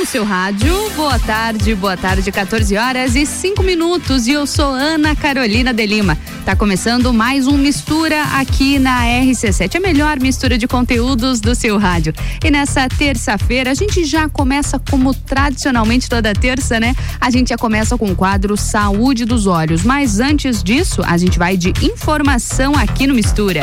seu rádio. Boa tarde, 14h05 e eu sou Ana Carolina de Lima. Tá começando mais um Mistura aqui na RC7, a melhor mistura de conteúdos do seu rádio. E nessa terça-feira a gente já começa como tradicionalmente toda terça, né? A gente já começa com o quadro Saúde dos Olhos, mas antes disso a gente vai de informação aqui no Mistura.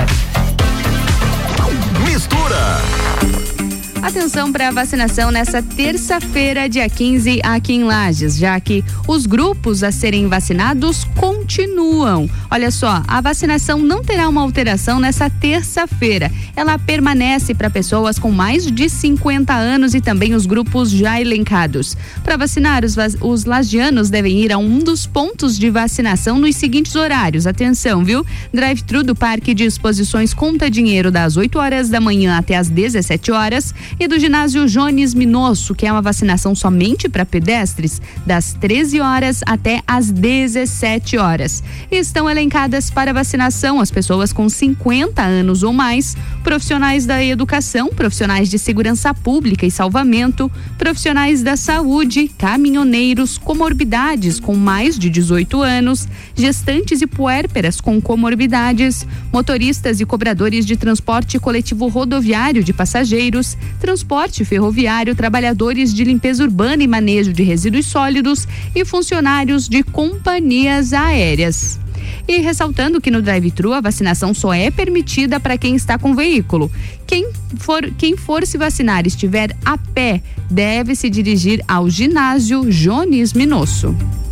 Atenção para a vacinação nessa terça-feira, dia 15, aqui em Lages, já que os grupos a serem vacinados continuam. Olha só, a vacinação não terá uma alteração nessa terça-feira. Ela permanece para pessoas com mais de 50 anos e também os grupos já elencados. Para vacinar, os lagianos devem ir a um dos pontos de vacinação nos seguintes horários. Atenção, viu? Drive-thru do Parque de Exposições Conta Dinheiro das 8 horas da manhã até as 17 horas. E do ginásio Jones Minosso, que é uma vacinação somente para pedestres, das 13 horas até as 17 horas. E estão elencadas para vacinação as pessoas com 50 anos ou mais, profissionais da educação, profissionais de segurança pública e salvamento, profissionais da saúde, caminhoneiros, comorbidades com mais de 18 anos, gestantes e puérperas com comorbidades, motoristas e cobradores de transporte coletivo rodoviário de passageiros, transporte ferroviário, trabalhadores de limpeza urbana e manejo de resíduos sólidos e funcionários de companhias aéreas. E ressaltando que no drive-thru a vacinação só é permitida para quem está com veículo. Quem for se vacinar e estiver a pé deve se dirigir ao ginásio Jones Minosso.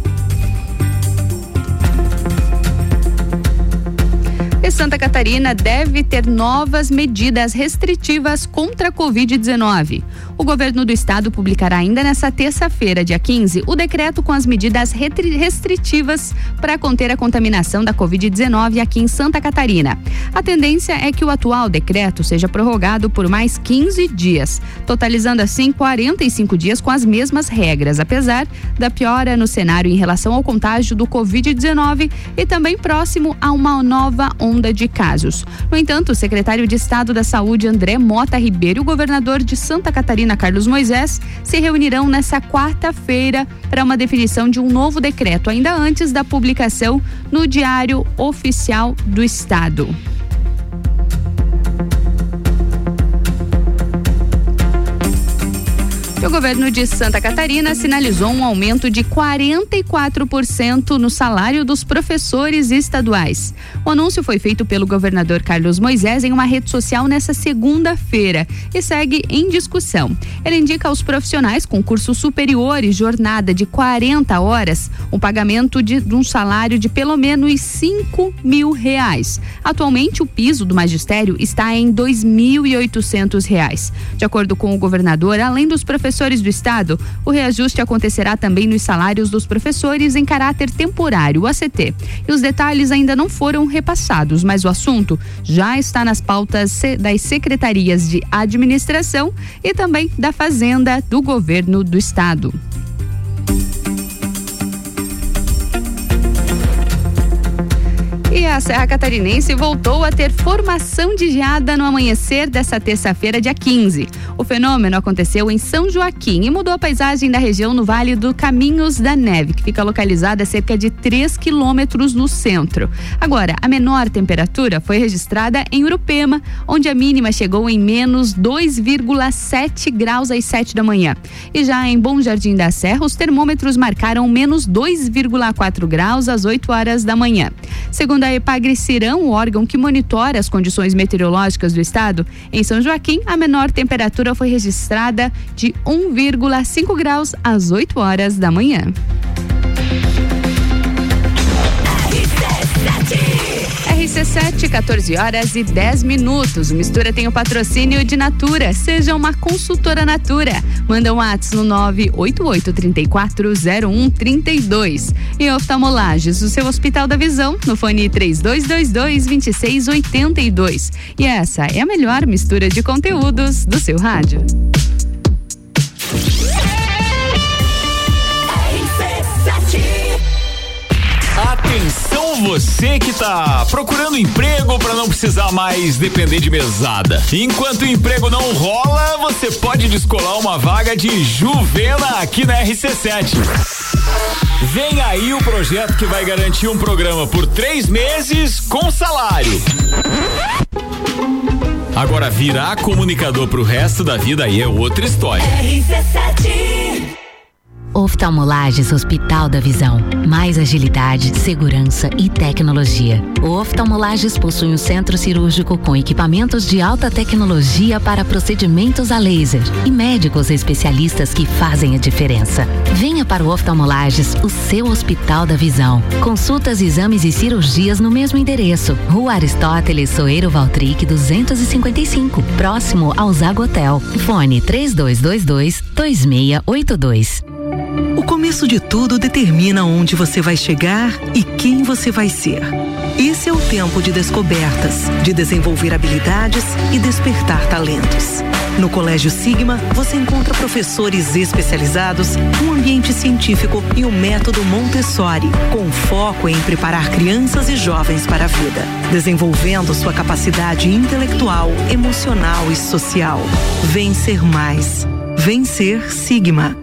E Santa Catarina deve ter novas medidas restritivas contra a Covid-19. O governo do estado publicará ainda nesta terça-feira, dia 15, o decreto com as medidas restritivas para conter a contaminação da Covid-19 aqui em Santa Catarina. A tendência é que o atual decreto seja prorrogado por mais 15 dias, totalizando assim 45 dias com as mesmas regras, apesar da piora no cenário em relação ao contágio do Covid-19 e também próximo a uma nova onda de casos. No entanto, o secretário de Estado da Saúde, André Mota Ribeiro, e o governador de Santa Catarina, Carlos Moisés, se reunirão nessa quarta-feira para uma definição de um novo decreto, ainda antes da publicação no Diário Oficial do Estado. O governo de Santa Catarina sinalizou um aumento de 44% no salário dos professores estaduais. O anúncio foi feito pelo governador Carlos Moisés em uma rede social nesta segunda-feira e segue em discussão. Ele indica aos profissionais com curso superior e jornada de 40 horas um pagamento de um salário de pelo menos R$5.000. Atualmente, o piso do magistério está em R$2.800. De acordo com o governador, além dos professores do estado, o reajuste acontecerá também nos salários dos professores em caráter temporário, o ACT. E os detalhes ainda não foram repassados, mas o assunto já está nas pautas das secretarias de administração e também da Fazenda do governo do estado. E a Serra Catarinense voltou a ter formação de geada no amanhecer dessa terça-feira, dia 15. O fenômeno aconteceu em São Joaquim e mudou a paisagem da região no Vale do Caminhos da Neve, que fica localizada a cerca de 3 quilômetros no centro. Agora, a menor temperatura foi registrada em Urupema, onde a mínima chegou em menos 2,7 graus às 7 da manhã. E já em Bom Jardim da Serra, os termômetros marcaram menos 2,4 graus às 8 horas da manhã. Segundo a Epagre-Cirão, o órgão que monitora as condições meteorológicas do estado, em São Joaquim, a menor temperatura foi registrada de 1,5 graus às 8 horas da manhã. RC7, 14h10. O Mistura tem o patrocínio de Natura. Seja uma consultora Natura. Manda um WhatsApp no 988-340132. E Oftalmolages, o seu Hospital da Visão, no fone 3222-2682. E essa é a melhor mistura de conteúdos do seu rádio. Atenção, Alô, você que tá procurando emprego para não precisar mais depender de mesada. Enquanto o emprego não rola, você pode descolar uma vaga de Juvena aqui na RC7. Vem aí o projeto que vai garantir um programa por 3 meses com salário. Agora, virar comunicador pro resto da vida aí é outra história. RC7 Oftalmolages Hospital da Visão. Mais agilidade, segurança e tecnologia. O Oftalmolages possui um centro cirúrgico com equipamentos de alta tecnologia para procedimentos a laser e médicos especialistas que fazem a diferença. Venha para o Oftalmolages, o seu Hospital da Visão. Consultas, exames e cirurgias no mesmo endereço. Rua Aristóteles Soeiro Valtric 255, próximo ao Zago Hotel. Fone 3222-2682. O começo de tudo determina onde você vai chegar e quem você vai ser. Esse é o tempo de descobertas, de desenvolver habilidades e despertar talentos. No Colégio Sigma, você encontra professores especializados, um ambiente científico e o método Montessori, com foco em preparar crianças e jovens para a vida, desenvolvendo sua capacidade intelectual, emocional e social. Vencer mais. Vencer Sigma.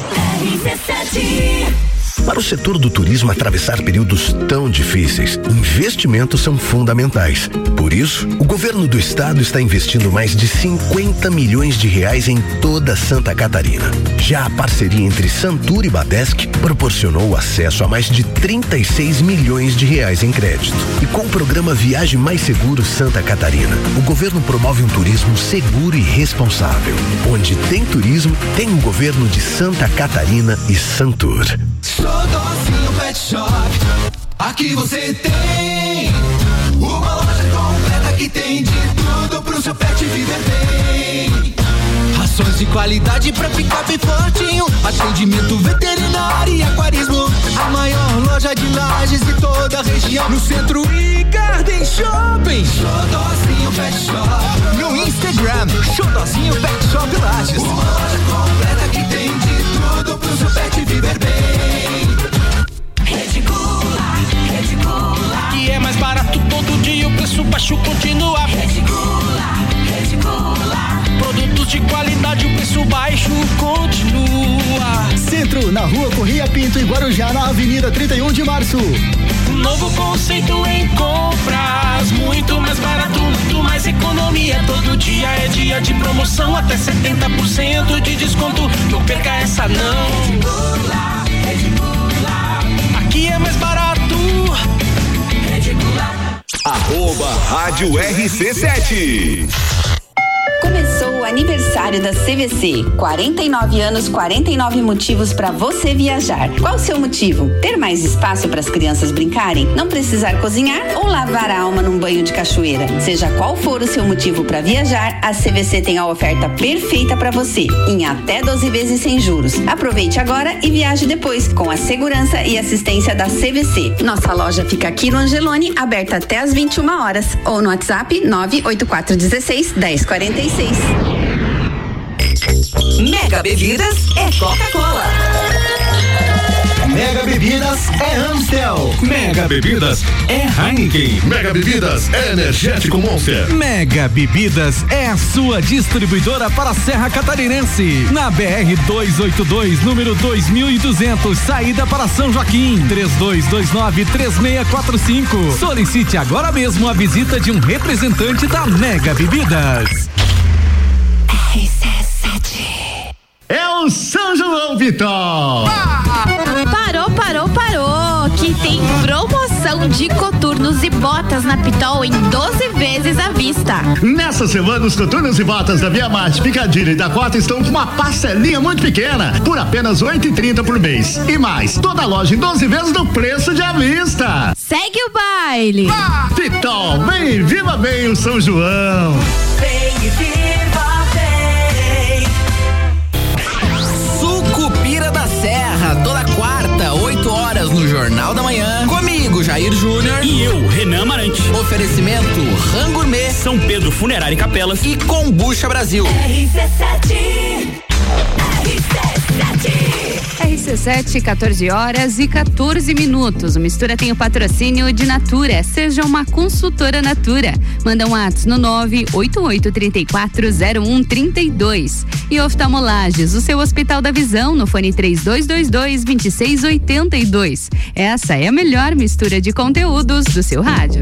Para o setor do turismo atravessar períodos tão difíceis, investimentos são fundamentais. Por isso, o governo do estado está investindo mais de 50 milhões de reais em toda Santa Catarina. Já a parceria entre Santur e Badesc proporcionou acesso a mais de 36 milhões de reais em crédito. E com o programa Viagem Mais Seguro Santa Catarina, o governo promove um turismo seguro e responsável. Onde tem turismo, tem o governo de Santa Catarina e Santur. Xodózinho Pet Shop, aqui você tem uma loja completa que tem de tudo pro seu pet viver bem. Rações de qualidade pra ficar bem fortinho, atendimento veterinário e aquarismo. A maior loja de Lages de toda a região, no Centro e Garden Shopping. Xodózinho Pet Shop, no Instagram, Xodózinho Pet Shop Lages. Uma loja completa que tem de tudo pro seu pet viver bem. Que é mais barato todo dia, o preço baixo continua. Reticula. Produtos de qualidade, o preço baixo continua. Centro, na Rua Correia Pinto e Guarujá, na Avenida 31 de Março. Novo conceito em compras, muito mais barato, muito mais economia. Todo dia é dia de promoção, até 70% de desconto. Não perca essa não. Reticula. Aqui é mais barato. @Rádio RC7. Começou o aniversário da CVC. 49 anos, 49 motivos para você viajar. Qual o seu motivo? Ter mais espaço para as crianças brincarem? Não precisar cozinhar ou lavar a alma num banho de cachoeira? Seja qual for o seu motivo para viajar, a CVC tem a oferta perfeita para você, em até 12 vezes sem juros. Aproveite agora e viaje depois, com a segurança e assistência da CVC. Nossa loja fica aqui no Angelone, aberta até às 21 horas, ou no WhatsApp 98416-1046. Mega Bebidas é Coca-Cola. Mega Bebidas é Amstel. Mega Bebidas é Heineken. Mega Bebidas é Energético Monster. Mega Bebidas é a sua distribuidora para a Serra Catarinense. Na BR 282, número 2200, saída para São Joaquim. 3229-3645. Solicite agora mesmo a visita de um representante da Mega Bebidas. É o São João Pitol. Parou, que tem promoção de coturnos e botas na Pitol em 12 vezes à vista. Nessa semana, os coturnos e botas da Via Marte, Picadilly e Dakota estão com uma parcelinha muito pequena, por apenas R$8,30 por mês. E mais, toda a loja em 12 vezes no preço de à vista. Segue o baile. Pitol, vem, viva bem o São João. Vem e viva bem. Sucupira da Serra, toda quarta, 8 horas no Jornal da Manhã. Comigo, Jair Júnior. E eu, Renan Amarante. Oferecimento Rango Gourmet, São Pedro Funerária e Capelas e Kombucha Brasil. RC7. RC7, 14h14. O Mistura tem o patrocínio de Natura. Seja uma consultora Natura. Manda um WhatsApp no 988340132. E Oftalmolages, o seu Hospital da Visão, no fone 3222-2682. Essa é a melhor mistura de conteúdos do seu rádio.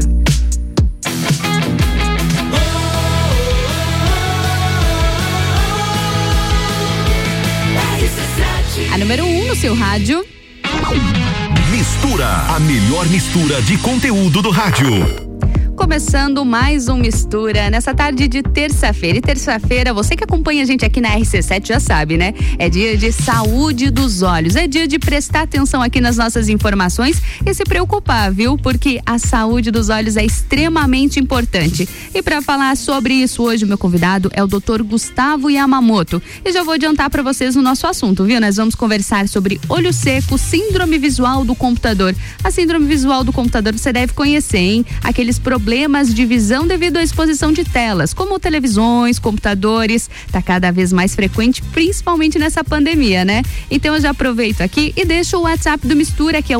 A número 1 no seu rádio. Mistura, a melhor mistura de conteúdo do rádio. Começando mais um Mistura nessa tarde de terça-feira. E terça-feira, você que acompanha a gente aqui na RC7 já sabe, né? É dia de saúde dos olhos. É dia de prestar atenção aqui nas nossas informações e se preocupar, viu? Porque a saúde dos olhos é extremamente importante. E para falar sobre isso hoje, o meu convidado é o Dr. Gustavo Yamamoto. E já vou adiantar para vocês o nosso assunto, viu? Nós vamos conversar sobre olho seco, síndrome visual do computador. A síndrome visual do computador você deve conhecer, hein? Aqueles problemas de visão devido à exposição de telas, como televisões, computadores, tá cada vez mais frequente, principalmente nessa pandemia, né? Então eu já aproveito aqui e deixo o WhatsApp do Mistura, que é o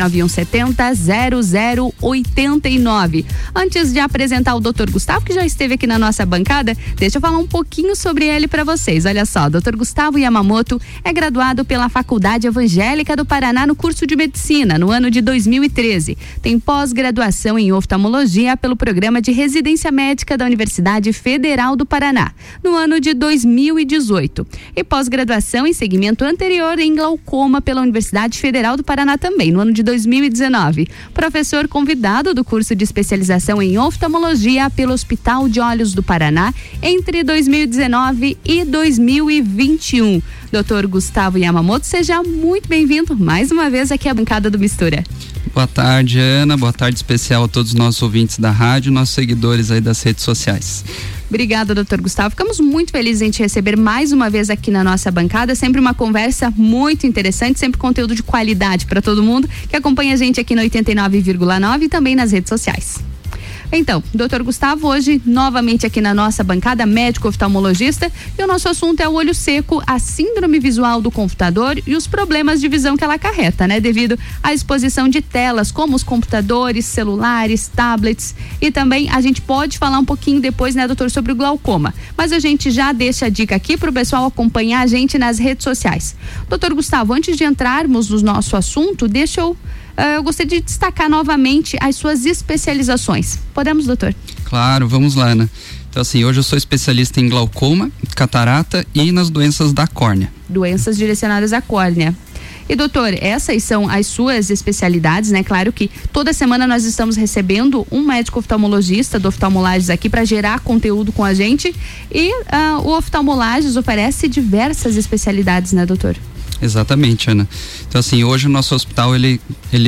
991700089. Antes de apresentar o Dr. Gustavo, que já esteve aqui na nossa bancada, deixa eu falar um pouquinho sobre ele para vocês. Olha só, Dr. Gustavo Yamamoto é graduado pela Faculdade Evangélica do Paraná no curso de Medicina, no ano de 2013. Tem pós-graduação em oftalmologia pelo programa de residência médica da Universidade Federal do Paraná, no ano de 2018. E pós-graduação em segmento anterior em glaucoma pela Universidade Federal do Paraná também, no ano de 2019. Professor convidado do curso de especialização em oftalmologia pelo Hospital de Olhos do Paraná entre 2019 e 2021. Dr. Gustavo Yamamoto, seja muito bem-vindo mais uma vez aqui à bancada do Mistura. Boa tarde, Ana. Boa tarde especial a todos os nossos ouvintes da rádio, nossos seguidores aí das redes sociais. Obrigada, doutor Gustavo. Ficamos muito felizes em te receber mais uma vez aqui na nossa bancada. Sempre uma conversa muito interessante, sempre conteúdo de qualidade para todo mundo que acompanha a gente aqui no 89,9 e também nas redes sociais. Então, doutor Gustavo, hoje novamente aqui na nossa bancada, médico oftalmologista, e o nosso assunto é o olho seco, a síndrome visual do computador e os problemas de visão que ela acarreta, né? Devido à exposição de telas, como os computadores, celulares, tablets, e também a gente pode falar um pouquinho depois, né, doutor, sobre o glaucoma, mas a gente já deixa a dica aqui para o pessoal acompanhar a gente nas redes sociais. Doutor Gustavo, antes de entrarmos no nosso assunto, eu gostaria de destacar novamente as suas especializações. Podemos, doutor? Claro, vamos lá, Ana. Então, assim, hoje eu sou especialista em glaucoma, catarata e nas doenças da córnea. Doenças direcionadas à córnea. E, doutor, essas são as suas especialidades, né? Claro que toda semana nós estamos recebendo um médico oftalmologista do Oftalmolages aqui para gerar conteúdo com a gente. E o Oftalmolages oferece diversas especialidades, né, doutor? Exatamente, Ana. Então, assim, hoje o nosso hospital, ele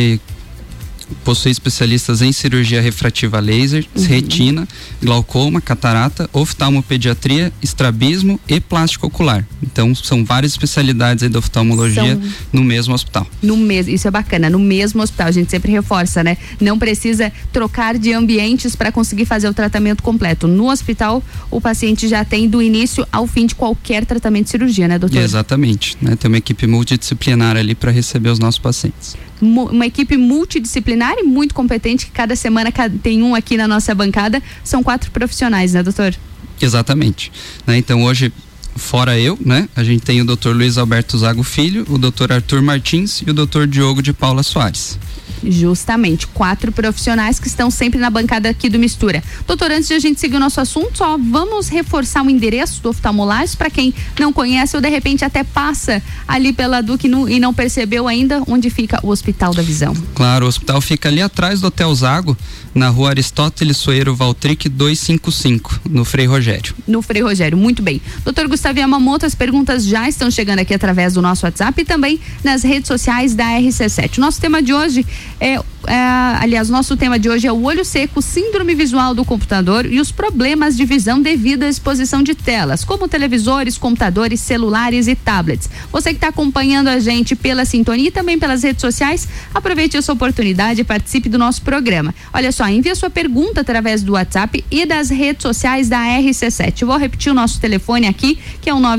possui especialistas em cirurgia refrativa laser, retina, glaucoma, catarata, oftalmopediatria, estrabismo e plástico ocular. Então, são várias especialidades aí da oftalmologia no mesmo hospital. Isso é bacana, no mesmo hospital, a gente sempre reforça, né? Não precisa trocar de ambientes para conseguir fazer o tratamento completo. No hospital, o paciente já tem do início ao fim de qualquer tratamento de cirurgia, né, doutor? Exatamente, né? Tem uma equipe multidisciplinar ali para receber os nossos pacientes. Uma equipe multidisciplinar e muito competente, que cada semana tem um aqui na nossa bancada. São 4 profissionais, né, doutor? Exatamente, né? Então hoje, fora eu, né, a gente tem o Dr. Luiz Alberto Zago Filho, o Dr. Arthur Martins e o Dr. Diogo de Paula Soares. Justamente, 4 profissionais que estão sempre na bancada aqui do Mistura. Doutor, antes de a gente seguir o nosso assunto, vamos reforçar o endereço do Oftalmolages para quem não conhece ou de repente até passa ali pela Duque e não percebeu ainda onde fica o Hospital da Visão. Claro, o hospital fica ali atrás do Hotel Zago, na rua Aristóteles Soeiro Valtric 255, no Frei Rogério. No Frei Rogério, muito bem. Doutor Gustavo Yamamoto, as perguntas já estão chegando aqui através do nosso WhatsApp e também nas redes sociais da RC7. O nosso tema de hoje Aliás, nosso tema de hoje é o olho seco, síndrome visual do computador e os problemas de visão devido à exposição de telas, como televisores, computadores, celulares e tablets. Você que está acompanhando a gente pela sintonia e também pelas redes sociais, aproveite essa oportunidade e participe do nosso programa. Olha só, envie a sua pergunta através do WhatsApp e das redes sociais da RC7. Eu vou repetir o nosso telefone aqui, que é o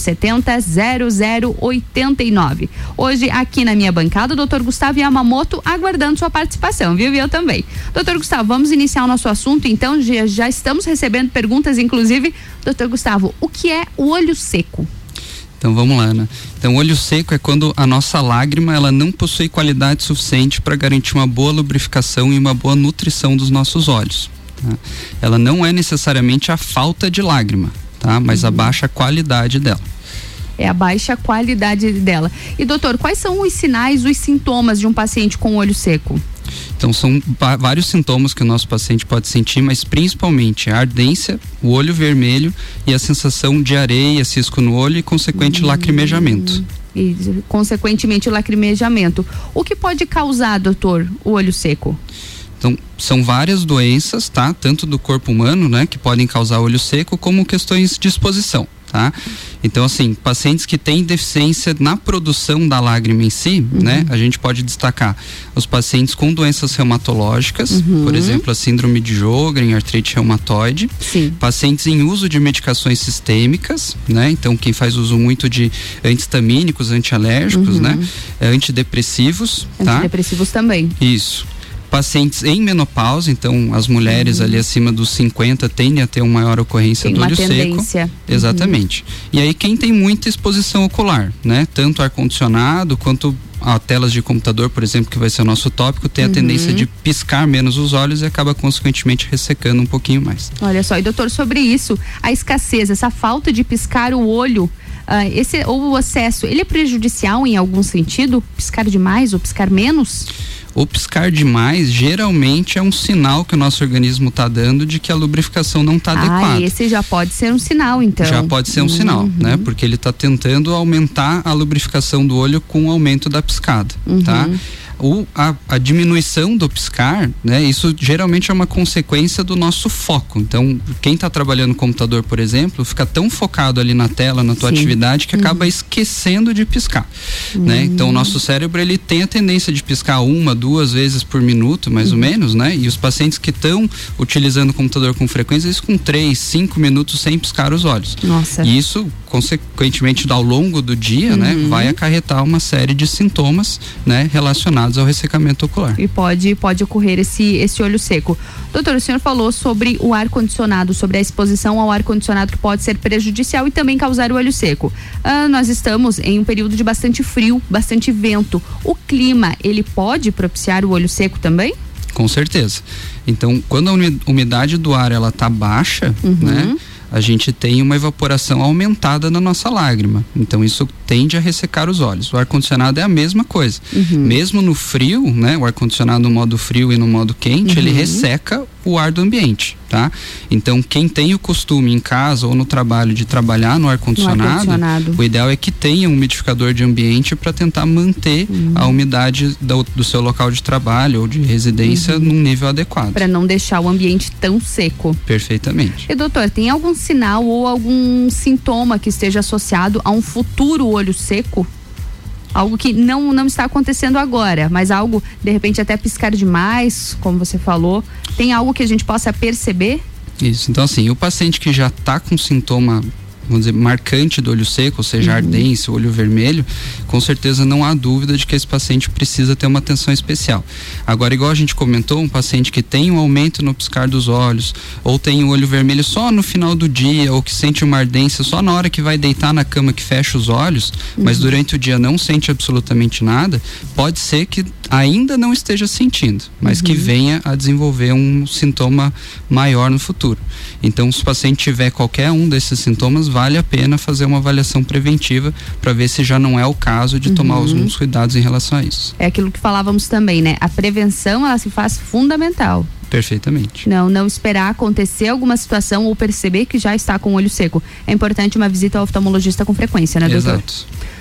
99170-0089. Hoje, aqui na minha bancada, o Dr. Gustavo Yamamoto aguardando sua participação, viu? E eu também. Doutor Gustavo, vamos iniciar o nosso assunto, então, já estamos recebendo perguntas, inclusive. Doutor Gustavo, o que é o olho seco? Então vamos lá, né? Então, olho seco é quando a nossa lágrima ela não possui qualidade suficiente para garantir uma boa lubrificação e uma boa nutrição dos nossos olhos. Tá? Ela não é necessariamente a falta de lágrima, tá? Mas a baixa qualidade dela. É a baixa qualidade dela. E doutor, quais são os sinais, os sintomas de um paciente com olho seco? Então são vários sintomas que o nosso paciente pode sentir, mas principalmente a ardência, o olho vermelho e a sensação de areia, cisco no olho e consequente lacrimejamento. E consequentemente o lacrimejamento. O que pode causar, doutor, o olho seco? Então, são várias doenças, tá? Tanto do corpo humano, né? Que podem causar olho seco, como questões de exposição, tá? Então, assim, pacientes que têm deficiência na produção da lágrima em si, né? A gente pode destacar os pacientes com doenças reumatológicas, por exemplo, a síndrome de Sjögren, artrite reumatoide. Sim. Pacientes em uso de medicações sistêmicas, né? Então, quem faz uso muito de antihistamínicos, antialérgicos, né? Antidepressivos, tá? Antidepressivos também. Isso. Pacientes em menopausa, então as mulheres ali acima dos 50 tendem a ter uma maior ocorrência do olho seco. Exatamente. E aí quem tem muita exposição ocular, né? Tanto ar-condicionado quanto a telas de computador, por exemplo, que vai ser o nosso tópico, tem a tendência de piscar menos os olhos e acaba consequentemente ressecando um pouquinho mais. Olha só, e doutor, sobre isso, a escassez, essa falta de piscar o olho, ou o excesso, ele é prejudicial em algum sentido? Piscar demais ou piscar menos? O piscar demais geralmente é um sinal que o nosso organismo está dando de que a lubrificação não está adequada. Esse já pode ser um sinal, então. Já pode ser um sinal, né? Porque ele está tentando aumentar a lubrificação do olho com o aumento da piscada, tá? A diminuição do piscar, né? Isso geralmente é uma consequência do nosso foco. Então, quem está trabalhando no computador, por exemplo, fica tão focado ali na tela, na tua atividade, que acaba esquecendo de piscar, né? Então, o nosso cérebro, ele tem a tendência de piscar 1, 2 vezes por minuto, mais ou menos, né? E os pacientes que estão utilizando o computador com frequência, eles com 3, 5 minutos sem piscar os olhos. Nossa. E isso, consequentemente, ao longo do dia, né? Vai acarretar uma série de sintomas, né? Relacionados ao ressecamento ocular. E pode ocorrer esse olho seco. Doutor, o senhor falou sobre o ar-condicionado, sobre a exposição ao ar-condicionado que pode ser prejudicial e também causar o olho seco. Nós estamos em um período de bastante frio, bastante vento. O clima, ele pode propiciar o olho seco também? Com certeza. Então, quando a umidade do ar ela tá baixa, né? A gente tem uma evaporação aumentada na nossa lágrima. Então isso tende a ressecar os olhos. O ar-condicionado é a mesma coisa. Mesmo no frio, né? O ar-condicionado no modo frio e no modo quente, ele resseca o ar do ambiente, tá? Então quem tem o costume em casa ou no trabalho de trabalhar no ar-condicionado, o ideal é que tenha um umidificador de ambiente para tentar manter a umidade do seu local de trabalho ou de residência num nível adequado. Para não deixar o ambiente tão seco. Perfeitamente. E doutor, tem algum sinal ou algum sintoma que esteja associado a um futuro olho seco? Algo que não está acontecendo agora, mas algo, de repente, até piscar demais, como você falou. Tem algo que a gente possa perceber? Isso, então assim, o paciente que já está com sintoma, vamos dizer, marcante do olho seco, ou seja, ardência, olho vermelho, com certeza não há dúvida de que esse paciente precisa ter uma atenção especial. Agora, igual a gente comentou, um paciente que tem um aumento no piscar dos olhos, ou tem o olho vermelho só no final do dia, ou que sente uma ardência só na hora que vai deitar na cama que fecha os olhos, mas durante o dia não sente absolutamente nada, pode ser que ainda não esteja sentindo, mas que venha a desenvolver um sintoma maior no futuro. Então, se o paciente tiver qualquer um desses sintomas, vale a pena fazer uma avaliação preventiva para ver se já não é o caso de tomar alguns cuidados em relação a isso. É aquilo que falávamos também, né? A prevenção, ela se faz fundamental. Perfeitamente. Não esperar acontecer alguma situação ou perceber que já está com o olho seco. É importante uma visita ao oftalmologista com frequência, né, doutor? Exato.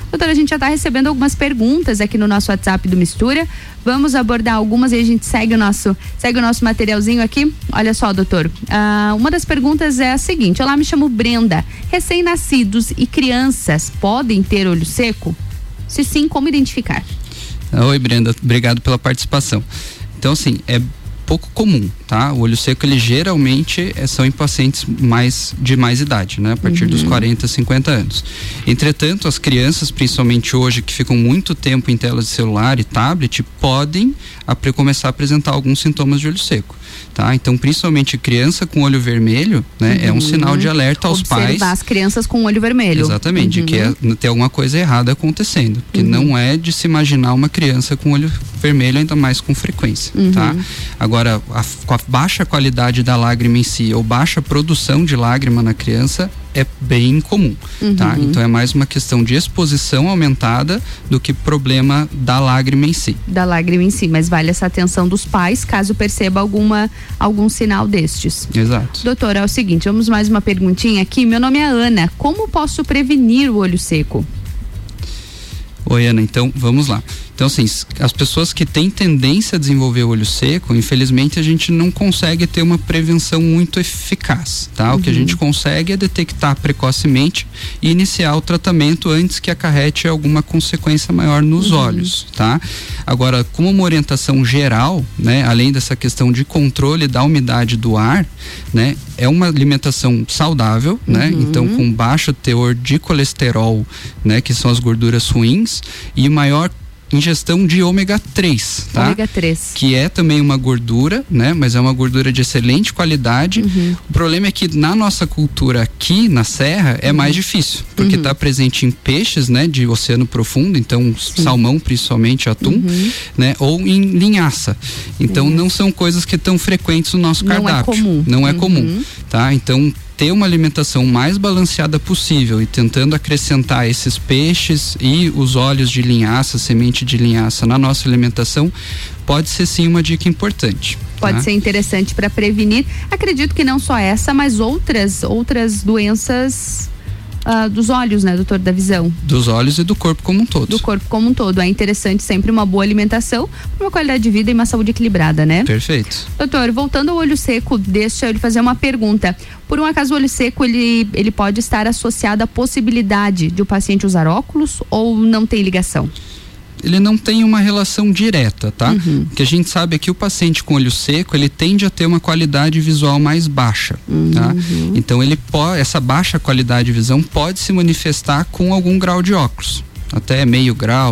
Doutora, a gente já está recebendo algumas perguntas aqui no nosso WhatsApp do Mistura. Vamos abordar algumas e a gente segue o nosso materialzinho aqui. Olha só, doutor. Uma das perguntas é a seguinte: olá, me chamo Brenda. Recém-nascidos e crianças podem ter olho seco? Se sim, como identificar? Oi, Brenda, obrigado pela participação. Então, assim, é pouco comum, tá? O olho seco, ele geralmente são em pacientes de mais idade, né? A partir dos 40, 50 anos. Entretanto, as crianças, principalmente hoje, que ficam muito tempo em telas de celular e tablet, podem começar a apresentar alguns sintomas de olho seco, tá? Então, principalmente criança com olho vermelho, né? É um sinal de alerta aos pais. Observar as crianças com olho vermelho. Exatamente, que tem alguma coisa errada acontecendo, porque não é de se imaginar uma criança com olho vermelho, ainda mais com frequência, tá? Agora, com a baixa qualidade da lágrima em si, ou baixa produção de lágrima na criança, é bem comum, tá? Então é mais uma questão de exposição aumentada do que problema da lágrima em si. Da lágrima em si, mas vale essa atenção dos pais, caso perceba algum sinal destes. Exato. Doutora, é o seguinte, vamos mais uma perguntinha aqui. Meu nome é Ana, como posso prevenir o olho seco? Oi, Ana, então vamos lá. Então, assim, as pessoas que têm tendência a desenvolver o olho seco, infelizmente a gente não consegue ter uma prevenção muito eficaz, tá? O que a gente consegue é detectar precocemente e iniciar o tratamento antes que acarrete alguma consequência maior nos olhos, tá? Agora, como uma orientação geral, né, além dessa questão de controle da umidade do ar, né, é uma alimentação saudável, né? Então, com baixo teor de colesterol, né, que são as gorduras ruins, e maior ingestão de ômega 3, tá? Ômega 3. Que é também uma gordura, né? Mas é uma gordura de excelente qualidade. O problema é que na nossa cultura aqui na Serra é mais difícil, porque está presente em peixes, né? De oceano profundo, então salmão, principalmente atum, né? Ou em linhaça. Então não são coisas que estão frequentes no nosso cardápio. Não é comum, tá? Então ter uma alimentação mais balanceada possível e tentando acrescentar esses peixes e os óleos de linhaça, semente de linhaça na nossa alimentação, pode ser sim uma dica importante. Pode ser interessante para prevenir. Acredito que não só essa, mas outras doenças dos olhos, né, doutor, da visão? Dos olhos e do corpo como um todo. Do corpo como um todo. É interessante sempre uma boa alimentação, uma qualidade de vida e uma saúde equilibrada, né? Perfeito. Doutor, voltando ao olho seco, deixa eu lhe fazer uma pergunta. Por um acaso o olho seco, ele pode estar associado à possibilidade de o paciente usar óculos ou não tem ligação? Ele não tem uma relação direta, tá? O que a gente sabe é que o paciente com olho seco, ele tende a ter uma qualidade visual mais baixa, tá? Então essa baixa qualidade de visão pode se manifestar com algum grau de óculos, até meio grau,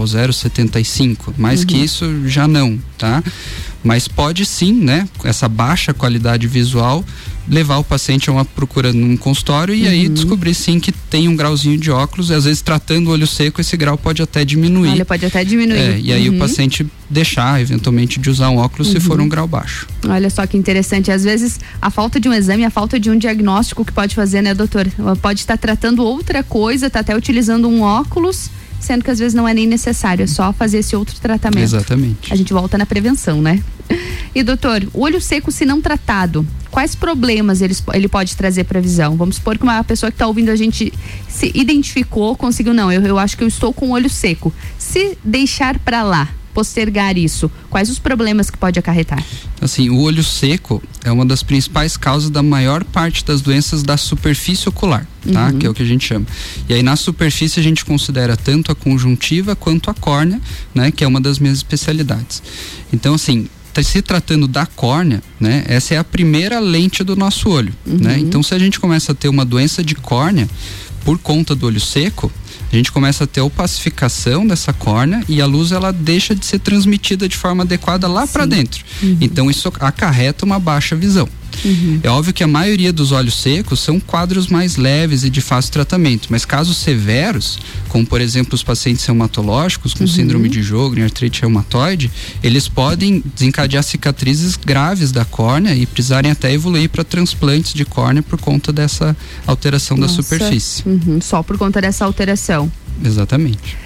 0,75, mais que isso já não, tá? Mas pode sim, né? Essa baixa qualidade visual levar o paciente a uma procura num consultório e aí descobrir sim que tem um grauzinho de óculos, e às vezes tratando o olho seco esse grau pode até diminuir. Olha, pode até diminuir. E aí o paciente deixar eventualmente de usar um óculos se for um grau baixo. Olha só que interessante, às vezes a falta de um exame, a falta de um diagnóstico que pode fazer, né, doutor? Pode estar tratando outra coisa, tá até utilizando um óculos, sendo que às vezes não é nem necessário, é só fazer esse outro tratamento. Exatamente. A gente volta na prevenção, né? E doutor, o olho seco, se não tratado, quais problemas ele pode trazer para a visão? Vamos supor que uma pessoa que está ouvindo a gente se identificou, conseguiu, não, eu acho que eu estou com o olho seco. Se deixar para lá, postergar isso, quais os problemas que pode acarretar? Assim, o olho seco é uma das principais causas da maior parte das doenças da superfície ocular, tá? Que é o que a gente chama. E aí na superfície a gente considera tanto a conjuntiva quanto a córnea, né? Que é uma das minhas especialidades. Então, assim, se tratando da córnea, né? Essa é a primeira lente do nosso olho, né? Então, se a gente começa a ter uma doença de córnea por conta do olho seco, a gente começa a ter a opacificação dessa córnea e a luz ela deixa de ser transmitida de forma adequada lá para dentro. Então isso acarreta uma baixa visão. É óbvio que a maioria dos olhos secos são quadros mais leves e de fácil tratamento, mas casos severos, como por exemplo os pacientes reumatológicos com síndrome de Sjögren, artrite reumatoide, eles podem desencadear cicatrizes graves da córnea e precisarem até evoluir para transplantes de córnea por conta dessa alteração da superfície. Só por conta dessa alteração. Exatamente.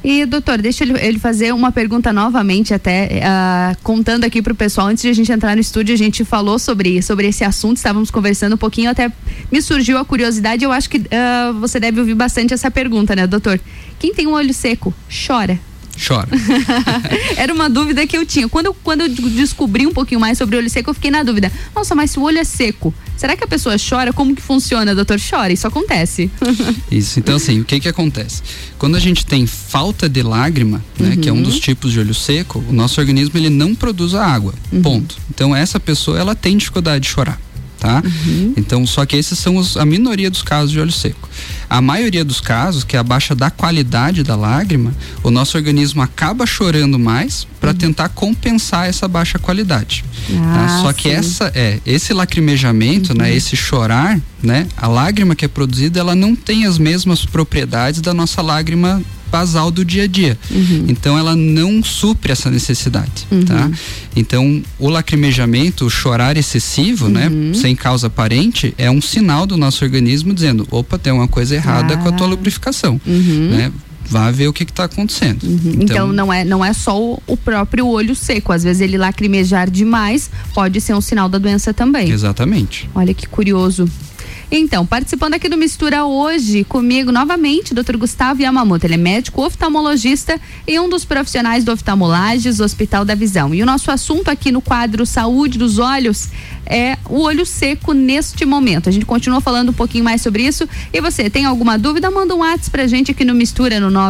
E doutor, deixa ele fazer uma pergunta novamente, até contando aqui pro pessoal, antes de a gente entrar no estúdio, a gente falou sobre esse assunto, estávamos conversando um pouquinho, até me surgiu a curiosidade, eu acho que você deve ouvir bastante essa pergunta, né, doutor? Quem tem um olho seco, chora? Chora. Era uma dúvida que eu tinha. Quando eu descobri um pouquinho mais sobre o olho seco, eu fiquei na dúvida. Nossa, mas se o olho é seco, será que a pessoa chora? Como que funciona, doutor? Chora, isso acontece. Isso, então assim, o que acontece? Quando a gente tem falta de lágrima, né, que é um dos tipos de olho seco, o nosso organismo ele não produz a água, ponto. Então essa pessoa, ela tem dificuldade de chorar. Tá? Então, só que esses são a minoria dos casos de olho seco. A maioria dos casos, que é a baixa da qualidade da lágrima, o nosso organismo acaba chorando mais para tentar compensar essa baixa qualidade. Tá? Só que esse lacrimejamento, né, esse chorar, né, a lágrima que é produzida, ela não tem as mesmas propriedades da nossa lágrima basal do dia a dia. Então ela não supre essa necessidade, tá? Então o lacrimejamento, o chorar excessivo, né, sem causa aparente, é um sinal do nosso organismo dizendo, opa, tem uma coisa errada com a tua lubrificação, né? Vá ver o que está acontecendo. Então não é só o próprio olho seco, às vezes ele lacrimejar demais pode ser um sinal da doença também. Exatamente. Olha que curioso. Então, participando aqui do Mistura hoje, comigo novamente, Dr. Gustavo Yamamoto. Ele é médico oftalmologista e um dos profissionais do Oftalmolages do Hospital da Visão. E o nosso assunto aqui no quadro Saúde dos Olhos é o olho seco neste momento. A gente continua falando um pouquinho mais sobre isso. E você, tem alguma dúvida? Manda um WhatsApp pra gente aqui no Mistura no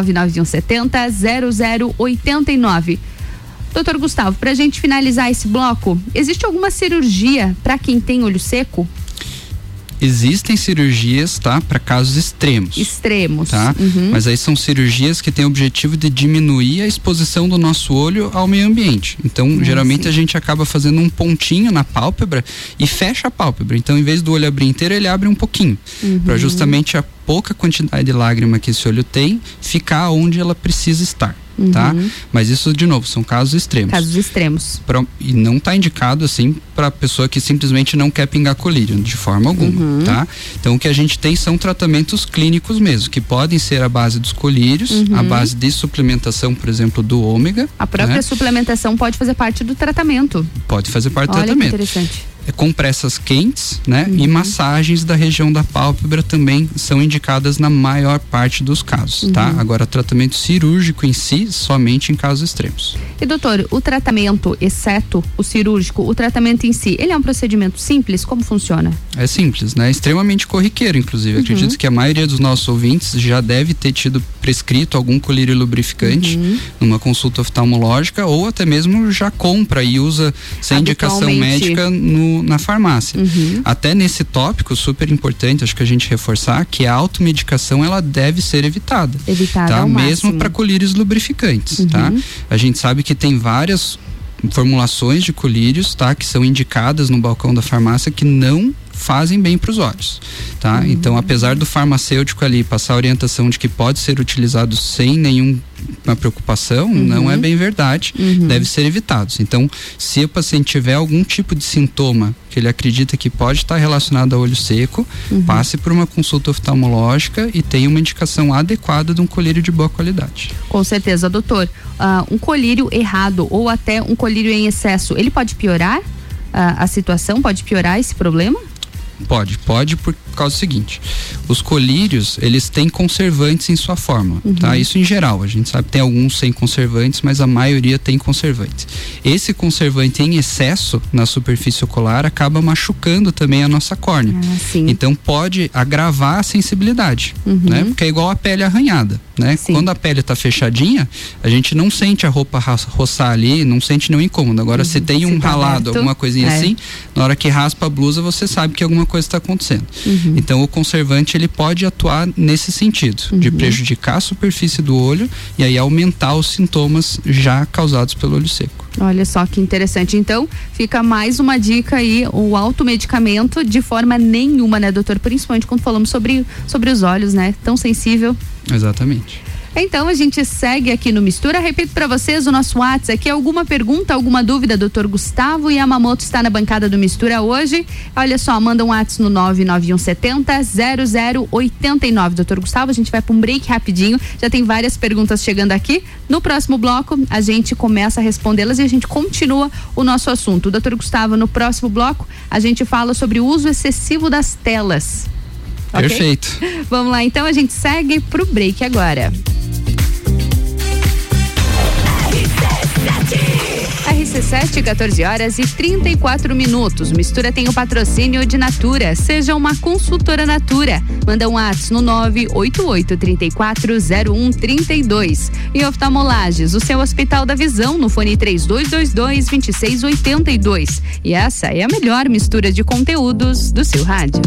99170-0089. Doutor Gustavo, pra gente finalizar esse bloco, existe alguma cirurgia para quem tem olho seco? Existem cirurgias, tá? Para casos extremos. Tá? Mas aí são cirurgias que têm o objetivo de diminuir a exposição do nosso olho ao meio ambiente. Então, geralmente a gente acaba fazendo um pontinho na pálpebra e fecha a pálpebra. Então, em vez do olho abrir inteiro, ele abre um pouquinho. Para justamente a pouca quantidade de lágrima que esse olho tem ficar onde ela precisa estar. Tá? Mas isso, de novo, são casos extremos. Casos extremos. E não está indicado assim para pessoa que simplesmente não quer pingar colírio, de forma alguma, tá? Então o que a gente tem são tratamentos clínicos mesmo, que podem ser a base dos colírios, a base de suplementação, por exemplo, do ômega. A própria suplementação pode fazer parte do tratamento. Pode fazer parte do Olha tratamento. Que interessante. Compressas quentes, né? E massagens da região da pálpebra também são indicadas na maior parte dos casos, tá? Agora, tratamento cirúrgico em si, somente em casos extremos. E doutor, o tratamento, exceto o cirúrgico, o tratamento em si, ele é um procedimento simples? Como funciona? É simples, né? Extremamente corriqueiro, inclusive. Acredito que a maioria dos nossos ouvintes já deve ter tido prescrito algum colírio lubrificante numa consulta oftalmológica, ou até mesmo já compra e usa sem indicação médica na farmácia. Até nesse tópico, super importante, acho que a gente reforçar que a automedicação, ela deve ser evitada. Tá? Mesmo para colírios lubrificantes, tá? A gente sabe que tem várias formulações de colírios, tá? Que são indicadas no balcão da farmácia que não fazem bem para os olhos, tá? Então, apesar do farmacêutico ali passar a orientação de que pode ser utilizado sem nenhuma preocupação, não é bem verdade, deve ser evitado. Então, se o paciente tiver algum tipo de sintoma que ele acredita que pode estar relacionado ao olho seco, passe por uma consulta oftalmológica e tenha uma indicação adequada de um colírio de boa qualidade. Com certeza, doutor. Um colírio errado ou até um colírio em excesso, ele pode piorar a situação? Pode piorar esse problema? Pode por causa do seguinte: os colírios, eles têm conservantes em sua fórmula, tá? Isso em geral, a gente sabe que tem alguns sem conservantes, mas a maioria tem conservantes. Esse conservante em excesso na superfície ocular acaba machucando também a nossa córnea. Então pode agravar a sensibilidade, né? Porque é igual a pele arranhada, né? Quando a pele tá fechadinha, a gente não sente a roupa roçar ali, não sente nenhum incômodo. Agora, se tem um ralado, alguma coisinha assim, na hora que raspa a blusa, você sabe que alguma coisa está acontecendo. Então o conservante, ele pode atuar nesse sentido, de prejudicar a superfície do olho e aí aumentar os sintomas já causados pelo olho seco. Olha só que interessante. Então, fica mais uma dica aí, o automedicamento de forma nenhuma, né, doutor? Principalmente quando falamos sobre os olhos, né? Tão sensível. Exatamente. Então a gente segue aqui no Mistura. Repito para vocês o nosso WhatsApp aqui. Alguma pergunta, alguma dúvida, Dr. Gustavo Yamamoto está na bancada do Mistura hoje. Olha só, manda um WhatsApp no 991700089. Dr. Gustavo, a gente vai para um break rapidinho. Já tem várias perguntas chegando aqui. No próximo bloco a gente começa a respondê-las e a gente continua o nosso assunto. Dr. Gustavo, no próximo bloco a gente fala sobre o uso excessivo das telas. Perfeito. Okay? Vamos lá, então a gente segue pro break agora. RC7, 14 horas e 34 minutos. Mistura tem o patrocínio de Natura. Seja uma consultora Natura. Manda um WhatsApp no 988-340132. E Oftalmolages, o seu Hospital da Visão, no fone 3222-2682. E essa é a melhor mistura de conteúdos do seu rádio.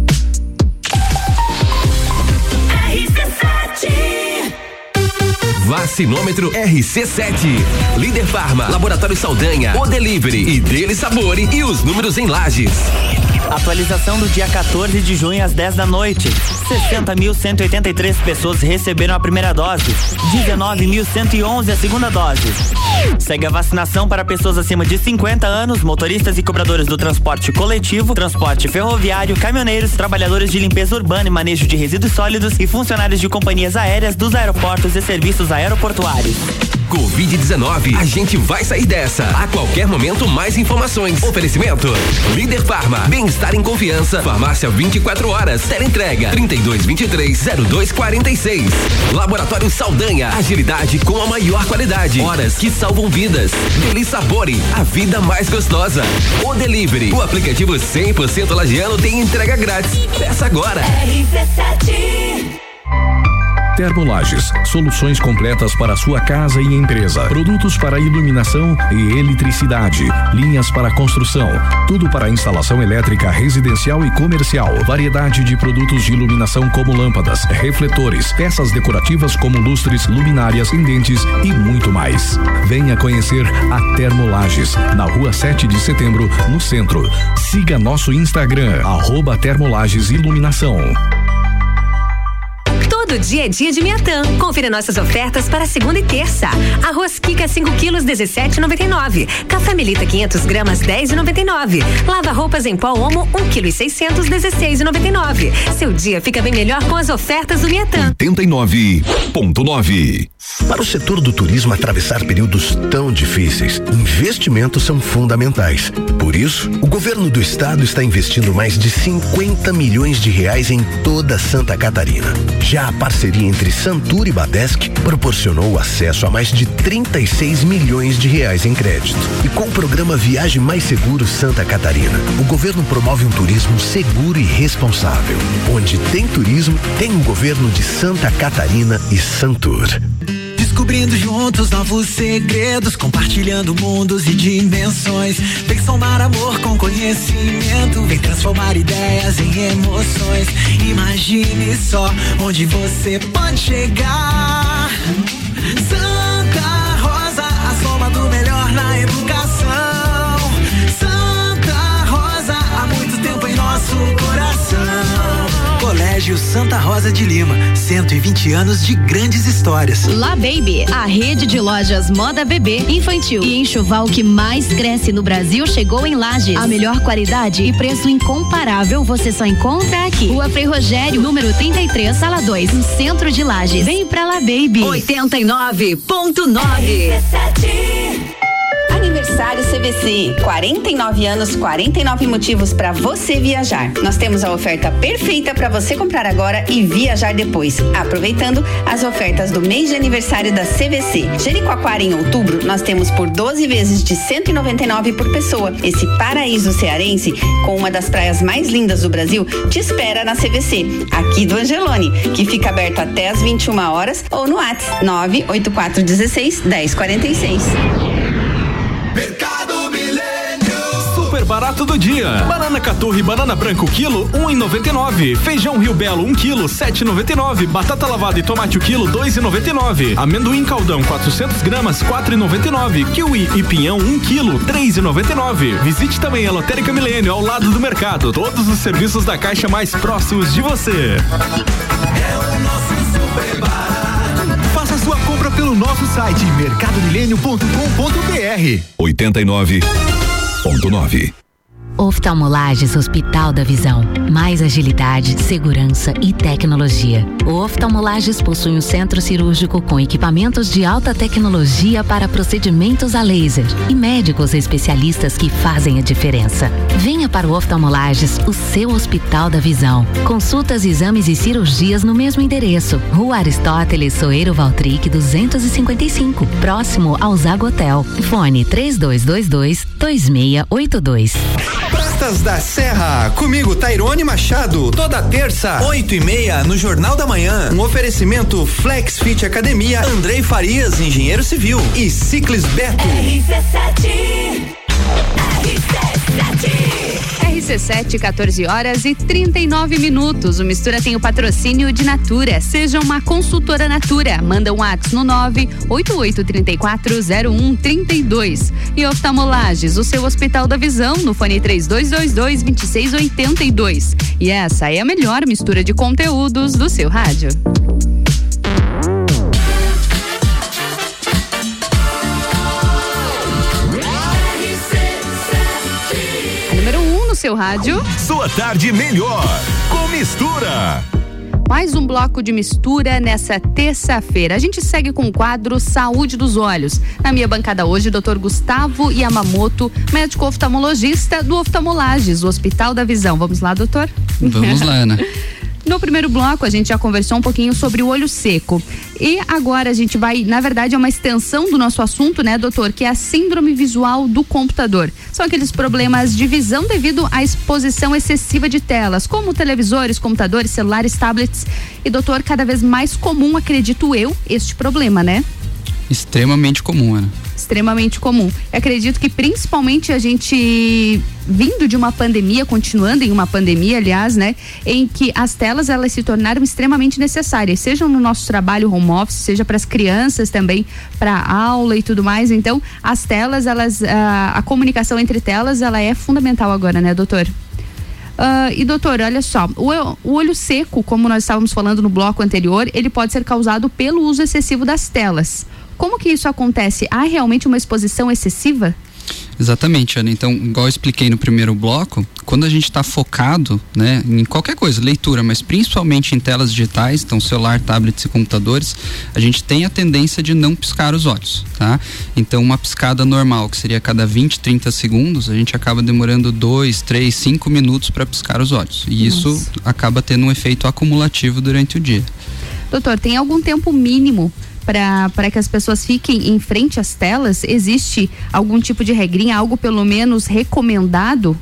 Vacinômetro RC7. Líder Farma, Laboratório Saldanha, O Delivery e Dele Sabore e os números em Lages. Atualização do dia 14 de junho às 10 da noite. 60.183 pessoas receberam a primeira dose, 19.111 a segunda dose. Segue a vacinação para pessoas acima de 50 anos, motoristas e cobradores do transporte coletivo, transporte ferroviário, caminhoneiros, trabalhadores de limpeza urbana e manejo de resíduos sólidos e funcionários de companhias aéreas dos aeroportos e serviços aeroportuários. Covid-19, a gente vai sair dessa. A qualquer momento, mais informações. Oferecimento: Líder Farma, bem-estar em confiança. Farmácia 24 horas. Teleentrega 3223-0246. Laboratório Saldanha, agilidade com a maior qualidade. Horas que salvam vidas. Deli Sabore, a vida mais gostosa. O Delivery, o aplicativo 100% lagiano, tem entrega grátis. Peça agora. RC7. Termolages, soluções completas para sua casa e empresa. Produtos para iluminação e eletricidade. Linhas para construção. Tudo para instalação elétrica residencial e comercial. Variedade de produtos de iluminação como lâmpadas, refletores, peças decorativas como lustres, luminárias, pendentes e muito mais. Venha conhecer a Termolages, na rua 7 de setembro, no centro. Siga nosso Instagram, @Termolages Iluminação. Todo dia é dia de Miatã. Confira nossas ofertas para segunda e terça. Arroz Kika 5 quilos 17,99. Café Melita 500 gramas 10,99. Lava roupas em pó Omo 1 kg 600 16,99. Seu dia fica bem melhor com as ofertas do Miatã. 89.9. Para o setor do turismo atravessar períodos tão difíceis, investimentos são fundamentais. Por isso, o governo do estado está investindo mais de 50 milhões de reais em toda Santa Catarina. Já a parceria entre Santur e Badesc proporcionou acesso a mais de 36 milhões de reais em crédito. E com o programa Viagem Mais Seguro Santa Catarina, o governo promove um turismo seguro e responsável. Onde tem turismo, tem o governo de Santa Catarina e Santur. Descobrindo juntos novos segredos, compartilhando mundos e dimensões. Vem somar amor com conhecimento, vem transformar ideias em emoções. Imagine só onde você pode chegar. Santa Rosa, a soma do melhor na educação. Santa Rosa, há muito tempo em nosso coração. Colégio Santa Rosa de Lima, 120 anos de grandes histórias. La Baby, a rede de lojas moda bebê, infantil e enxoval que mais cresce no Brasil chegou em Lages. A melhor qualidade e preço incomparável você só encontra aqui. Rua Frei Rogério, número 33, sala 2, no centro de Lages. Vem pra La Baby. 89.9. Aniversário CVC, 49 anos, 49 motivos para você viajar. Nós temos a oferta perfeita para você comprar agora e viajar depois, aproveitando as ofertas do mês de aniversário da CVC. Jericoacoara em outubro, nós temos por 12 vezes de 199 por pessoa. Esse paraíso cearense, com uma das praias mais lindas do Brasil, te espera na CVC, aqui do Angelone, que fica aberto até às 21 horas ou no WhatsApp 98416-1046. Mercado Milênio. Super barato do dia. Banana caturra e banana branca o quilo, 1,99. Feijão Rio Belo 1 quilo, 7,99. Batata lavada e tomate o quilo, 2,99. Amendoim caldão 400 gramas, 4,99. Kiwi e pinhão 1 quilo, 3,99. Visite também a Lotérica Milênio ao lado do mercado. Todos os serviços da Caixa mais próximos de você. É o nosso super barato. nosso site mercadomilênio.com.br. 89.9. Oftalmolages Hospital da Visão. Mais agilidade, segurança e tecnologia. O Oftalmolages possui um centro cirúrgico com equipamentos de alta tecnologia para procedimentos a laser e médicos especialistas que fazem a diferença. Venha para o Oftalmolages, o seu Hospital da Visão. Consultas, exames e cirurgias no mesmo endereço. Rua Aristóteles Soeiro Valtric 255, próximo ao Zago Hotel. Fone 3222-2682. Pratas da Serra, comigo Tairone Machado, toda terça, 8:30 no Jornal da Manhã. Um oferecimento Flex Fit Academia, Andrei Farias, engenheiro civil, e Ciclis Beto. RC7, 14h39. O Mistura tem o patrocínio de Natura. Seja uma consultora Natura. Manda um WhatsApp no 988340132. E Oftalmolages, o seu Hospital da Visão, no fone 3222-2682. E essa é a melhor mistura de conteúdos do seu rádio. Seu rádio. Sua tarde melhor com Mistura. Mais um bloco de Mistura nessa terça-feira. A gente segue com o quadro Saúde dos Olhos. Na minha bancada hoje, Dr. Gustavo Yamamoto, médico oftalmologista do Oftalmolages, o Hospital da Visão. Vamos lá, doutor? Vamos lá, Ana. No primeiro bloco, a gente já conversou um pouquinho sobre o olho seco. E agora a gente vai, na verdade, é uma extensão do nosso assunto, né, doutor? Que é a síndrome visual do computador. São aqueles problemas de visão devido à exposição excessiva de telas, como televisores, computadores, celulares, tablets. E, doutor, cada vez mais comum, acredito eu, este problema, né? Extremamente comum, Ana. Extremamente comum. Eu acredito que principalmente a gente vindo de uma pandemia, continuando em uma pandemia, aliás, né, em que as telas elas se tornaram extremamente necessárias, seja no nosso trabalho home office, seja para as crianças também, para aula e tudo mais. Então, as telas, elas, a comunicação entre telas, ela é fundamental agora, né, doutor? E doutor, olha só, o olho seco, como nós estávamos falando no bloco anterior, ele pode ser causado pelo uso excessivo das telas. Como que isso acontece? Há realmente uma exposição excessiva? Exatamente, Ana. Então, igual eu expliquei no primeiro bloco, quando a gente está focado, né, em qualquer coisa, leitura, mas principalmente em telas digitais, então celular, tablets e computadores, a gente tem a tendência de não piscar os olhos, tá? Então, uma piscada normal, que seria a cada 20, 30 segundos, a gente acaba demorando 2, 3, 5 minutos para piscar os olhos. E isso acaba tendo um efeito acumulativo durante o dia. Doutor, tem algum tempo mínimo para que as pessoas fiquem em frente às telas? Existe algum tipo de regrinha, algo pelo menos recomendado?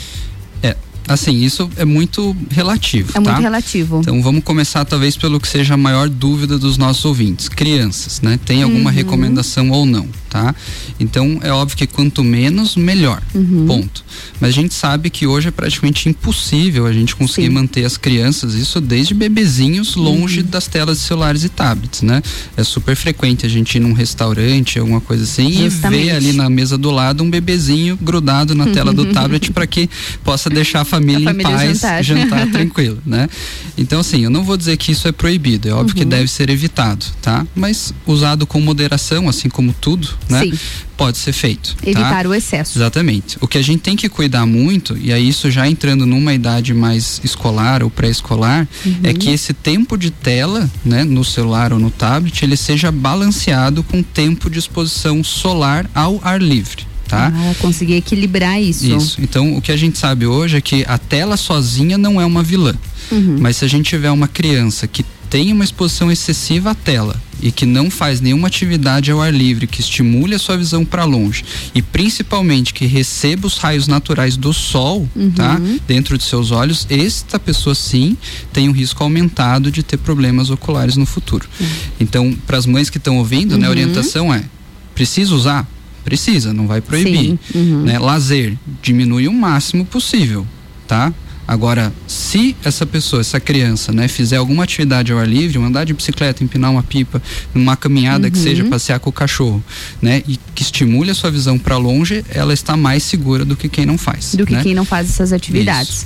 Assim, isso é muito relativo, tá? Muito relativo. Então vamos começar talvez pelo que seja a maior dúvida dos nossos ouvintes. Crianças, né? Tem alguma recomendação ou não, tá? Então é óbvio que quanto menos, melhor, ponto. Mas a gente sabe que hoje é praticamente impossível a gente conseguir manter as crianças, isso desde bebezinhos, longe das telas de celulares e tablets, né? É super frequente a gente ir num restaurante, alguma coisa assim, e ver ali na mesa do lado um bebezinho grudado na tela do tablet para que possa deixar a família em paz, jantar tranquilo, né? Então, assim, eu não vou dizer que isso é proibido, é óbvio que deve ser evitado, tá? Mas usado com moderação, assim como tudo, né? Sim. Pode ser feito. Evitar o excesso. Exatamente. O que a gente tem que cuidar muito, e aí isso já entrando numa idade mais escolar ou pré-escolar, é que esse tempo de tela, né, no celular ou no tablet, ele seja balanceado com tempo de exposição solar ao ar livre. Tá? Conseguir equilibrar isso. Isso. Então, o que a gente sabe hoje é que a tela sozinha não é uma vilã. Mas se a gente tiver uma criança que tem uma exposição excessiva à tela e que não faz nenhuma atividade ao ar livre, que estimule a sua visão para longe e principalmente que receba os raios naturais do sol, tá? Dentro de seus olhos, esta pessoa sim tem um risco aumentado de ter problemas oculares no futuro. Então, para as mães que estão ouvindo, né, a orientação é: precisa usar? Precisa, não vai proibir, né? Lazer, diminui o máximo possível, tá? Agora, se essa pessoa, essa criança, né, fizer alguma atividade ao ar livre, andar de bicicleta, empinar uma pipa, numa caminhada que seja, passear com o cachorro, né, e que estimule a sua visão para longe, ela está mais segura do que quem não faz. Do que quem não faz essas atividades. Isso.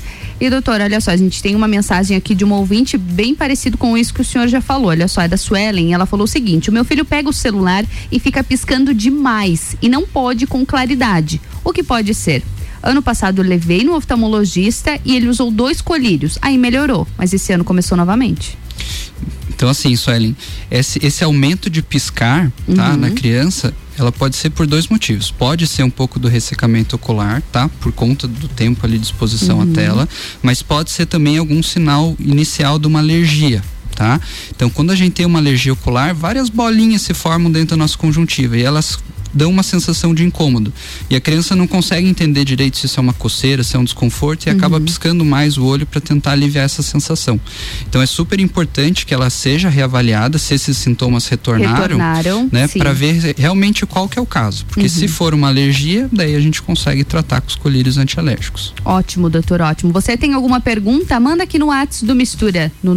E doutor, olha só, a gente tem uma mensagem aqui de uma ouvinte bem parecido com isso que o senhor já falou. Olha só, é da Suelen. Ela falou o seguinte: o meu filho pega o celular e fica piscando demais e não pode com claridade. O que pode ser? Ano passado eu levei no oftalmologista e ele usou 2 colírios, aí melhorou, mas esse ano começou novamente. Então assim, Suelen, esse aumento de piscar, tá, na criança, ela pode ser por 2 motivos. Pode ser um pouco do ressecamento ocular, tá? Por conta do tempo ali de exposição à tela, mas pode ser também algum sinal inicial de uma alergia. Tá? Então, quando a gente tem uma alergia ocular, várias bolinhas se formam dentro da nossa conjuntiva e elas dão uma sensação de incômodo. E a criança não consegue entender direito se isso é uma coceira, se é um desconforto e acaba piscando mais o olho para tentar aliviar essa sensação. Então é super importante que ela seja reavaliada se esses sintomas retornaram, né, para ver realmente qual que é o caso. Porque se for uma alergia, daí a gente consegue tratar com os colírios antialérgicos. Ótimo, doutor, ótimo. Você tem alguma pergunta? Manda aqui no WhatsApp do Mistura, no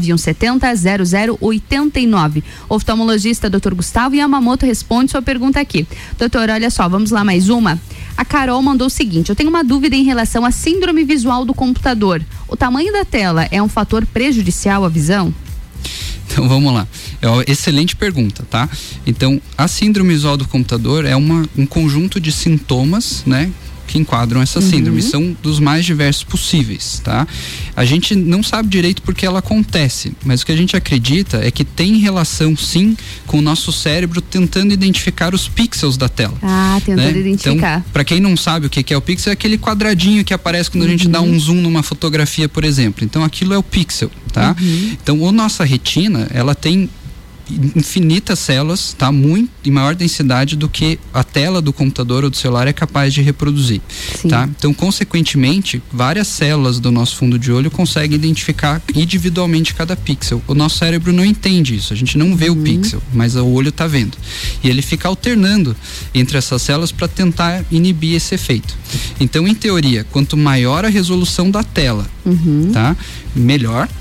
991700089. Oftalmologista Dr. Gustavo Yamamoto responde sua pergunta aqui. Doutor, olha só, vamos lá mais uma. A Carol mandou o seguinte: eu tenho uma dúvida em relação à síndrome visual do computador. O tamanho da tela é um fator prejudicial à visão? Então vamos lá, é uma excelente pergunta, tá? Então a síndrome visual do computador é um conjunto de sintomas, né, que enquadram essa síndrome, são dos mais diversos possíveis, tá? A gente não sabe direito porque ela acontece, mas o que a gente acredita é que tem relação sim com o nosso cérebro tentando identificar os pixels da tela. Tentando identificar. Então, para quem não sabe o que é o pixel, é aquele quadradinho que aparece quando a gente dá um zoom numa fotografia, por exemplo. Então aquilo é o pixel, tá? Então a nossa retina, ela tem infinitas células, tá? Muito em maior densidade do que a tela do computador ou do celular é capaz de reproduzir, tá? Então, consequentemente, várias células do nosso fundo de olho conseguem identificar individualmente cada pixel. O nosso cérebro não entende isso, a gente não vê o pixel, mas o olho tá vendo. E ele fica alternando entre essas células para tentar inibir esse efeito. Então, em teoria, quanto maior a resolução da tela, tá? Melhor.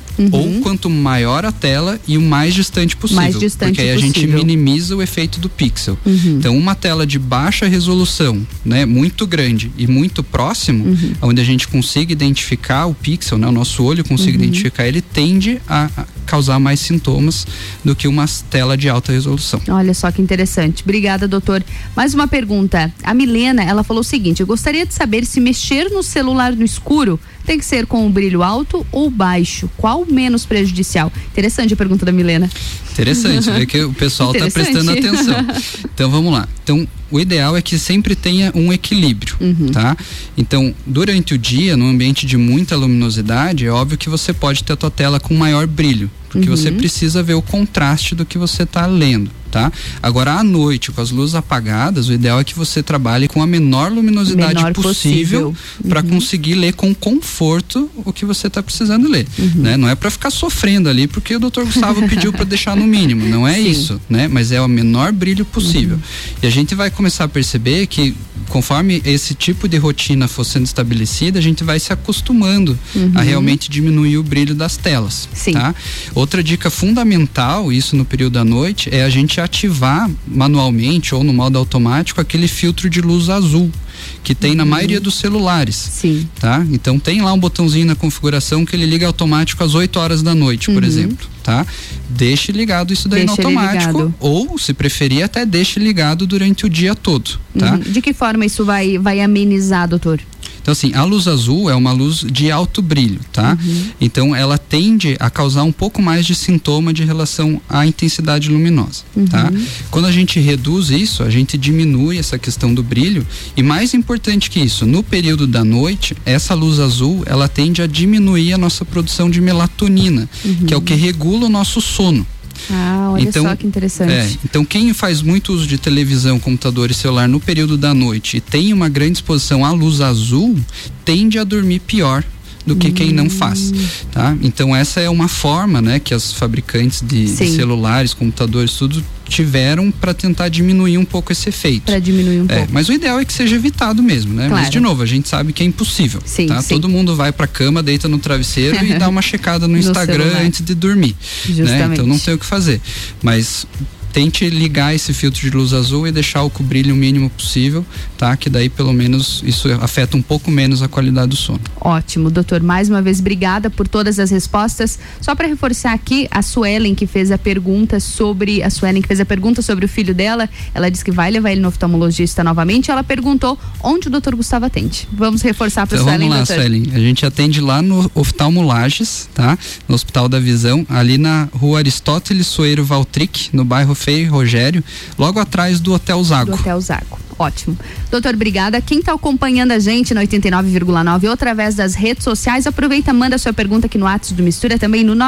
Ou quanto maior a tela e o mais distante possível. Porque aí a gente minimiza o efeito do pixel. Então, uma tela de baixa resolução, né, muito grande e muito próximo, onde a gente consiga identificar o pixel, né, o nosso olho consiga identificar, ele tende a causar mais sintomas do que uma tela de alta resolução. Olha só que interessante. Obrigada, doutor. Mais uma pergunta. A Milena, ela falou o seguinte: eu gostaria de saber se mexer no celular no escuro tem que ser com o brilho alto ou baixo? Qual menos prejudicial? Interessante a pergunta da Milena. Interessante, ver que o pessoal está prestando atenção. Então vamos lá. Então o ideal é que sempre tenha um equilíbrio, tá? Então durante o dia, no ambiente de muita luminosidade, é óbvio que você pode ter a tua tela com maior brilho, porque você precisa ver o contraste do que você está lendo, tá? Agora à noite, com as luzes apagadas, o ideal é que você trabalhe com a menor luminosidade possível para conseguir ler com conforto o que você está precisando ler, né? Não é para ficar sofrendo ali porque o Dr. Gustavo pediu para deixar no mínimo, não é isso, né? Mas é o menor brilho possível. E a gente vai começar a perceber que conforme esse tipo de rotina for sendo estabelecida, a gente vai se acostumando a realmente diminuir o brilho das telas, tá? Outra dica fundamental, isso no período da noite, é a gente ativar manualmente ou no modo automático aquele filtro de luz azul que tem na maioria dos celulares, tá? Então tem lá um botãozinho na configuração que ele liga automático às 8 horas da noite, por exemplo, tá? Deixe ligado isso daí no automático, ou se preferir até deixe ligado durante o dia todo, tá? De que forma isso vai amenizar, doutor? Então assim, a luz azul é uma luz de alto brilho, tá? Então ela tende a causar um pouco mais de sintoma de relação à intensidade luminosa, tá? Quando a gente reduz isso, a gente diminui essa questão do brilho e mais importante que isso, no período da noite, essa luz azul, ela tende a diminuir a nossa produção de melatonina, que é o que regula o nosso sono. Olha então, só que interessante. Então quem faz muito uso de televisão, computador e celular no período da noite e tem uma grande exposição à luz azul, tende a dormir pior do que quem não faz, tá? Então essa é uma forma, né, que as fabricantes de celulares, computadores, tudo tiveram para tentar diminuir um pouco esse efeito. Para diminuir um pouco. Mas o ideal é que seja evitado mesmo, né? Claro. Mas de novo, a gente sabe que é impossível, tá? Todo mundo vai pra cama, deita no travesseiro e dá uma checada no Instagram antes de dormir, né? Então não tem o que fazer. Mas tente ligar esse filtro de luz azul e deixar o brilho o mínimo possível, tá? Que daí pelo menos isso afeta um pouco menos a qualidade do sono. Ótimo, doutor, mais uma vez obrigada por todas as respostas. Só para reforçar aqui, a Suelen que fez a pergunta sobre o filho dela, ela disse que vai levar ele no oftalmologista novamente. Ela perguntou onde o doutor Gustavo atende. Vamos reforçar para Suelen, vamos lá, doutor. Suelen, a gente atende lá no Oftalmo Lages, tá? No Hospital da Visão, ali na Rua Aristóteles Soeiro Valtric, no bairro Frei Rogério, logo atrás do Hotel Zago. Do Hotel Zago. Ótimo. Doutor, obrigada. Quem está acompanhando a gente no 89,9 ou através das redes sociais, aproveita, manda sua pergunta aqui no WhatsApp do Mistura, também no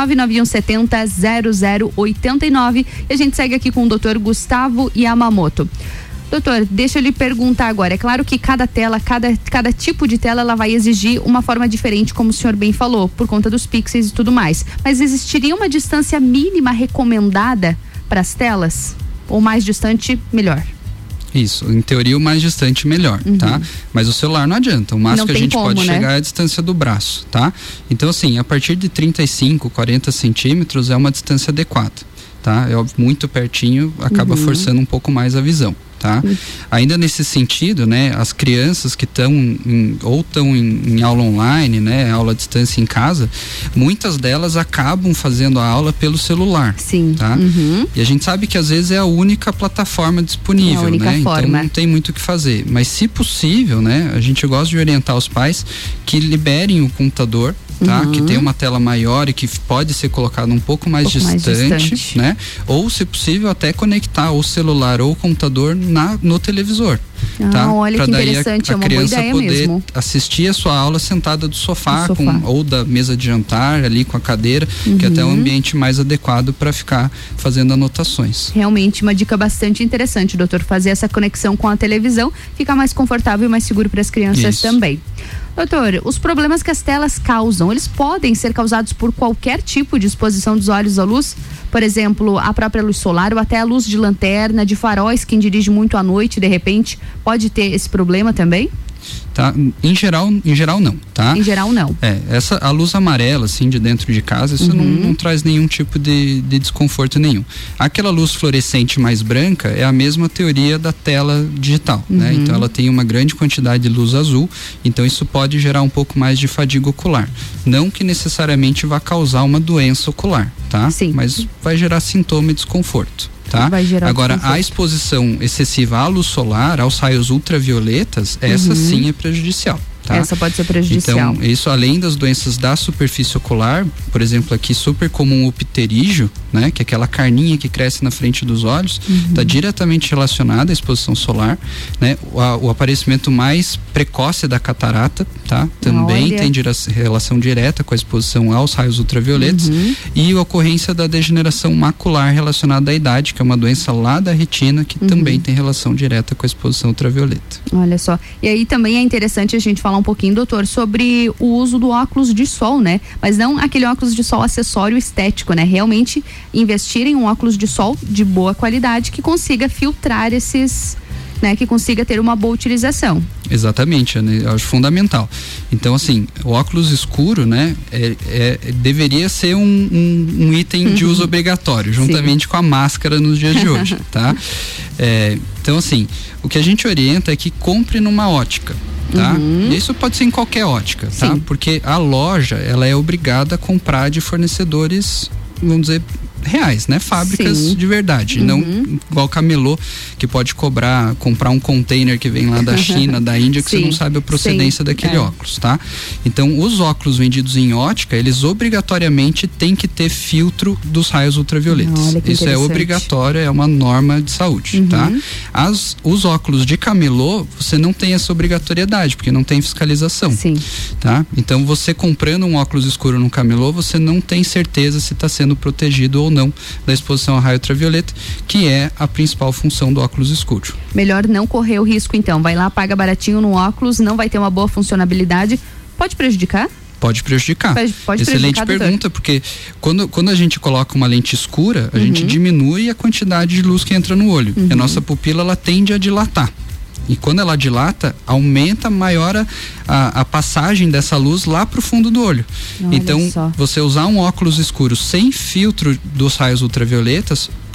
991700089, e a gente segue aqui com o doutor Gustavo Yamamoto. Doutor, deixa eu lhe perguntar agora, é claro que cada tela, cada tipo de tela, ela vai exigir uma forma diferente, como o senhor bem falou, por conta dos pixels e tudo mais, mas existiria uma distância mínima recomendada para as telas? Ou mais distante, melhor? Isso, em teoria o mais distante melhor, tá? Mas o celular não adianta, o máximo que a gente pode chegar é a distância do braço, tá? Então assim, a partir de 35, 40 centímetros é uma distância adequada, tá? É óbvio, muito pertinho acaba forçando um pouco mais a visão, tá? Ainda nesse sentido, né, as crianças que estão em aula online, né, aula à distância em casa, muitas delas acabam fazendo a aula pelo celular. Sim. Tá? E a gente sabe que às vezes é a única plataforma disponível, né? Então não tem muito o que fazer. Mas se possível, né, a gente gosta de orientar os pais que liberem o computador, tá? Que tem uma tela maior e que pode ser colocado um pouco mais distante, né? Ou, se possível, até conectar o celular ou o computador no televisor. Tá? Olha pra que daí interessante, a criança é uma boa ideia poder mesmo. assistir a sua aula sentada do sofá. Ou da mesa de jantar ali com a cadeira, que até é um ambiente mais adequado para ficar fazendo anotações. Realmente uma dica bastante interessante, doutor, fazer essa conexão com a televisão, ficar mais confortável e mais seguro para as crianças também. Doutor, os problemas que as telas causam, eles podem ser causados por qualquer tipo de exposição dos olhos à luz? Por exemplo, a própria luz solar ou até a luz de lanterna, de faróis, quem dirige muito à noite, de repente, pode ter esse problema também? Tá? Em geral não, tá? Em geral não. A luz amarela, assim, de dentro de casa, isso não traz nenhum tipo de desconforto nenhum. Aquela luz fluorescente mais branca é a mesma teoria da tela digital, né? Então ela tem uma grande quantidade de luz azul, então isso pode gerar um pouco mais de fadiga ocular. Não que necessariamente vá causar uma doença ocular, tá? Sim. Mas vai gerar sintoma e desconforto. Tá? Agora, a exposição excessiva à luz solar, aos raios ultravioletas, essa sim é prejudicial. Tá? Essa pode ser prejudicial. Então, isso além das doenças da superfície ocular, por exemplo, aqui super comum o pterígio, né? Que é aquela carninha que cresce na frente dos olhos, está diretamente relacionada à exposição solar, né? O aparecimento mais precoce da catarata, tá? Também tem relação direta com a exposição aos raios ultravioletas e a ocorrência da degeneração macular relacionada à idade, que é uma doença lá da retina, que também tem relação direta com a exposição ultravioleta. Olha só, e aí também é interessante a gente falar um pouquinho, doutor, sobre o uso do óculos de sol, né? Mas não aquele óculos de sol acessório estético, né? Realmente investir em um óculos de sol de boa qualidade que consiga filtrar esses, né? Que consiga ter uma boa utilização. Exatamente, né? Eu acho fundamental. Então, assim, o óculos escuro, né? Deveria ser um item de uso obrigatório, juntamente com a máscara nos dias de hoje, tá? Então, assim, o que a gente orienta é que compre numa ótica. Tá? Isso pode ser em qualquer ótica, tá? Porque a loja, ela é obrigada a comprar de fornecedores, vamos dizer, reais, né? Fábricas de verdade, não igual camelô, que pode comprar um container que vem lá da China, da Índia, que você não sabe a procedência daquele óculos, tá? Então, os óculos vendidos em ótica, eles obrigatoriamente têm que ter filtro dos raios ultravioletas. Isso é obrigatório, é uma norma de saúde, tá? Os óculos de camelô, você não tem essa obrigatoriedade, porque não tem fiscalização, tá? Então, você comprando um óculos escuro no camelô, você não tem certeza se está sendo protegido ou não da exposição a raio ultravioleta, que é a principal função do óculos escuro. Melhor não correr o risco, então. Vai lá, paga baratinho no óculos, não vai ter uma boa funcionalidade. Pode prejudicar? Pode prejudicar. Pode Excelente pergunta, porque quando a gente coloca uma lente escura, a gente diminui a quantidade de luz que entra no olho. E a nossa pupila, ela tende a dilatar. E quando ela dilata, aumenta maior a passagem dessa luz lá pro fundo do olho. Olha então, você usar um óculos escuro sem filtro dos raios ultravioletas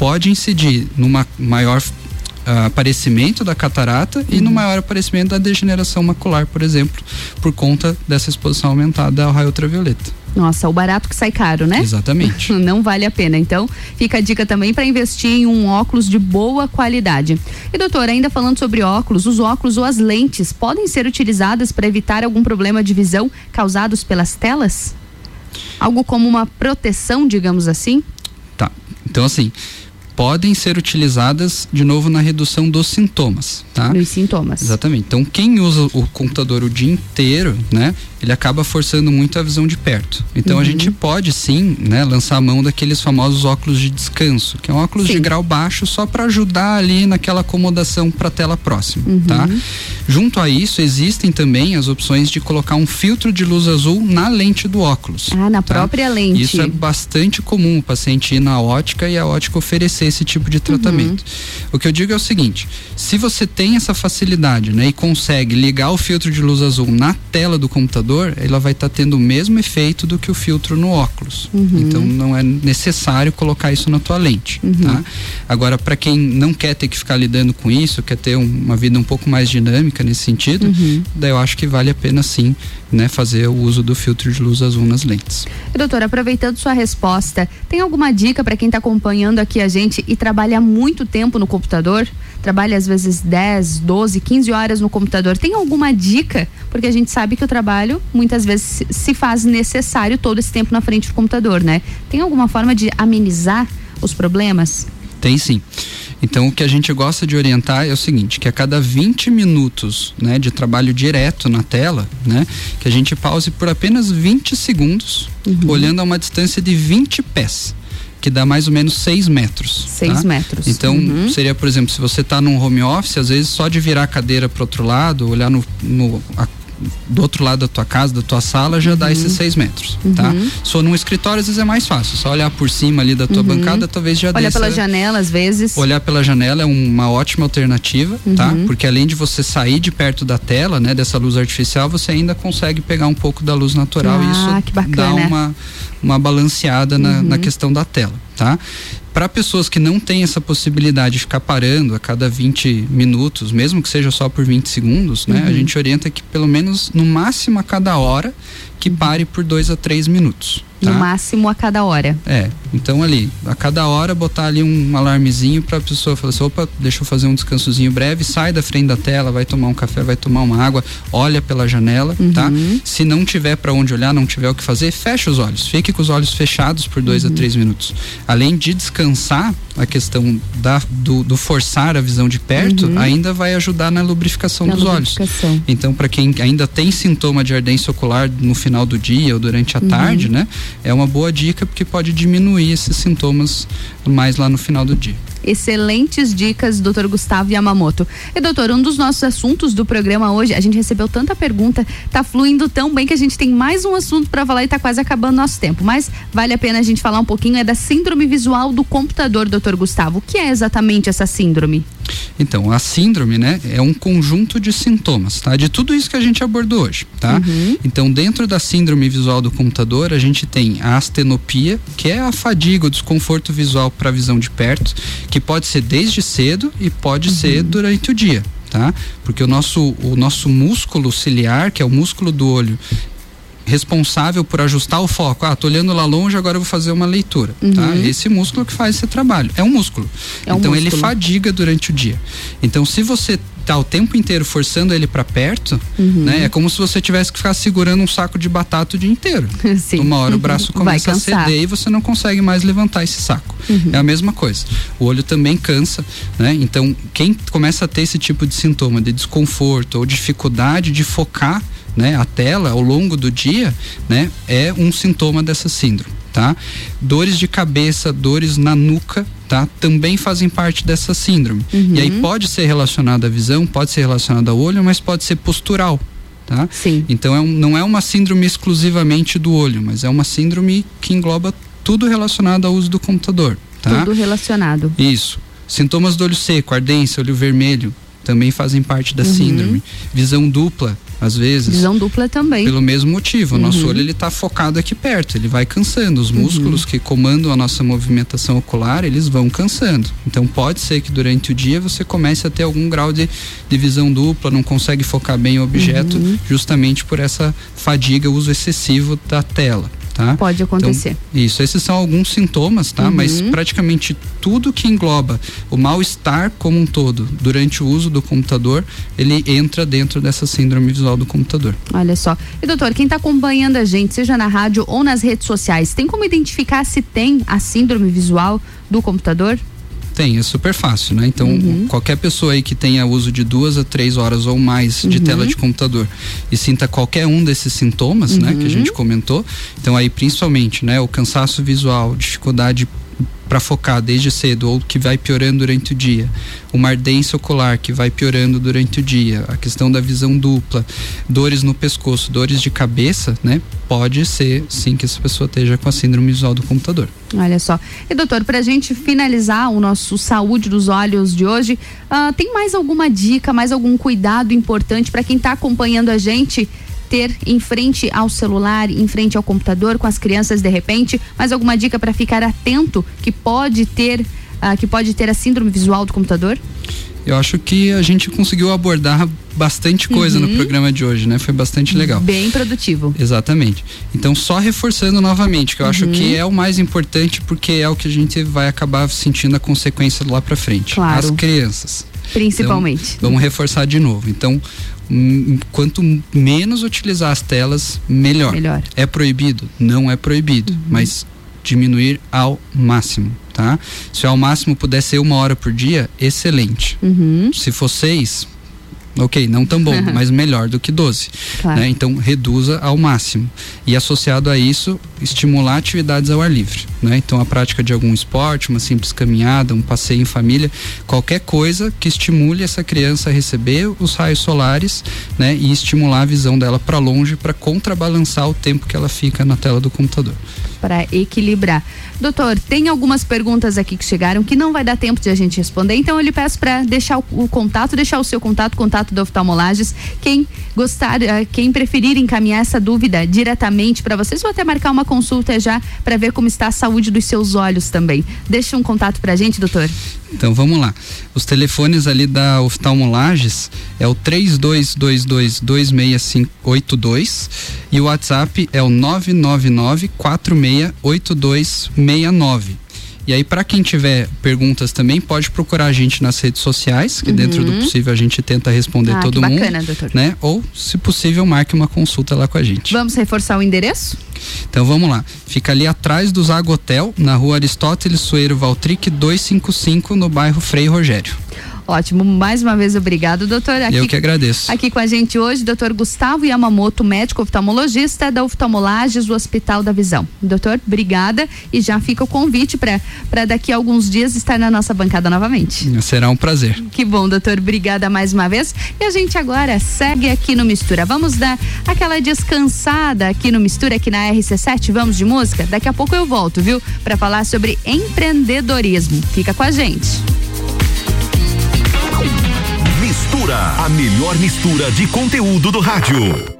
pode incidir numa maior aparecimento da catarata e no maior aparecimento da degeneração macular, por exemplo, por conta dessa exposição aumentada ao raio ultravioleta. Nossa, o barato que sai caro, né? Exatamente. Não vale a pena. Então, fica a dica também para investir em um óculos de boa qualidade. E doutor, ainda falando sobre óculos, os óculos ou as lentes podem ser utilizadas para evitar algum problema de visão causados pelas telas? Algo como uma proteção, digamos assim? Tá. Então, assim, podem ser utilizadas de novo na redução dos sintomas, tá? Dos sintomas. Exatamente. Então, quem usa o computador o dia inteiro, né? Ele acaba forçando muito a visão de perto. Então, a gente pode sim, né? Lançar a mão daqueles famosos óculos de descanso, que é um óculos de grau baixo só para ajudar ali naquela acomodação para a tela próxima, tá? Junto a isso, existem também as opções de colocar um filtro de luz azul na lente do óculos. Na própria lente. Isso é bastante comum o paciente ir na ótica e a ótica oferecer esse tipo de tratamento. O que eu digo é o seguinte: se você tem essa facilidade, né, e consegue ligar o filtro de luz azul na tela do computador, ela vai estar tendo o mesmo efeito do que o filtro no óculos. Então não é necessário colocar isso na tua lente, tá? Agora, para quem não quer ter que ficar lidando com isso, quer ter uma vida um pouco mais dinâmica nesse sentido, daí eu acho que vale a pena sim, né, fazer o uso do filtro de luz azul nas lentes. Doutor, aproveitando sua resposta, tem alguma dica para quem está acompanhando aqui a gente e trabalha muito tempo no computador? Trabalha às vezes 10, 12, 15 horas no computador. Tem alguma dica? Porque a gente sabe que o trabalho muitas vezes se faz necessário todo esse tempo na frente do computador, né? Tem alguma forma de amenizar os problemas? Tem sim. Então, o que a gente gosta de orientar é o seguinte, que a cada 20 minutos, né, de trabalho direto na tela, né, que a gente pause por apenas 20 segundos, olhando a uma distância de 20 pés, que dá mais ou menos 6 metros. 6 metros. Então, seria, por exemplo, se você está num home office, às vezes só de virar a cadeira para o outro lado, olhar do outro lado da tua casa, da tua sala, já dá esses 6 metros, tá? Só num escritório às vezes é mais fácil, só olhar por cima ali da tua bancada, talvez já olhar pela janela às vezes. Olhar pela janela é uma ótima alternativa, tá? Porque além de você sair de perto da tela, né, dessa luz artificial, você ainda consegue pegar um pouco da luz natural e isso dá uma balanceada na questão da tela, tá? Para pessoas que não têm essa possibilidade de ficar parando a cada 20 minutos, mesmo que seja só por 20 segundos, né? A gente orienta que pelo menos, no máximo a cada hora, que pare por 2 a 3 minutos. Tá? No máximo a cada hora. Então ali, a cada hora botar ali um alarmezinho pra pessoa falar assim, opa, deixa eu fazer um descansozinho breve, sai da frente da tela, vai tomar um café, vai tomar uma água, olha pela janela, tá? Se não tiver pra onde olhar, não tiver o que fazer, fecha os olhos, fique com os olhos fechados por 2 a 3 minutos. Além de descansar, a questão do forçar a visão de perto, ainda vai ajudar na lubrificação dos olhos. Então, para quem ainda tem sintoma de ardência ocular no final do dia ou durante a tarde, né? É uma boa dica porque pode diminuir esses sintomas mais lá no final do dia. Excelentes dicas, doutor Gustavo Yamamoto. E doutor, um dos nossos assuntos do programa hoje, a gente recebeu tanta pergunta, tá fluindo tão bem que a gente tem mais um assunto para falar e tá quase acabando nosso tempo, mas vale a pena a gente falar um pouquinho, é da síndrome visual do computador, doutor Gustavo. O que é exatamente essa síndrome? Então, a síndrome, né, é um conjunto de sintomas, tá? De tudo isso que a gente abordou hoje, tá? Então, dentro da síndrome visual do computador, a gente tem a astenopia, que é a fadiga, o desconforto visual para a visão de perto, que pode ser desde cedo e pode ser durante o dia, tá? Porque o nosso músculo ciliar, que é o músculo do olho, responsável por ajustar o foco. Tô olhando lá longe, agora eu vou fazer uma leitura, tá? Esse músculo que faz esse trabalho. É um músculo. Então ele fadiga durante o dia. Então se você tá o tempo inteiro forçando ele para perto, né? É como se você tivesse que ficar segurando um saco de batata o dia inteiro. Sim. Uma hora o braço começa a ceder e você não consegue mais levantar esse saco. É a mesma coisa. O olho também cansa, né? Então quem começa a ter esse tipo de sintoma de desconforto ou dificuldade de focar, né, a tela ao longo do dia, né, é um sintoma dessa síndrome, tá? Dores de cabeça, dores na nuca, tá? Também fazem parte dessa síndrome. E aí pode ser relacionada à visão, pode ser relacionada ao olho, mas pode ser postural, tá? Sim. Então não é uma síndrome exclusivamente do olho, mas é uma síndrome que engloba tudo relacionado ao uso do computador, tá? Tudo relacionado. Isso. Sintomas do olho seco, ardência, olho vermelho, também fazem parte da síndrome. Visão dupla, às vezes. Visão dupla também. Pelo mesmo motivo, o nosso olho ele tá focado aqui perto, ele vai cansando, os músculos que comandam a nossa movimentação ocular, eles vão cansando. Então pode ser que durante o dia você comece a ter algum grau de visão dupla, não consegue focar bem o objeto, justamente por essa fadiga, uso excessivo da tela. Tá? Pode acontecer. Então, isso, esses são alguns sintomas, tá? Mas praticamente tudo que engloba o mal-estar como um todo durante o uso do computador, ele entra dentro dessa síndrome visual do computador. Olha só. E doutor, quem está acompanhando a gente, seja na rádio ou nas redes sociais, tem como identificar se tem a síndrome visual do computador? Tem, é super fácil, né? Então, qualquer pessoa aí que tenha uso de 2 a 3 horas ou mais de tela de computador e sinta qualquer um desses sintomas, né, que a gente comentou, então aí principalmente, né, o cansaço visual, dificuldade para focar desde cedo ou que vai piorando durante o dia, uma ardência ocular que vai piorando durante o dia, a questão da visão dupla, dores no pescoço, dores de cabeça, né? Pode ser sim que essa pessoa esteja com a síndrome visual do computador. Olha só. E doutor, pra gente finalizar o nosso Saúde dos Olhos de hoje, tem mais alguma dica, mais algum cuidado importante para quem está acompanhando a gente ter em frente ao celular, em frente ao computador, com as crianças de repente? Mais alguma dica para ficar atento que pode ter a síndrome visual do computador? Eu acho que a gente conseguiu abordar bastante coisa no programa de hoje, né? Foi bastante legal. Bem produtivo. Exatamente. Então, só reforçando novamente, que eu acho que é o mais importante, porque é o que a gente vai acabar sentindo a consequência lá pra frente. Claro. As crianças. Principalmente. Então, vamos reforçar de novo. Então, quanto menos utilizar as telas, melhor. É proibido? Não é proibido, mas diminuir ao máximo, tá? Se ao máximo puder ser 1 hora por dia, excelente. Se for 6, ok, não tão bom, mas melhor do que 12. Claro. Né? Então, reduza ao máximo. E associado a isso, estimular atividades ao ar livre. Né? Então, a prática de algum esporte, uma simples caminhada, um passeio em família, qualquer coisa que estimule essa criança a receber os raios solares, né? E estimular a visão dela para longe, para contrabalançar o tempo que ela fica na tela do computador. Para equilibrar. Doutor, tem algumas perguntas aqui que chegaram que não vai dar tempo de a gente responder, então eu lhe peço para deixar o contato, deixar o seu contato da Oftalmolages. Quem gostar, quem preferir encaminhar essa dúvida diretamente para vocês, ou até marcar uma consulta já para ver como está a saúde dos seus olhos também. Deixa um contato pra gente, doutor. Então vamos lá. Os telefones ali da Oftalmolages é o 3222-2682 e o WhatsApp é o 999-468269. E aí, para quem tiver perguntas também, pode procurar a gente nas redes sociais, que dentro do possível a gente tenta responder todo mundo. Bacana, doutor. Né? Ou, se possível, marque uma consulta lá com a gente. Vamos reforçar o endereço? Então vamos lá. Fica ali atrás do Zago Hotel, na rua Aristóteles Soeiro Valtric 255, no bairro Frei Rogério. Ótimo, mais uma vez obrigado, doutor. Eu que agradeço. Aqui com a gente hoje, doutor Gustavo Yamamoto, médico oftalmologista da Oftalmolages do Hospital da Visão. Doutor, obrigada, e já fica o convite para daqui a alguns dias estar na nossa bancada novamente. Será um prazer. Que bom, doutor, obrigada mais uma vez. E a gente agora segue aqui no Mistura. Vamos dar aquela descansada aqui no Mistura, aqui na RC7. Vamos de música? Daqui a pouco eu volto, viu? Para falar sobre empreendedorismo. Fica com a gente. Mistura, a melhor mistura de conteúdo do rádio.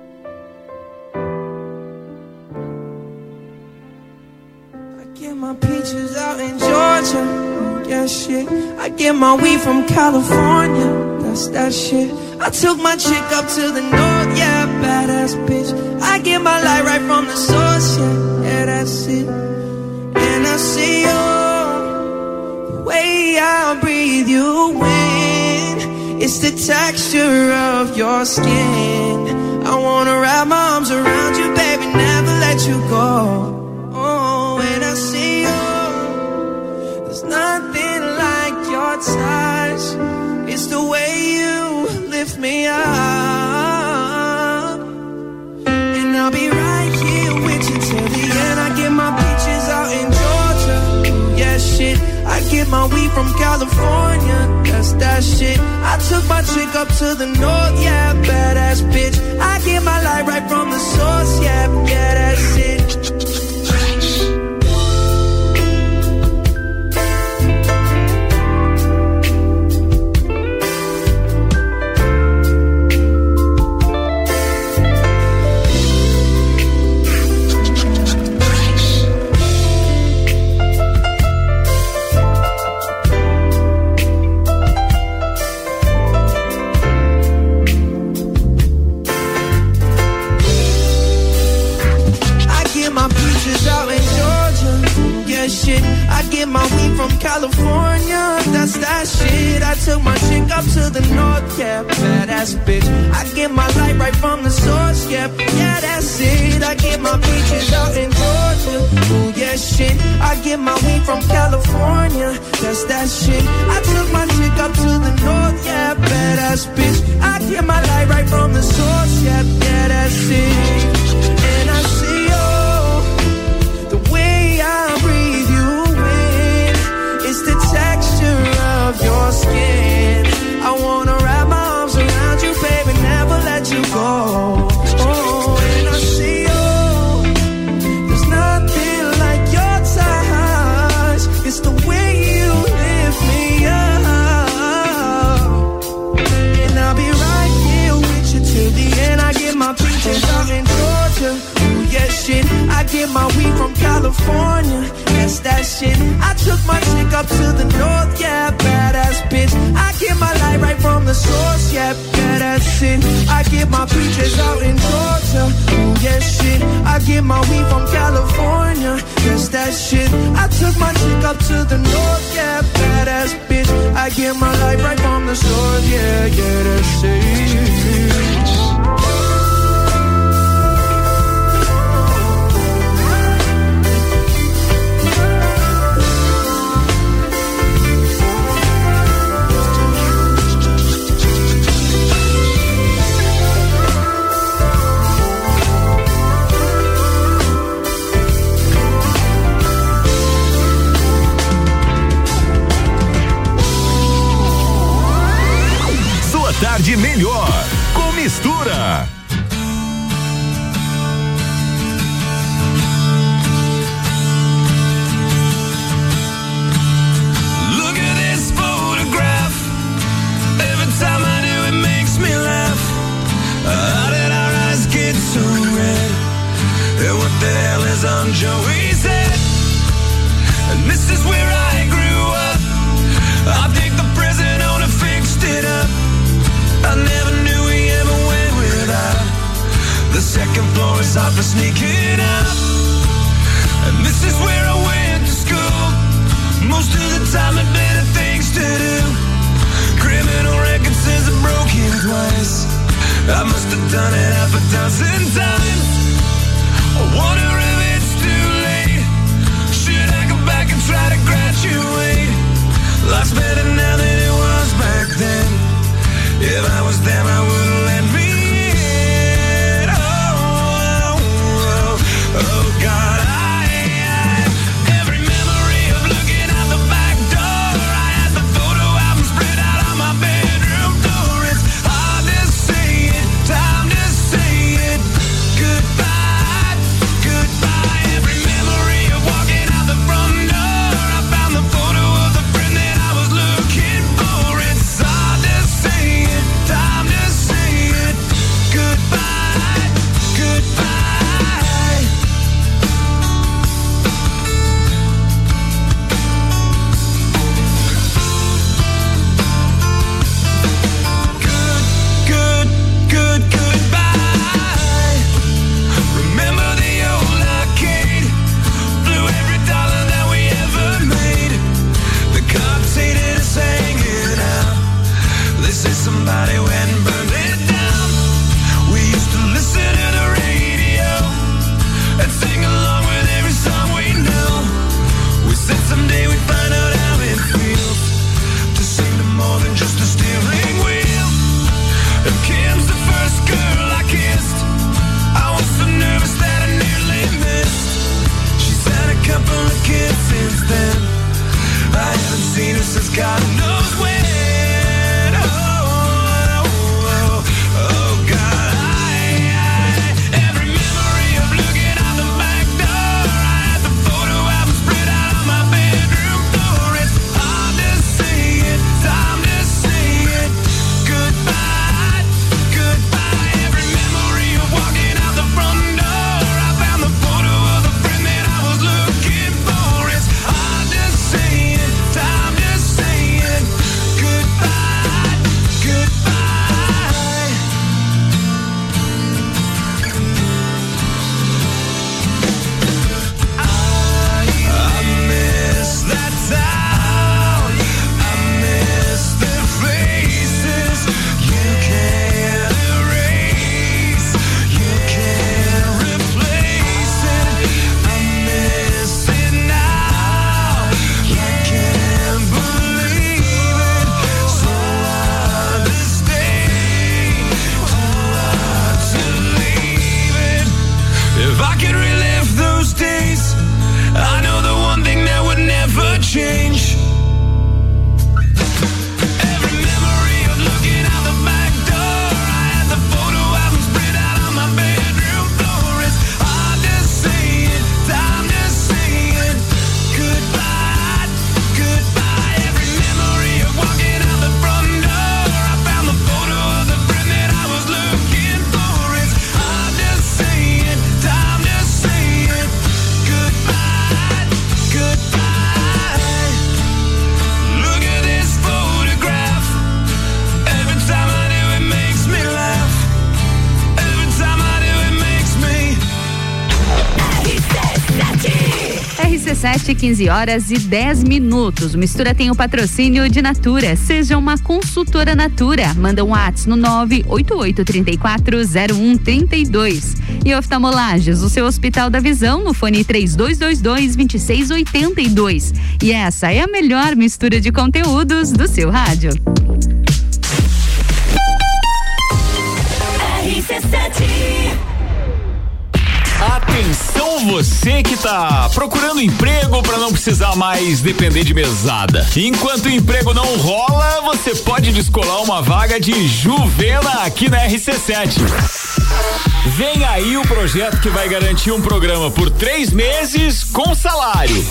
I get my peaches out in Georgia, yeah shit. I get my weed from California, that's that shit. I took my chick up to the north, yeah, badass bitch. I get my light right from the source, yeah, that's it. And I see you, the way I breathe you in. It's the texture of your skin. I wanna wrap my arms around you, baby, never let you go. Oh, when I see you, there's nothing like your touch. It's the way you lift me up. And I'll be right here with you till the end. I get my peaches out in Georgia, yeah shit. I get my weed from California, that's that shit. I took my chick up to the north, yeah, badass bitch. I get my light right from the source, yeah, that's it. peaches out in Georgia. Yeah, shit, I get my weed from California. That's that shit. I took my chick up to the north, yeah, badass bitch. I get my light right from the source, yeah, yeah, that's it. I get my peaches out in Georgia. Ooh, yeah, shit, I get my weed from California. That's that shit. I took my chick up to the north, yeah, badass bitch. I get my light right from the source, yeah, yeah, that's it. And I see, oh, the way I breathe you in, it's the texture of your skin. I wanna wrap my arms around you, baby, never let you go. Oh, and I see, oh, there's nothing like your touch. It's the way you lift me up. And I'll be right here with you till the end. I get my peaches out in Georgia. Ooh, yeah, shit. I get my weed from California. That's that shit. I took my chick up to the north, yeah, badass bitch. I get my light right from the source, yeah, yeah, that's it. I get my peaches out in Georgia. Ooh, yeah, shit. I get my weed from California. That's that shit. I took my chick up to the north, yeah, badass bitch. I get my light right from the source, yeah, yeah, that's it. Tarde melhor com Mistura. Look at this photograph. Every time I do it makes me laugh. How did our eyes get so red? And what the hell is on Joey's head? And this is where I grew up. I think the present owner fixed it up. I never knew we ever went without. The second floor is hot for sneaking out. And this is where I went to school. Most of the time had better things to do. Criminal record says I'm broken twice. I must have done it half a dozen times. I wonder if it's too late. Should I go back and try to graduate? Life's better now than it was back then. If I was them, I wouldn't let me in. Oh, oh, oh, oh God, every memory of looking out the back door. I had the photo album spread out on my bedroom door. It's hard to say it, time to say it. Goodbye, goodbye. Every memory of walking out the front door. I found the photo of the friend that I was looking for. It's hard to say it, time to say it. Goodbye, goodbye. Good, goodbye. Remember the old arcade? Blew every dollar that we ever made. The cops hated us hanging out. They said somebody went and burned it down. We used to listen to the radio and sing along with every song we know. We said someday we'd find out how it feels to sing to more than just a steering wheel. And Kim's the first girl I kissed. I was so nervous that I nearly missed. She's had a couple of kids since then. I haven't seen her since God knows when. Oh, oh, oh, oh God, every memory of looking out the back door. I had the photo album spread out on my bedroom door. It's hard to say it, time to say it. Goodbye, goodbye. Every memory of walking out the front door. I found the photo of the friend that I was looking for. It's hard to say it, time to say it. of those days. I know the one thing that would never change. Every memory of looking out the back door. I had the photo album spread out on my bedroom floor. It's hard to say it, time to say it. Goodbye, goodbye. Every memory of walking out the front door. I found the photo of the friend that I was looking for. It's hard to say it, time to say it. Goodbye, goodbye. Look at this photograph. Every time I do it makes me laugh. Every time I do it makes me. RC7, 15 horas e 10 minutos. O Mistura tem o patrocínio de Natura. Seja uma consultora Natura. Manda um WhatsApp no 988340132. E Oftalmolages, o seu Hospital da Visão, no fone 3222-2682. E essa é a melhor mistura de conteúdos do seu rádio. Atenção você que tá procurando emprego para não precisar mais depender de mesada. Enquanto o emprego não rola, você pode descolar uma vaga de Juvena aqui na RC7. Vem aí o projeto que vai garantir um programa por 3 meses com salário.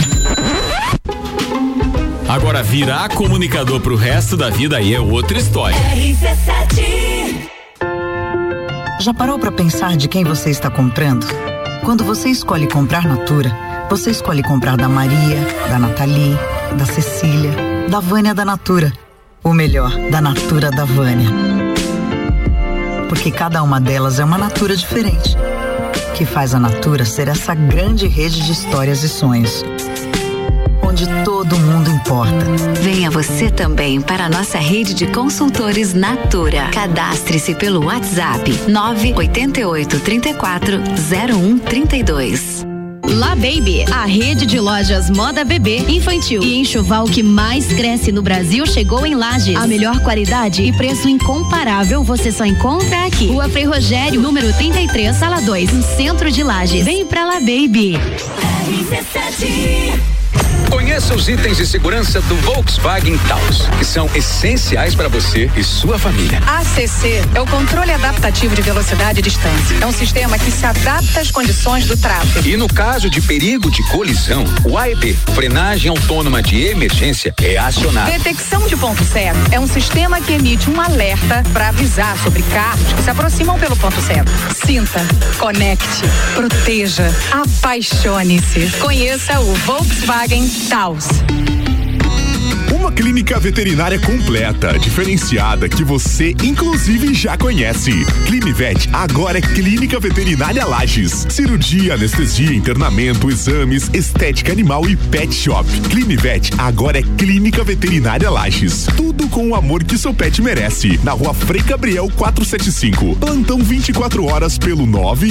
Agora, virar comunicador pro resto da vida aí é outra história. RC7. Já parou para pensar de quem você está comprando? Quando você escolhe comprar Natura, você escolhe comprar da Maria, da Nathalie, da Cecília, da Vânia da Natura. Ou melhor, da Natura da Vânia. Porque cada uma delas é uma Natura diferente, que faz a Natura ser essa grande rede de histórias e sonhos, onde todo mundo importa. Venha você também para a nossa rede de consultores Natura. Cadastre-se pelo WhatsApp 988340132. La Baby, a rede de lojas moda bebê, infantil e enxoval que mais cresce no Brasil chegou em Lages. A melhor qualidade e preço incomparável você só encontra aqui. Rua Frei Rogério, número 33, sala 2, no centro de Lages. Vem pra La Baby. Conheça os itens de segurança do Volkswagen Taos, que são essenciais para você e sua família. ACC é o controle adaptativo de velocidade e distância. É um sistema que se adapta às condições do tráfego. E no caso de perigo de colisão, o AEB, frenagem autônoma de emergência, é acionado. Detecção de ponto cego é um sistema que emite um alerta para avisar sobre carros que se aproximam pelo ponto cego. Sinta, conecte, proteja, apaixone-se. Conheça o Volkswagen Taos. Uma clínica veterinária completa, diferenciada, que você inclusive já conhece. Clinivet agora é Clínica Veterinária Lages. Cirurgia, anestesia, internamento, exames, estética animal e pet shop. Clinivet agora é Clínica Veterinária Lages. Tudo com o amor que seu pet merece. Na Rua Frei Gabriel 475. Plantão 24 horas pelo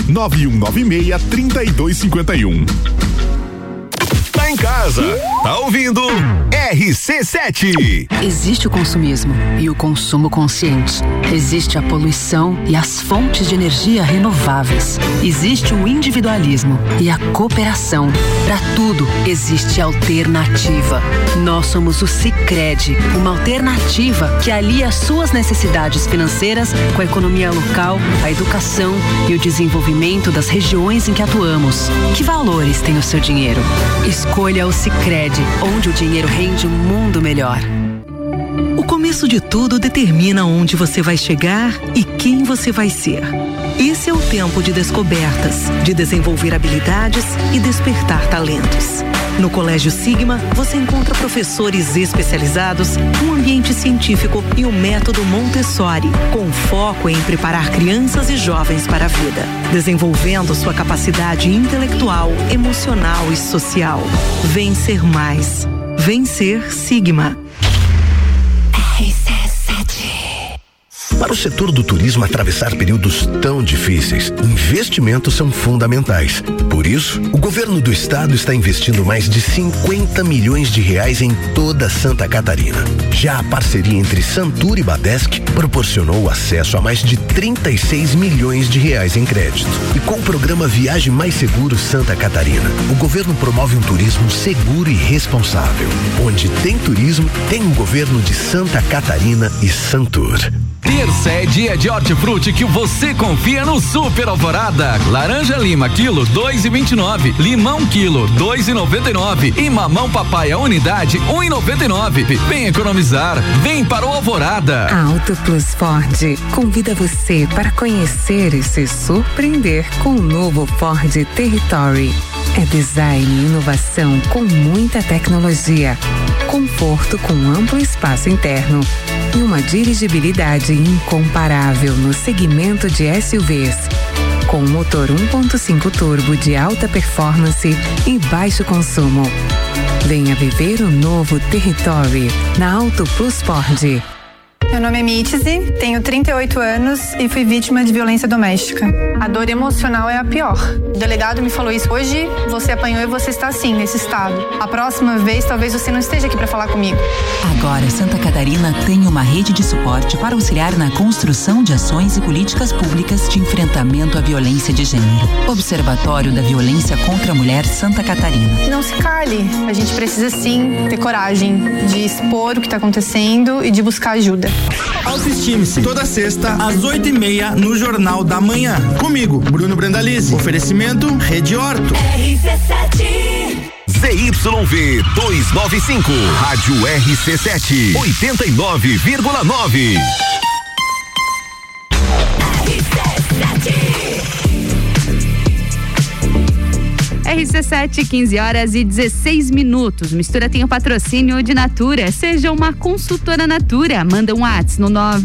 99196-3251. Tá em casa, tá ouvindo RC7. Existe o consumismo e o consumo consciente. Existe a poluição e as fontes de energia renováveis. Existe o individualismo e a cooperação. Para tudo existe alternativa. Nós somos o Sicredi, uma alternativa que alia as suas necessidades financeiras com a economia local, a educação e o desenvolvimento das regiões em que atuamos. Que valores tem o seu dinheiro? Escolha o Sicredi, onde o dinheiro rende um mundo melhor. O começo de tudo determina onde você vai chegar e quem você vai ser. Esse é o tempo de descobertas, de desenvolver habilidades e despertar talentos. No Colégio Sigma, você encontra professores especializados, um ambiente científico e o método Montessori, com foco em preparar crianças e jovens para a vida, desenvolvendo sua capacidade intelectual, emocional e social. Vencer mais. Vencer Sigma. RC7. Para o setor do turismo atravessar períodos tão difíceis, investimentos são fundamentais. Por isso, o governo do estado está investindo mais de 50 milhões de reais em toda Santa Catarina. Já a parceria entre Santur e Badesc proporcionou acesso a mais de 36 milhões de reais em crédito. E com o programa Viagem Mais Seguro Santa Catarina, o governo promove um turismo seguro e responsável. Onde tem turismo, tem o governo de Santa Catarina e Santur. Terça é dia de hortifruti que você confia no Super Alvorada. Laranja lima quilo 2,29, limão quilo 2,99 e mamão papaya unidade 1,99. Vem economizar, vem para o Alvorada. A Auto Plus Ford convida você para conhecer e se surpreender com o novo Ford Territory. É design e inovação com muita tecnologia, conforto com amplo espaço interno e uma dirigibilidade incomparável no segmento de SUVs. Com motor 1.5 turbo de alta performance e baixo consumo. Venha viver o novo Territory na Auto Plus Ford. Meu nome é Mitzi, tenho 38 anos e fui vítima de violência doméstica. A dor emocional é a pior. O delegado me falou isso. Hoje você apanhou e você está assim, nesse estado. A próxima vez talvez você não esteja aqui para falar comigo. Agora Santa Catarina tem uma rede de suporte para auxiliar na construção de ações e políticas públicas de enfrentamento à violência de gênero. Observatório da Violência contra a Mulher Santa Catarina. Não se cale. A gente precisa sim ter coragem de expor o que está acontecendo e de buscar ajuda. Autoestime-se, toda sexta às 8:30 no Jornal da Manhã. Comigo, Bruno Brandalize. Oferecimento Rede Horto. RC7 ZYV 295, Rádio RC7, 89,9. RC7, 15 horas e 16 minutos. Mistura tem o patrocínio de Natura. Seja uma consultora Natura. Manda um WhatsApp no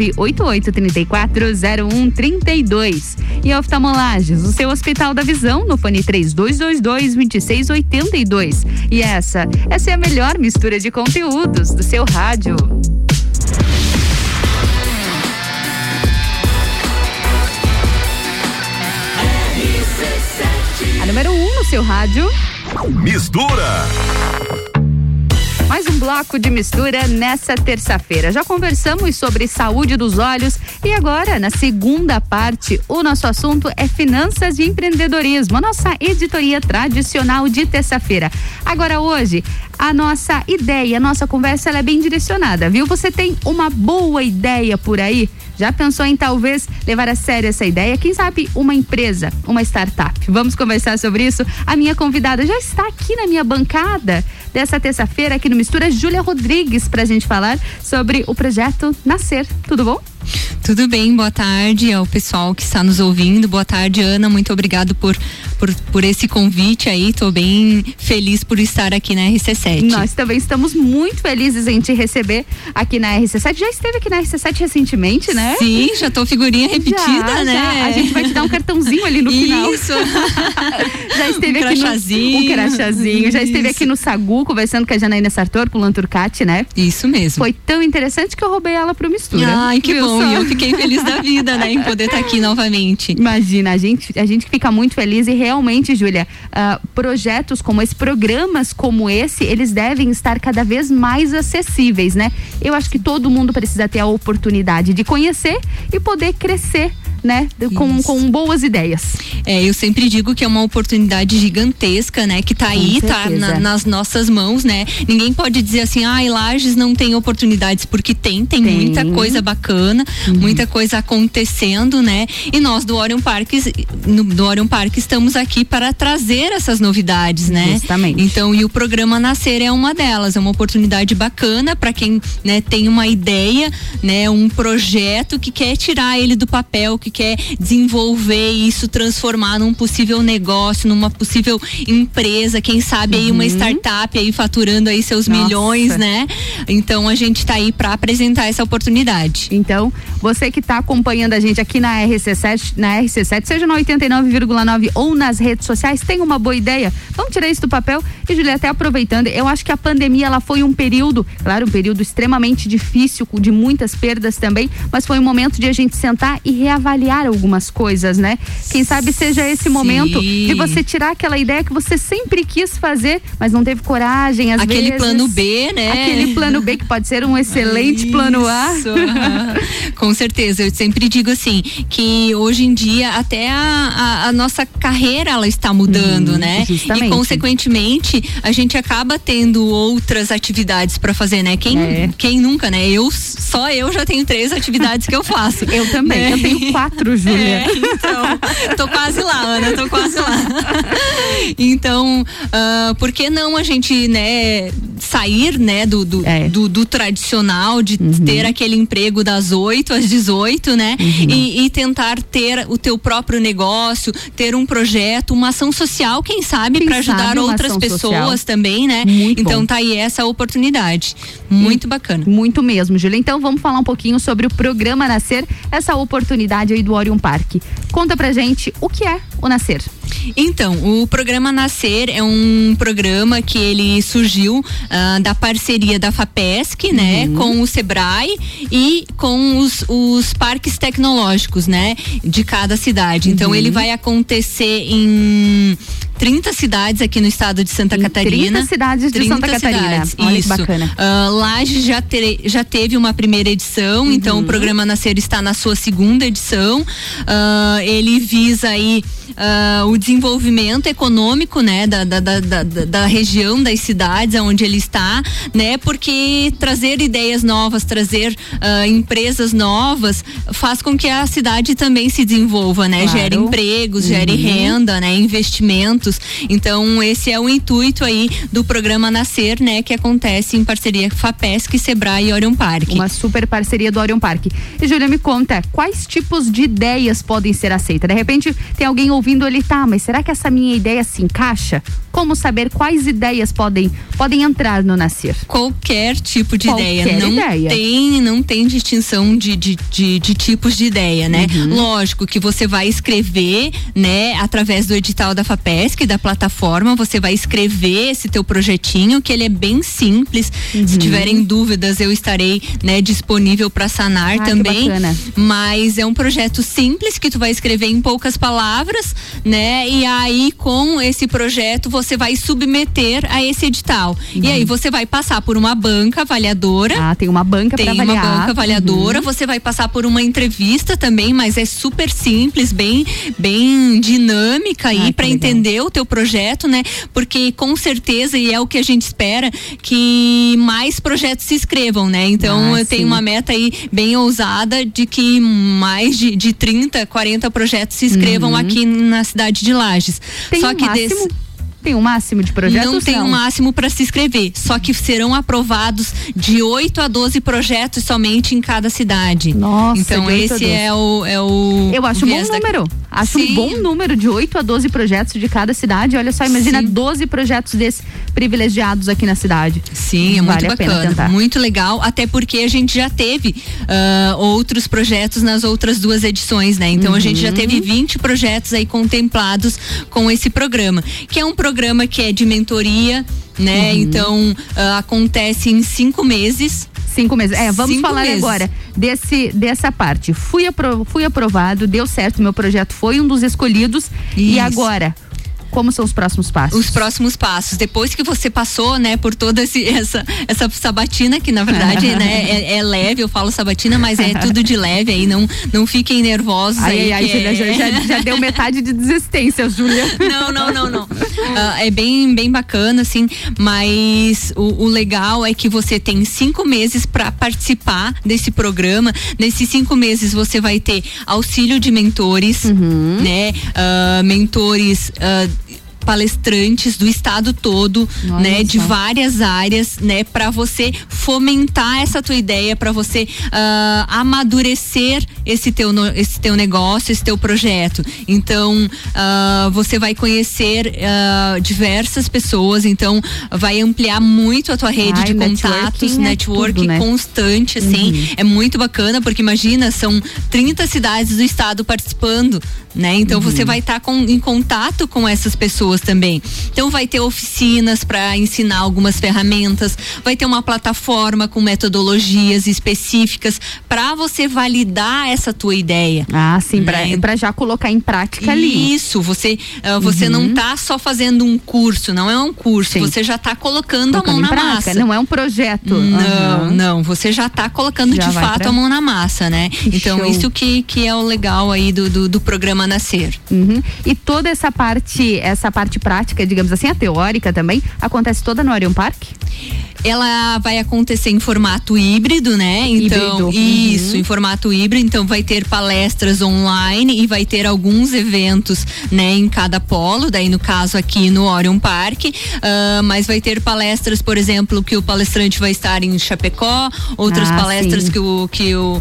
988-340132. E Oftalmolages, o seu Hospital da Visão, no fone 3222-2682. E essa é a melhor mistura de conteúdos do seu rádio. A número 1 no seu rádio. Mistura. Mais um bloco de mistura nessa terça-feira. Já conversamos sobre saúde dos olhos e agora, na segunda parte, o nosso assunto é finanças e empreendedorismo, a nossa editoria tradicional de terça-feira. Agora, hoje, a nossa ideia, a nossa conversa, ela é bem direcionada, viu? Você tem uma boa ideia por aí? Já pensou em talvez levar a sério essa ideia? Quem sabe uma empresa, uma startup? Vamos conversar sobre isso? A minha convidada já está aqui na minha bancada dessa terça-feira aqui no Mistura, Júlia Rodrigues, pra gente falar sobre o projeto Nascer. Tudo bom? Tudo bem, boa tarde ao pessoal que está nos ouvindo. Boa tarde, Ana, muito obrigado por esse convite aí, tô bem feliz por estar aqui na RC7. Nós também estamos muito felizes em te receber aqui na RC7. Já esteve aqui na RC7 recentemente, né? Sim, já tô figurinha repetida, né? Já. A gente vai te dar um cartãozinho ali no final. Isso. Já esteve aqui crachazinho. Um crachazinho. Já esteve aqui no Sagu, conversando com a Janaína Sartor, com o Lanturcati, né? Isso mesmo. Foi tão interessante que eu roubei ela pro Mistura. Ai, que bom. E eu fiquei feliz da vida, né? Em poder estar aqui novamente. Imagina, a gente fica muito feliz e realmente, Júlia, projetos como esse, programas como esse, eles devem estar cada vez mais acessíveis, né? Eu acho que todo mundo precisa ter a oportunidade de conhecer e poder crescer, né? Com boas ideias. Eu sempre digo que é uma oportunidade gigantesca, né? Que tá aí, tá nas nossas mãos, né? Ninguém pode dizer assim, Lages não tem oportunidades, porque tem muita coisa bacana, muita coisa acontecendo, né? E nós do Orion Park estamos aqui para trazer essas novidades, né? Justamente. Então, e o programa Nascer é uma delas, é uma oportunidade bacana para quem, né, tem uma ideia, né? Um projeto que quer tirar ele do papel, que quer desenvolver isso, transformar num possível negócio, numa possível empresa, quem sabe aí uma startup aí faturando aí seus milhões, né? Então a gente tá aí para apresentar essa oportunidade. Então, você que tá acompanhando a gente aqui na RC7, seja na 89,9 ou nas redes sociais, tem uma boa ideia? Vamos tirar isso do papel. E, Júlia, até aproveitando, eu acho que a pandemia, ela foi um período extremamente difícil, de muitas perdas também, mas foi um momento de a gente sentar e reavaliar algumas coisas, né? Quem sabe seja esse momento de você tirar aquela ideia que você sempre quis fazer, mas não teve coragem, às vezes. Aquele plano B, né? Aquele plano B que pode ser um excelente plano A. Com certeza, eu sempre digo assim, que hoje em dia até a nossa carreira, ela está mudando, né? Justamente. E consequentemente, a gente acaba tendo outras atividades para fazer, né? Quem nunca, né? Só eu já tenho 3 atividades que eu faço. Eu também, né? Eu tenho 4, Júlia. Então, tô quase lá, Ana, tô quase lá. Então, por que não a gente, né, sair, né, do tradicional, de ter aquele emprego das 8 às 18, né? E tentar ter o teu próprio negócio, ter um projeto, uma ação social, quem sabe, para ajudar outras pessoas também, né? Então tá aí essa oportunidade. Muito bacana. Muito mesmo, Júlia. Então vamos falar um pouquinho sobre o programa Nascer, essa oportunidade aí do Orion Park. Conta pra gente o que é o Nascer. Então, o programa Nascer é um programa que ele surgiu da parceria da FAPESC, né, com o Sebrae e com os parques tecnológicos, né, de cada cidade. Então, ele vai acontecer em 30 cidades aqui no estado de Santa Catarina. 30 cidades de Santa Catarina. Olha que bacana. Lages já teve uma primeira edição, então o programa Nascer está na sua segunda edição. Ele visa aí o desenvolvimento econômico, né, da região, das cidades onde ele está, né, porque trazer ideias novas, trazer empresas novas faz com que a cidade também se desenvolva, né, gere empregos, gere renda, né, investimentos. Então esse é o intuito aí do programa Nascer, né, que acontece em parceria com FAPESC, Sebrae e Orion Park. Uma super parceria do Orion Park. E Júlia, me conta, quais tipos de ideias podem ser aceitas? De repente tem alguém ouvindo ali, tá, mas será que essa minha ideia se encaixa? Como saber quais ideias podem entrar no Nascer? Qualquer tipo de ideia. Não tem distinção de tipos de ideia, né? Lógico que você vai escrever, né, através do edital da FAPESC, da plataforma, você vai escrever esse teu projetinho, que ele é bem simples. Se tiverem dúvidas, eu estarei, né, disponível para sanar também. Mas é um projeto simples que tu vai escrever em poucas palavras, né? E aí com esse projeto você vai submeter a esse edital. E aí você vai passar por uma banca avaliadora. Tem uma banca para avaliar. Tem uma banca avaliadora, você vai passar por uma entrevista também, mas é super simples, bem dinâmica aí para entender o teu projeto, né? Porque com certeza, e é o que a gente espera, que mais projetos se inscrevam, né? Então eu tenho uma meta aí bem ousada de que mais de 30, 40 projetos se inscrevam aqui na cidade de Lages. Só que tem um máximo de projetos? Não tem um máximo para se inscrever, só que serão aprovados de 8 a 12 projetos somente em cada cidade. Nossa, então esse é o eu acho um bom número. Acho um bom número, de 8 a 12 projetos de cada cidade. Olha só, imagina 12 projetos desses privilegiados aqui na cidade. Sim, é muito bacana, muito legal, até porque a gente já teve outros projetos nas outras 2 edições, né? Então a gente já teve 20 projetos aí contemplados com esse programa, que é um programa que é de mentoria, né? Então acontece em 5 meses. 5 meses. Vamos falar agora dessa parte. Fui aprovado, deu certo, meu projeto foi um dos escolhidos. E agora? Como são os próximos passos? Os próximos passos, depois que você passou, né, por toda essa sabatina, que na verdade, né, é leve, eu falo sabatina, mas é tudo de leve aí, não fiquem nervosos aí. Já deu metade de desistência, Júlia. Não. É bem bacana, assim, mas o legal é que você tem 5 meses para participar desse programa. Nesses 5 meses você vai ter auxílio de mentores, né, mentores palestrantes do estado todo, né, de várias áreas, né, para você fomentar essa tua ideia, para você amadurecer esse teu negócio, esse teu projeto. Então, você vai conhecer diversas pessoas, então vai ampliar muito a tua rede de contatos, network tudo, né? Constante, assim, é muito bacana, porque imagina, são 30 cidades do estado participando, né? Então você vai estar em contato com essas pessoas também. Então vai ter oficinas para ensinar algumas ferramentas, vai ter uma plataforma com metodologias específicas para você validar essa tua ideia. Sim, né? Para já colocar em prática ali. Isso, você não tá só fazendo um curso, não é um curso, você já tá colocando a mão na massa. Não é um projeto. Não, você já tá colocando de fato a mão na massa, né? Então isso que é o legal aí do programa Nascer. E toda essa parte prática, digamos assim, a teórica também, acontece toda no Orion Park? Ela vai acontecer em formato híbrido, né? Então, isso, em formato híbrido. Então, vai ter palestras online e vai ter alguns eventos, né? Em cada polo, daí no caso aqui no Orion Park, mas vai ter palestras, por exemplo, que o palestrante vai estar em Chapecó, outras palestras que o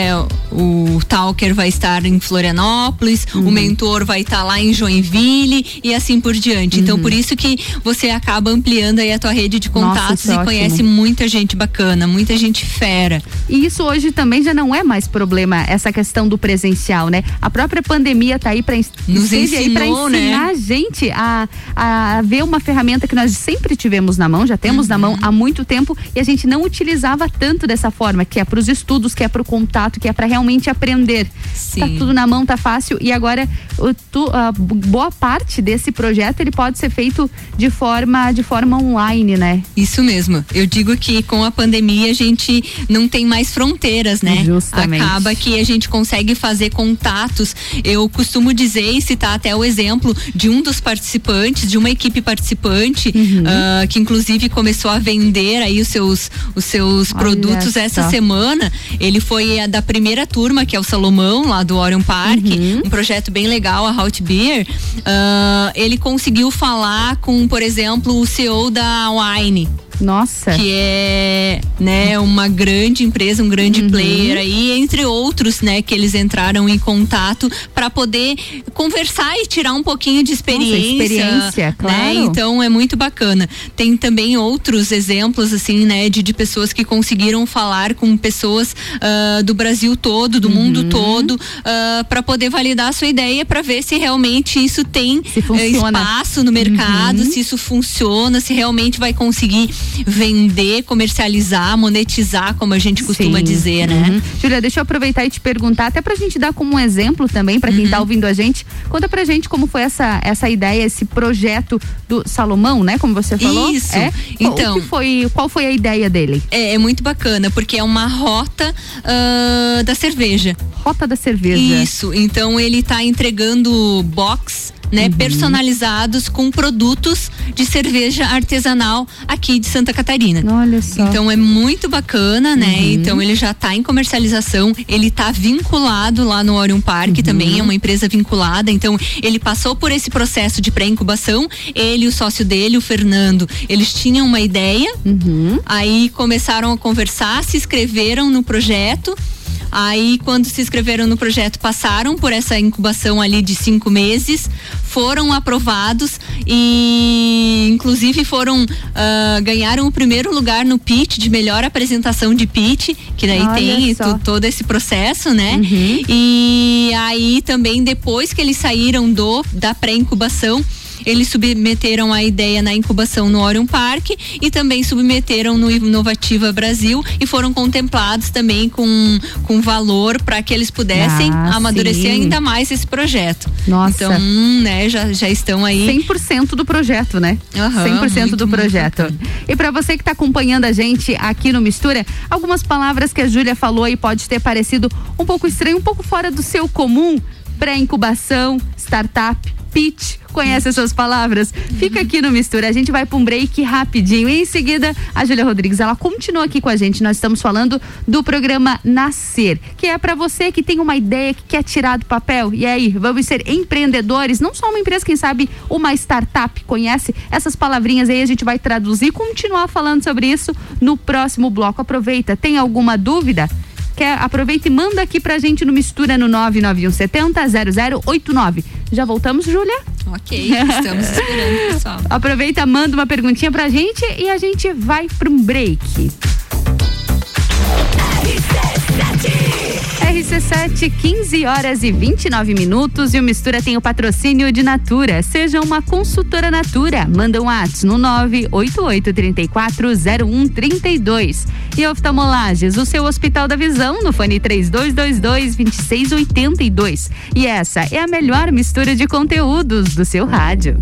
talker vai estar em Florianópolis, o mentor vai estar lá em Joinville e assim por diante. Então, por isso que você acaba ampliando aí a tua rede de contatos e conhece muita gente bacana, muita gente fera. E isso hoje também já não é mais problema, essa questão do presencial, né? A própria pandemia tá aí para ensinar, né? A gente a ver uma ferramenta que nós sempre tivemos na mão, já temos na mão há muito tempo e a gente não utilizava tanto dessa forma, que é para os estudos, que é para o contato, que é para realmente aprender. Tá tudo na mão, tá fácil e agora boa parte desse projeto ele pode ser feito de forma online, né? Isso mesmo. Eu digo que com a pandemia a gente não tem mais fronteiras, né? Justamente. Acaba que a gente consegue fazer contatos. Eu costumo dizer e citar até o exemplo de um dos participantes, de uma equipe participante, que inclusive começou a vender aí os seus produtos essa semana. Ele foi da primeira turma, que é o Salomão, lá do Orion Park, um projeto bem legal, a Hot Beer. Ele conseguiu falar com, por exemplo, o CEO da Wine. Nossa. Que é, né, uma grande empresa, um grande player aí, entre outros, né, que eles entraram em contato para poder conversar e tirar um pouquinho de experiência, claro. Né? Então é muito bacana. Tem também outros exemplos, assim, né, de pessoas que conseguiram falar com pessoas do Brasil todo, do mundo todo, para poder validar a sua ideia, para ver se realmente isso tem espaço no mercado, se isso funciona, se realmente vai conseguir vender, comercializar, monetizar, como a gente costuma dizer, né? Júlia, deixa eu aproveitar e te perguntar, até pra gente dar como um exemplo também, pra quem tá ouvindo a gente, conta pra gente como foi essa ideia, esse projeto do Salomão, né? Como você falou. Isso. Então, qual foi a ideia dele? É muito bacana, porque é uma rota da cerveja. Rota da cerveja. Isso. Então ele tá entregando box, né, personalizados com produtos de cerveja artesanal aqui de Santa Catarina. Olha só. Então é muito bacana, né? Então ele já está em comercialização, ele está vinculado lá no Orion Park também, é uma empresa vinculada, então ele passou por esse processo de pré-incubação, ele e o sócio dele, o Fernando, eles tinham uma ideia, aí começaram a conversar, se inscreveram no projeto. Aí, quando se inscreveram no projeto, passaram por essa incubação ali de 5 meses, foram aprovados e, inclusive, ganharam o primeiro lugar no pitch de melhor apresentação de pitch, que daí tem todo esse processo, né? E aí, também, depois que eles saíram da pré-incubação, eles submeteram a ideia na incubação no Orion Park e também submeteram no Inovativa Brasil e foram contemplados também com valor para que eles pudessem amadurecer ainda mais esse projeto. Nossa. Então, né, já estão aí 100% do projeto, né? 100% do projeto. E para você que está acompanhando a gente aqui no Mistura, algumas palavras que a Júlia falou e pode ter parecido um pouco estranho, um pouco fora do seu comum, pré-incubação, startup, pitch, conhece essas palavras? Fica aqui no Mistura, a gente vai para um break rapidinho e em seguida a Júlia Rodrigues, ela continua aqui com a gente. Nós estamos falando do programa Nascer, que é para você que tem uma ideia, que quer tirar do papel. E aí, vamos ser empreendedores, não só uma empresa, quem sabe uma startup. Conhece essas palavrinhas aí? A gente vai traduzir e continuar falando sobre isso no próximo bloco. Aproveita, tem alguma dúvida? Aproveita e manda aqui pra gente no Mistura no 991700089. Já voltamos, Júlia? Ok, estamos esperando, pessoal. Aproveita, manda uma perguntinha pra gente e a gente vai pra um break. RC7, 15 horas e 29 minutos e o Mistura tem o patrocínio de Natura. Seja uma consultora Natura. Manda um WhatsApp no 988340132. E Oftalmolages, o seu Hospital da Visão, no fone 3222-2682. E essa é a melhor mistura de conteúdos do seu rádio.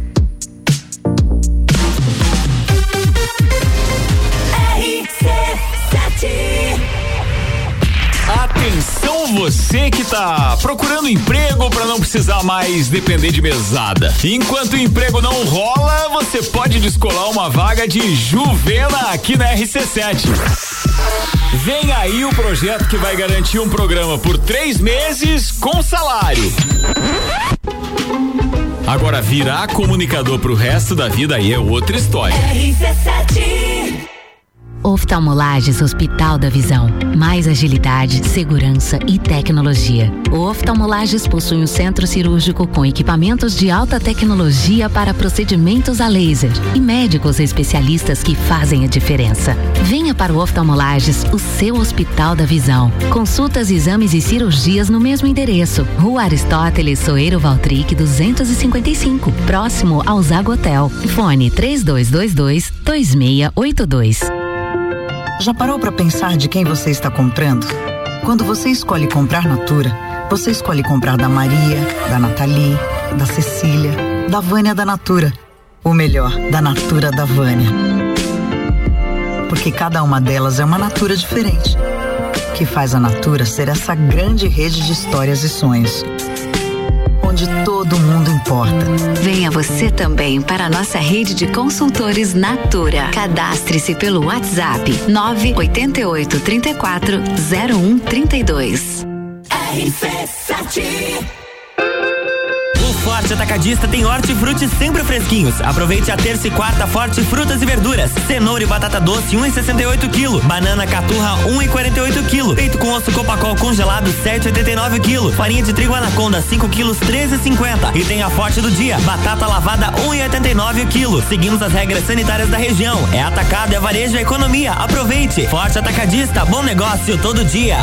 Atenção você que tá procurando emprego para não precisar mais depender de mesada. Enquanto o emprego não rola, você pode descolar uma vaga de Juvena aqui na RC7. Vem aí o projeto que vai garantir um programa por 3 meses com salário. Agora, virar comunicador pro resto da vida aí é outra história. RC7 Oftalmolages Hospital da Visão. Mais agilidade, segurança e tecnologia. O Oftalmolages possui um centro cirúrgico com equipamentos de alta tecnologia para procedimentos a laser e médicos especialistas que fazem a diferença. Venha para o Oftalmolages, o seu Hospital da Visão. Consultas, exames e cirurgias no mesmo endereço. Rua Aristóteles Soeiro Valtric 255, próximo ao Zago Hotel. Fone 3222-2682. Já parou para pensar de quem você está comprando? Quando você escolhe comprar Natura, você escolhe comprar da Maria, da Nathalie, da Cecília, da Vânia da Natura. O melhor, da Natura da Vânia. Porque cada uma delas é uma Natura diferente, que faz a Natura ser essa grande rede de histórias e sonhos, onde todo mundo importa. Venha você também para a nossa rede de consultores Natura. Cadastre-se pelo WhatsApp 988340132. RC7 Forte Atacadista tem hortifruti sempre fresquinhos. Aproveite a terça e quarta Forte Frutas e Verduras. Cenoura e batata doce 1,68 kg. Banana caturra 1,48 kg. Peito com osso Copacol congelado 7,89 kg. Farinha de trigo Anaconda 5 kg 13,50. E tem a Forte do dia, batata lavada 1,89 kg. Seguimos as regras sanitárias da região. É atacado, é varejo, é economia. Aproveite. Forte Atacadista, bom negócio todo dia.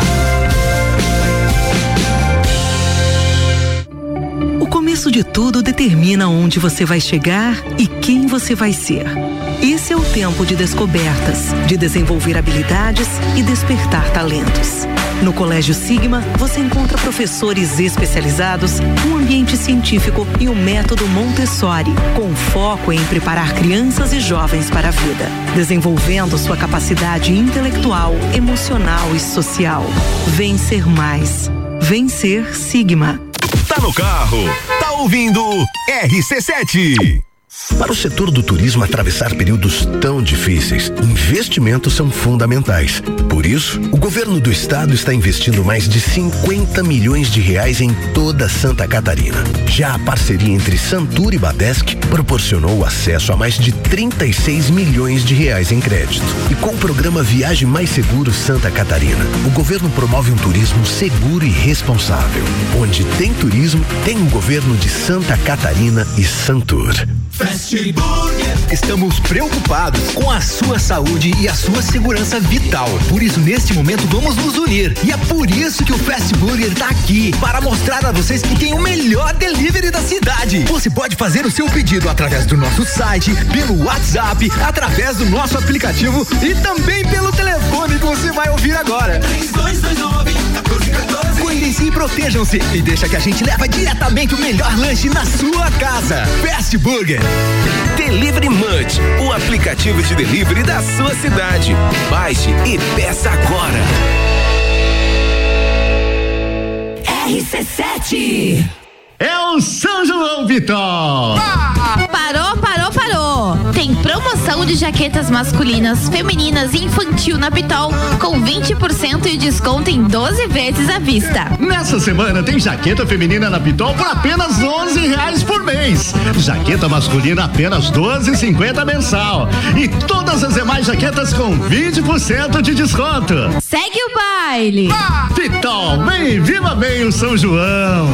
O começo de tudo determina onde você vai chegar e quem você vai ser. Esse é o tempo de descobertas, de desenvolver habilidades e despertar talentos. No Colégio Sigma, você encontra professores especializados, um ambiente científico e o método Montessori, com foco em preparar crianças e jovens para a vida, desenvolvendo sua capacidade intelectual, emocional e social. Vencer mais. Vencer Sigma. Tá no carro, tá ouvindo RC7. Para o setor do turismo atravessar períodos tão difíceis, investimentos são fundamentais. Por isso, o governo do estado está investindo mais de 50 milhões de reais em toda Santa Catarina. Já a parceria entre Santur e Badesc proporcionou acesso a mais de 36 milhões de reais em crédito. E com o programa Viagem Mais Seguro Santa Catarina, o governo promove um turismo seguro e responsável. Onde tem turismo, tem o governo de Santa Catarina e Santur. Fast Burger. Estamos preocupados com a sua saúde e a sua segurança vital. Por isso, neste momento, vamos nos unir. E é por isso que o Fast Burger está aqui, para mostrar a vocês que tem o melhor delivery da cidade. Você pode fazer o seu pedido através do nosso site, pelo WhatsApp, através do nosso aplicativo e também pelo telefone que você vai ouvir agora. 3229-1414. Cuidem-se e protejam-se. E deixa que a gente leva diretamente o melhor lanche na sua casa. Fast Burger. Delivery Munch, o aplicativo de delivery da sua cidade. Baixe e peça agora. RC7 é o São João Vitor. Parou. Tem promoção de jaquetas masculinas, femininas e infantil na Pitol, com 20% de desconto em 12 vezes à vista. Nessa semana tem jaqueta feminina na Pitol por apenas R$11 por mês. Jaqueta masculina apenas R$12,50 mensal. E todas as demais jaquetas com 20% de desconto. Segue o baile! Pitol, viva bem o São João!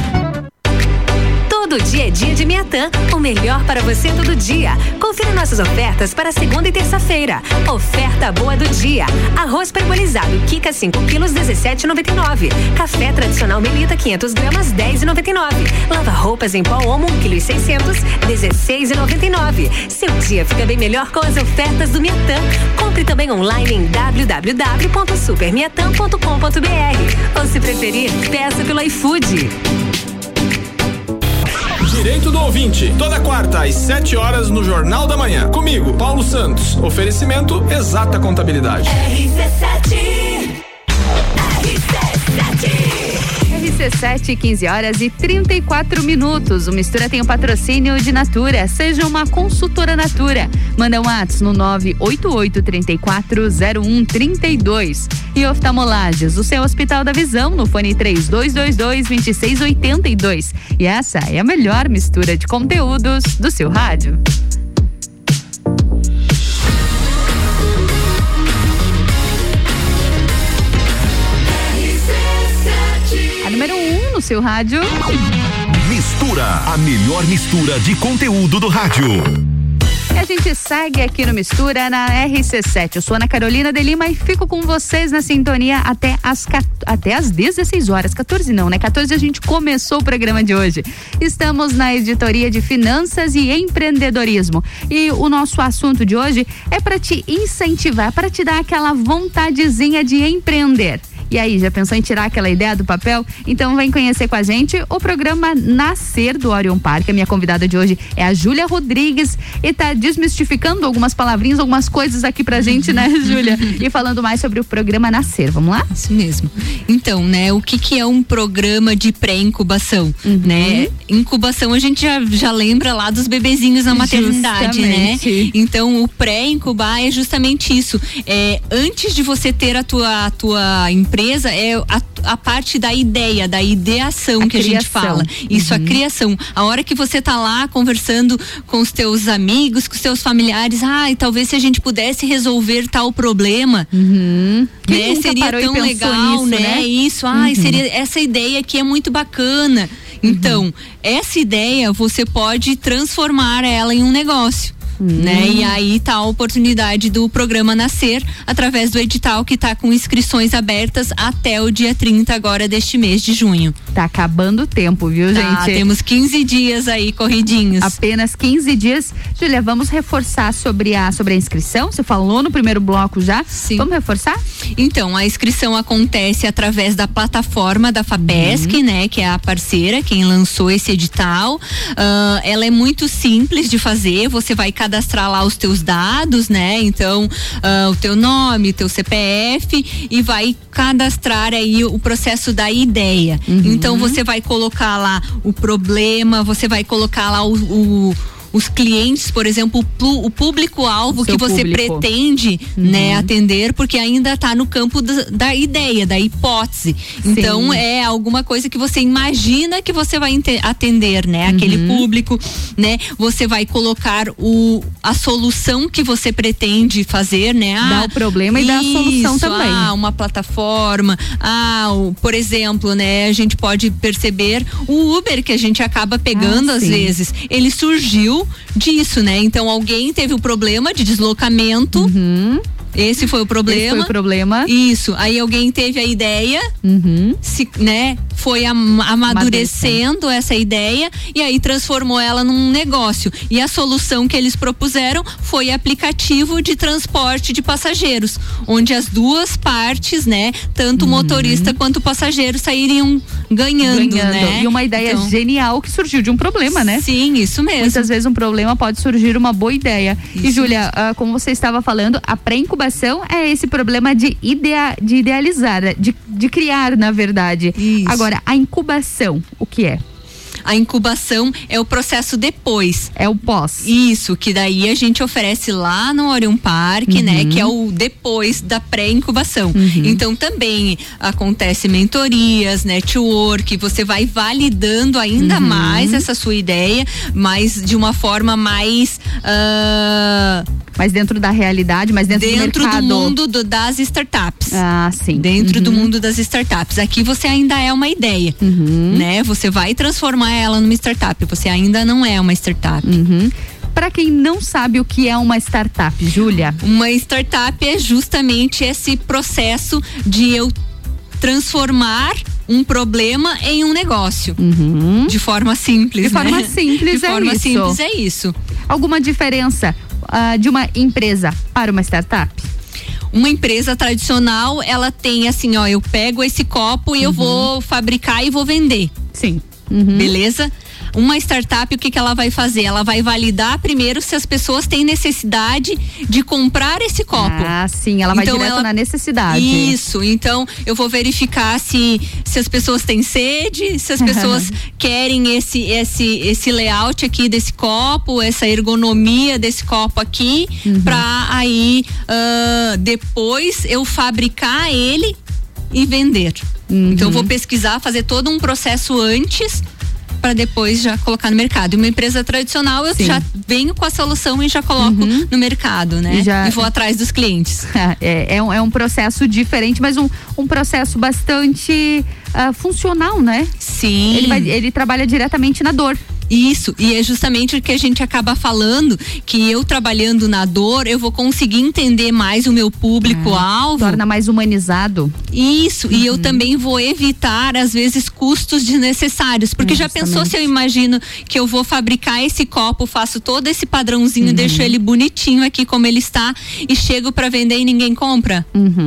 Todo dia é dia de Miatã, o melhor para você todo dia. Confira nossas ofertas para segunda e terça-feira. Oferta boa do dia: arroz parbolizado Kika 5 quilos 17,99. Café tradicional Melita 500 gramas 10,99. Lava roupas em pó Omo 1,6 kg 16,99. Seu dia fica bem melhor com as ofertas do Miatã. Compre também online em www.supermiatã.com.br ou, se preferir, peça pelo iFood. Direito do Ouvinte, toda quarta às 7 horas no Jornal da Manhã. Comigo, Paulo Santos. Oferecimento Exata Contabilidade. RC7, 15 horas e 34 minutos. O Mistura tem o patrocínio de Natura. Seja uma consultora Natura. Manda um WhatsApp no 988340132. E Oftalmolages, o seu Hospital da Visão, no fone 3222-2682. E essa é a melhor mistura de conteúdos do seu rádio. A número 1 no seu rádio. Mistura, a melhor mistura de conteúdo do rádio. E a gente segue aqui no Mistura na RC7. Eu sou Ana Carolina de Lima e fico com vocês na sintonia até às 16 horas. 14 não, né? 14 a gente começou o programa de hoje. Estamos na editoria de Finanças e Empreendedorismo. E o nosso assunto de hoje é para te incentivar, para te dar aquela vontadezinha de empreender. E aí, já pensou em tirar aquela ideia do papel? Então vem conhecer com a gente o programa Nascer do Orion Park. A minha convidada de hoje é a Júlia Rodrigues e tá desmistificando algumas palavrinhas, algumas coisas aqui pra gente, né, Júlia? E falando mais sobre o programa Nascer. Vamos lá? Isso mesmo. Então, né, o que é um programa de pré-incubação, né? Incubação a gente já lembra lá dos bebezinhos na maternidade, né? Então, o pré-incubar é justamente isso. Antes de você ter a tua empresa, é a parte da ideia, da ideação que a gente fala. Isso, a criação. A hora que você tá lá conversando com os teus amigos, com os teus familiares, e talvez se a gente pudesse resolver tal problema, né? Seria tão legal, nisso, né? Isso, seria essa ideia que é muito bacana. Então, essa ideia você pode transformar ela em um negócio. Né? E aí tá a oportunidade do programa Nascer através do edital que tá com inscrições abertas até o dia 30 agora deste mês de junho. Tá acabando o tempo, viu, gente? Temos 15 dias aí corridinhos. Apenas 15 dias. Júlia, vamos reforçar sobre a inscrição? Você falou no primeiro bloco já? Sim. Vamos reforçar? Então, a inscrição acontece através da plataforma da FAPESC, né? Que é a parceira, quem lançou esse edital. Ela é muito simples de fazer, você vai cadastrar lá os teus dados, né? Então, o teu nome, teu CPF e vai cadastrar aí o processo da ideia. Então, você vai colocar lá o problema, você vai colocar lá os clientes, por exemplo, o público-alvo que você pretende, né, atender, porque ainda está no campo da ideia, da hipótese. Então, é alguma coisa que você imagina que você vai atender, né? Aquele público, né? Você vai colocar a solução que você pretende fazer, né? Dá o problema e dá a solução também. Uma plataforma, por exemplo, né? A gente pode perceber o Uber que a gente acaba pegando às vezes. Ele surgiu disso, né? Então alguém teve o problema de deslocamento. Esse foi o problema. Isso. Aí alguém teve a ideia, né? Foi amadurecendo essa ideia e aí transformou ela num negócio. E a solução que eles propuseram foi aplicativo de transporte de passageiros, onde as duas partes, né? Tanto o motorista quanto o passageiro sairiam ganhando, né? E uma ideia genial que surgiu de um problema, né? Sim, isso mesmo. Muitas vezes um problema pode surgir uma boa ideia. Isso. E Júlia, como você estava falando, a pré-incubação é esse problema de idealizar, de criar, na verdade. Isso. Agora, a incubação, o que é? A incubação é o processo depois. É o pós. Isso, que daí a gente oferece lá no Orion Park, né? Que é o depois da pré-incubação. Então também acontece mentorias, network, você vai validando ainda mais essa sua ideia, mas de uma forma mais mas dentro da realidade, mas dentro do mercado. Do mundo das startups. Ah, sim. Dentro do mundo das startups. Aqui você ainda é uma ideia, né? Você vai transformar ela numa startup, você ainda não é uma startup. Para quem não sabe o que é uma startup, Júlia? Uma startup é justamente esse processo de eu transformar um problema em um negócio. De forma simples, De forma simples, De forma simples é isso. Alguma diferença de uma empresa para uma startup? Uma empresa tradicional, ela tem assim, ó, eu pego esse copo e eu vou fabricar e vou vender. Sim. Beleza? Uma startup, o que ela vai fazer? Ela vai validar primeiro se as pessoas têm necessidade de comprar esse copo. Ah, sim, ela vai direto na necessidade. Isso, então eu vou verificar se as pessoas têm sede, se as pessoas querem esse layout aqui desse copo, essa ergonomia desse copo aqui, pra aí depois eu fabricar ele e vender. Então eu vou pesquisar, fazer todo um processo antes para depois já colocar no mercado. E uma empresa tradicional, eu já venho com a solução e já coloco no mercado, né? E vou atrás dos clientes. É um processo diferente, mas um processo bastante funcional, né? Sim. Ele trabalha diretamente na dor. Isso, e é justamente o que a gente acaba falando, que eu trabalhando na dor, eu vou conseguir entender mais o meu público-alvo. Torna mais humanizado. Isso, e eu também vou evitar, às vezes, custos desnecessários, porque já pensou se eu imagino que eu vou fabricar esse copo, faço todo esse padrãozinho, deixo ele bonitinho aqui como ele está e chego para vender e ninguém compra?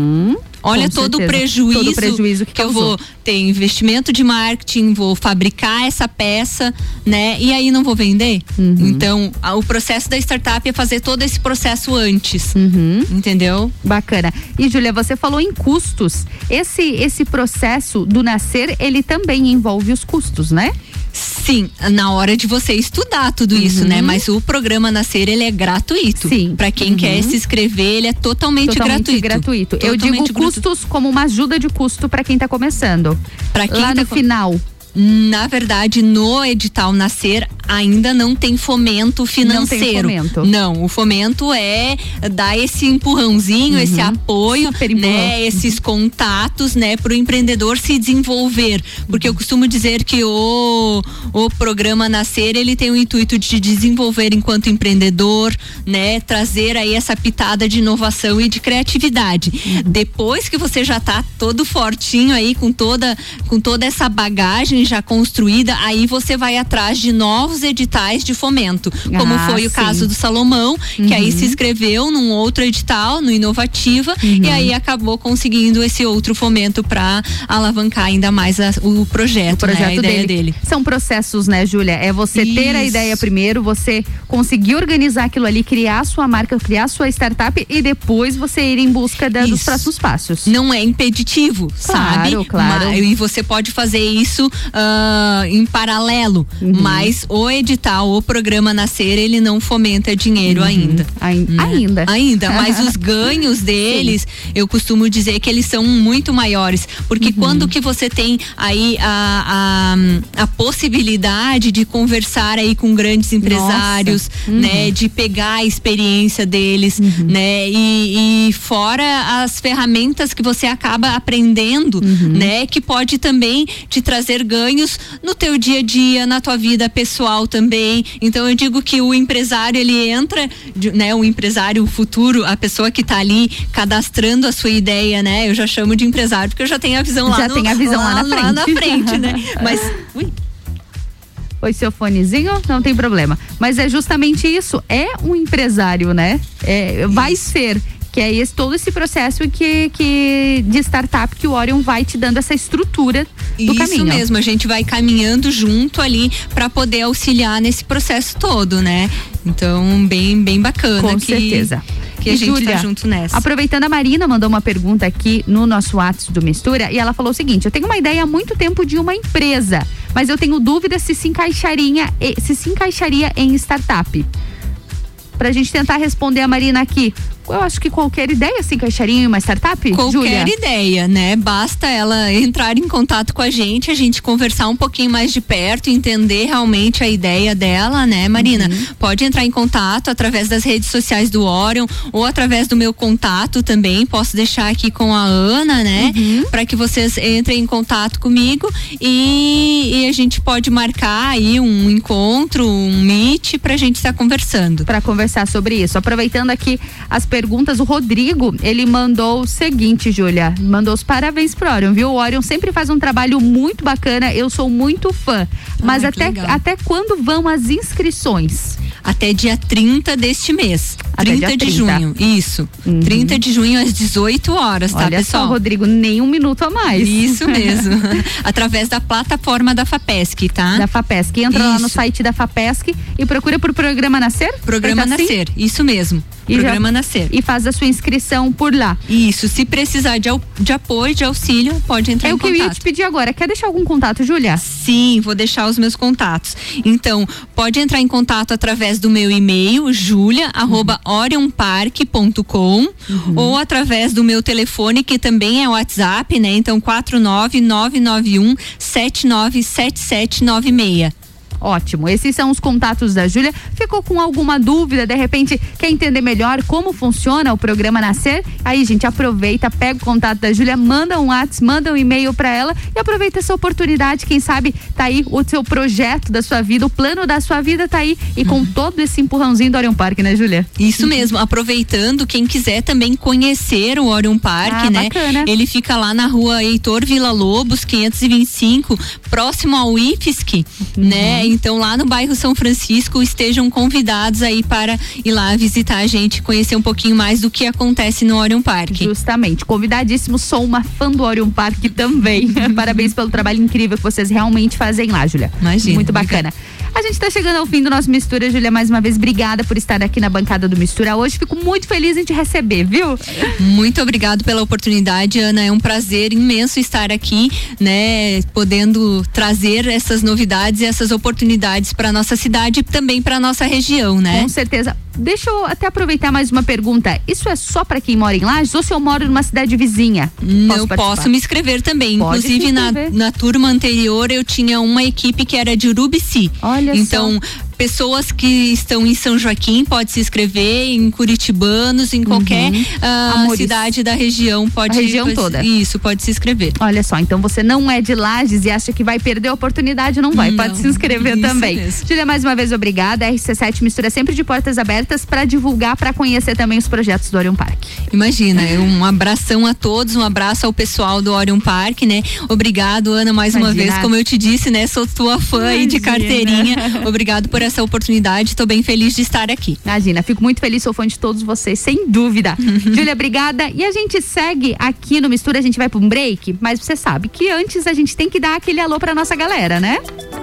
Olha todo o prejuízo que eu vou ter, investimento de marketing, vou fabricar essa peça, né? E aí não vou vender. Então, o processo da startup é fazer todo esse processo antes. Entendeu? Bacana. E Júlia, você falou em custos. Esse processo do nascer, ele também envolve os custos, né? Sim, na hora de você estudar tudo isso, né? Mas o programa Nascer, ele é gratuito. Sim. Pra quem quer se inscrever, ele é totalmente gratuito. Eu digo custos como uma ajuda de custo pra quem tá começando. Pra quem lá no final. Na verdade, no edital Nascer ainda não tem fomento financeiro. Não tem fomento. Não, o fomento é dar esse empurrãozinho, esse apoio, né, esses contatos, né, pro empreendedor se desenvolver, porque eu costumo dizer que o programa Nascer, ele tem o intuito de desenvolver enquanto empreendedor, né, trazer aí essa pitada de inovação e de criatividade. Depois que você já tá todo fortinho aí com toda essa bagagem já construída, aí você vai atrás de novos editais de fomento, como foi o caso do Salomão, que aí se inscreveu num outro edital, no Inovativa, e aí acabou conseguindo esse outro fomento para alavancar ainda mais o projeto, né, a ideia dele. São processos, né, Júlia? É você ter a ideia primeiro, você conseguir organizar aquilo ali, criar a sua marca, criar a sua startup e depois você ir em busca dos próximos passos. Não é impeditivo, sabe? Claro. E você pode fazer isso em paralelo, mas o edital, o programa Nascer, ele não fomenta dinheiro ainda. Ainda, mas os ganhos deles, eu costumo dizer que eles são muito maiores, porque quando que você tem aí a possibilidade de conversar aí com grandes empresários, né, de pegar a experiência deles, né, e fora as ferramentas que você acaba aprendendo, né, que pode também te trazer ganhos no teu dia a dia, na tua vida pessoal também. Então eu digo que o empresário, ele entra, né, o empresário futuro, a pessoa que tá ali cadastrando a sua ideia, né? Eu já chamo de empresário porque eu já tenho a visão lá na frente, né? Mas Oi, seu fonezinho, não tem problema. Mas é justamente isso, é um empresário, né? Vai ser. Que é todo esse processo de startup que o Orion vai te dando essa estrutura do caminho. Isso mesmo, a gente vai caminhando junto ali para poder auxiliar nesse processo todo, né? Então, bem bacana. Com certeza. Que a gente Júlia, tá junto nessa. Aproveitando, a Marina mandou uma pergunta aqui no nosso WhatsApp do Mistura e ela falou o seguinte: eu tenho uma ideia há muito tempo de uma empresa, mas eu tenho dúvida se se encaixaria em startup. Pra gente tentar responder a Marina aqui. Eu acho que qualquer ideia se encaixaria em uma startup, Qualquer Júlia? ideia, né? Basta ela entrar em contato com a gente conversar um pouquinho mais de perto, entender realmente a ideia dela, né, Marina? Pode entrar em contato através das redes sociais do Orion ou através do meu contato também, posso deixar aqui com a Ana, né? Para que vocês entrem em contato comigo e a gente pode marcar aí um encontro, um meet pra gente estar conversando. Para conversar sobre isso. Aproveitando aqui as perguntas, o Rodrigo, ele mandou o seguinte, Júlia, mandou os parabéns pro Orion, viu? O Orion sempre faz um trabalho muito bacana, eu sou muito fã, mas até quando vão as inscrições? Até dia 30 deste mês. 30 de junho, isso. 30 de junho às 18 horas, tá, Olha pessoal? Só, Rodrigo, nem um minuto a mais. Isso mesmo. Através da plataforma da FAPESC, tá? Da FAPESC. Entra lá no site da FAPESC e procura por Programa Nascer? Programa Nascer, isso mesmo. Programa Nascer. E faz a sua inscrição por lá. Isso, se precisar de apoio, de auxílio, pode entrar em contato. É o que eu ia te pedir agora. Quer deixar algum contato, Júlia? Sim, vou deixar os meus contatos. Então, pode entrar em contato através do meu e-mail, julia@orionpark.com ou através do meu telefone, que também é o WhatsApp, né? Então, 49991797796. Ótimo, esses são os contatos da Júlia. Ficou com alguma dúvida, de repente quer entender melhor como funciona o Programa Nascer? Aí, gente, aproveita, pega o contato da Júlia, manda um WhatsApp, manda um e-mail para ela e aproveita essa oportunidade. Quem sabe tá aí o seu projeto da sua vida, o plano da sua vida tá aí e com todo esse empurrãozinho do Orion Park, né, Júlia? Isso mesmo, aproveitando, quem quiser também conhecer o Orion Park, né? Bacana. Ele fica lá na rua Heitor Villa-Lobos, 525, próximo ao IFSC, né? Então, lá no bairro São Francisco, estejam convidados aí para ir lá visitar a gente, conhecer um pouquinho mais do que acontece no Orion Park. Justamente, convidadíssimo, sou uma fã do Orion Park também. Parabéns pelo trabalho incrível que vocês realmente fazem lá, Júlia. Imagina. Muito bacana. A gente tá chegando ao fim do nosso Mistura, Júlia, mais uma vez, obrigada por estar aqui na bancada do Mistura hoje, fico muito feliz em te receber, viu? Muito obrigado pela oportunidade, Ana, é um prazer imenso estar aqui, né, podendo trazer essas novidades e essas oportunidades para nossa cidade e também para nossa região, né? Com certeza. Deixa eu até aproveitar mais uma pergunta. Isso é só para quem mora em Lages ou se eu moro numa cidade vizinha? Eu posso me inscrever também. Pode. Inclusive na turma anterior eu tinha uma equipe que era de Urubici. Olha então, pessoas que estão em São Joaquim pode se inscrever, em curitibanos, em qualquer cidade da região pode. A região toda. Isso, pode se inscrever. Olha só, então você não é de Lages e acha que vai perder a oportunidade, não vai, pode se inscrever também. Júlia, mais uma vez, obrigada. A RC7 Mistura sempre de portas abertas para divulgar, para conhecer também os projetos do Orion Park. Imagina, um abração a todos, um abraço ao pessoal do Orion Park, né? Obrigado, Ana, mais uma vez, como eu te disse, né? Sou tua fã aí de carteirinha. Obrigado por essa oportunidade, estou bem feliz de estar aqui. Imagina, fico muito feliz, sou fã de todos vocês, sem dúvida. Júlia, obrigada. E a gente segue aqui no Mistura, a gente vai para um break, mas você sabe que antes a gente tem que dar aquele alô pra nossa galera, né?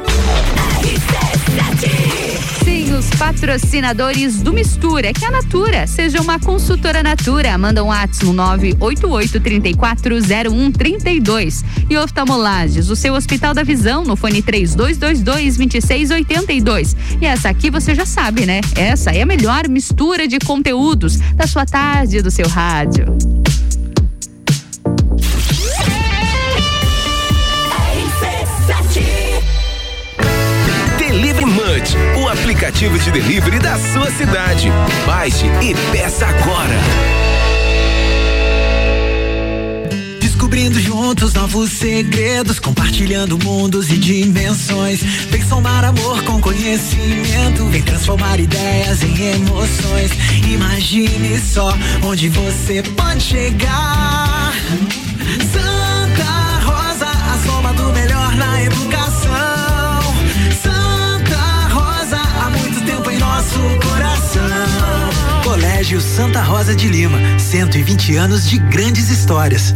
Sim, os patrocinadores do Mistura, que é a Natura. Seja uma consultora Natura. Manda um WhatsApp no 988-340132. E Oftalmolages, o seu Hospital da Visão, no fone 3222-2682. E essa aqui você já sabe, né? Essa é a melhor mistura de conteúdos da sua tarde e do seu rádio. Delivery Munch, o aplicativo de delivery da sua cidade. Baixe e peça agora. Descobrindo juntos novos segredos, compartilhando mundos e dimensões. Vem somar amor com conhecimento, vem transformar ideias em emoções. Imagine só onde você pode chegar. Santa Rosa, a soma do melhor na educação. Nosso coração. Colégio Santa Rosa de Lima, 120 anos de grandes histórias.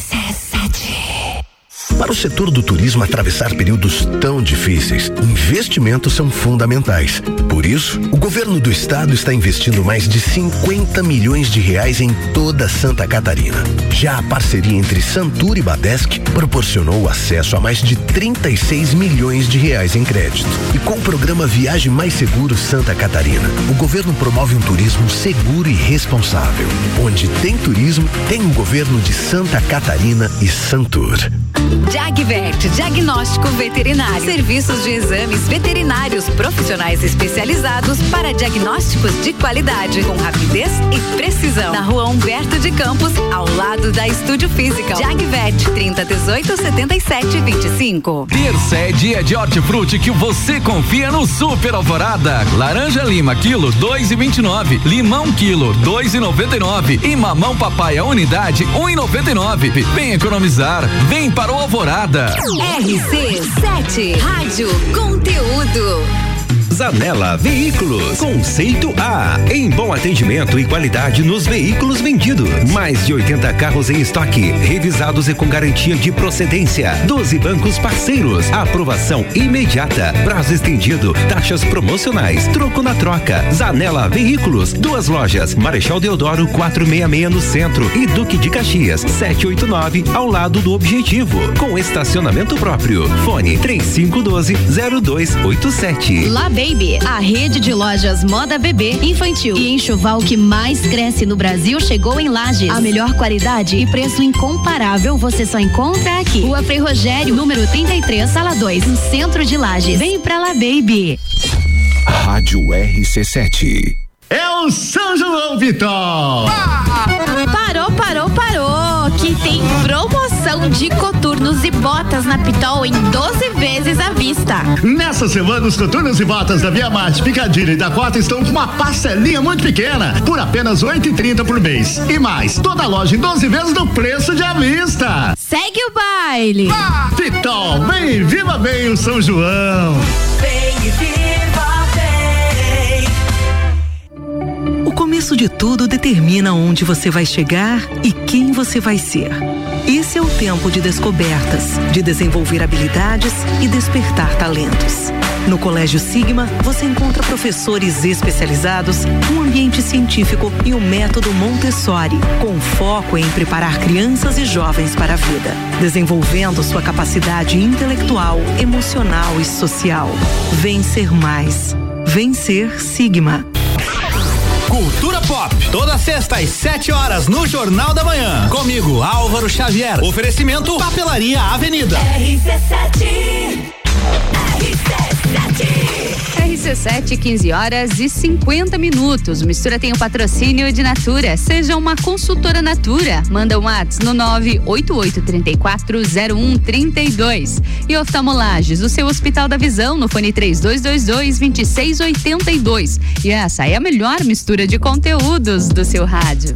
Para o setor do turismo atravessar períodos tão difíceis, investimentos são fundamentais. Por isso, o governo do estado está investindo mais de 50 milhões de reais em toda Santa Catarina. Já a parceria entre Santur e Badesc proporcionou acesso a mais de 36 milhões de reais em crédito. E com o programa Viagem Mais Seguro Santa Catarina, o governo promove um turismo seguro e responsável. Onde tem turismo, tem o governo de Santa Catarina e Santur. Jagvet, diagnóstico veterinário. Serviços de exames veterinários profissionais especializados para diagnósticos de qualidade, com rapidez e precisão. Na Rua Humberto de Campos, ao lado da Estúdio Física. Jagvet, 3018-7725. Terça é dia de hortifruti que você confia no Super Alvorada. Laranja lima, quilo, 2,29. Limão, quilo, 2,99. E mamão papaya, unidade, 1,99. Vem economizar, vem para o Alvorada. RC7 Rádio Conteúdo. Zanela Veículos, conceito A, em bom atendimento e qualidade nos veículos vendidos. Mais de 80 carros em estoque, revisados e com garantia de procedência. 12 bancos parceiros, aprovação imediata, prazo estendido, taxas promocionais, troco na troca. Zanela Veículos, 2 lojas, Marechal Deodoro 466 no centro e Duque de Caxias 789 ao lado do Objetivo, com estacionamento próprio. Fone 3512-0287. La Baby, a rede de lojas moda bebê, infantil e enxoval que mais cresce no Brasil chegou em Lages. A melhor qualidade e preço incomparável você só encontra aqui. Rua Frei Rogério, número 33, sala 2, no centro de Lages. Vem pra La Baby. Rádio RC7. É o São João, Vitor! Parou, que tem promoção de coturnos e botas na Pitol em 12 vezes à vista. Nessa semana, os coturnos e botas da Via Marte, Picadilly e Dakota estão com uma parcelinha muito pequena, por apenas R$8,30 por mês. E mais, toda a loja em 12 vezes do preço de à vista. Segue o baile! Pitol, vem, viva bem o São João! Vem e viva bem! O começo de tudo determina onde você vai chegar e quem você vai ser. Esse é o tempo de descobertas, de desenvolver habilidades e despertar talentos. No Colégio Sigma, você encontra professores especializados, um ambiente científico e o método Montessori, com foco em preparar crianças e jovens para a vida, desenvolvendo sua capacidade intelectual, emocional e social. Vencer mais. Vencer Sigma. Cultura Pop, toda sexta às 7 horas no Jornal da Manhã. Comigo, Álvaro Xavier. Oferecimento Papelaria Avenida. RC7, 15 horas e 50 minutos. Mistura tem o patrocínio de Natura. Seja uma consultora Natura. Manda um WhatsApp no 988340132. E Oftalmolages, o seu Hospital da Visão, no fone 3222-2682. E essa é a melhor mistura de conteúdos do seu rádio.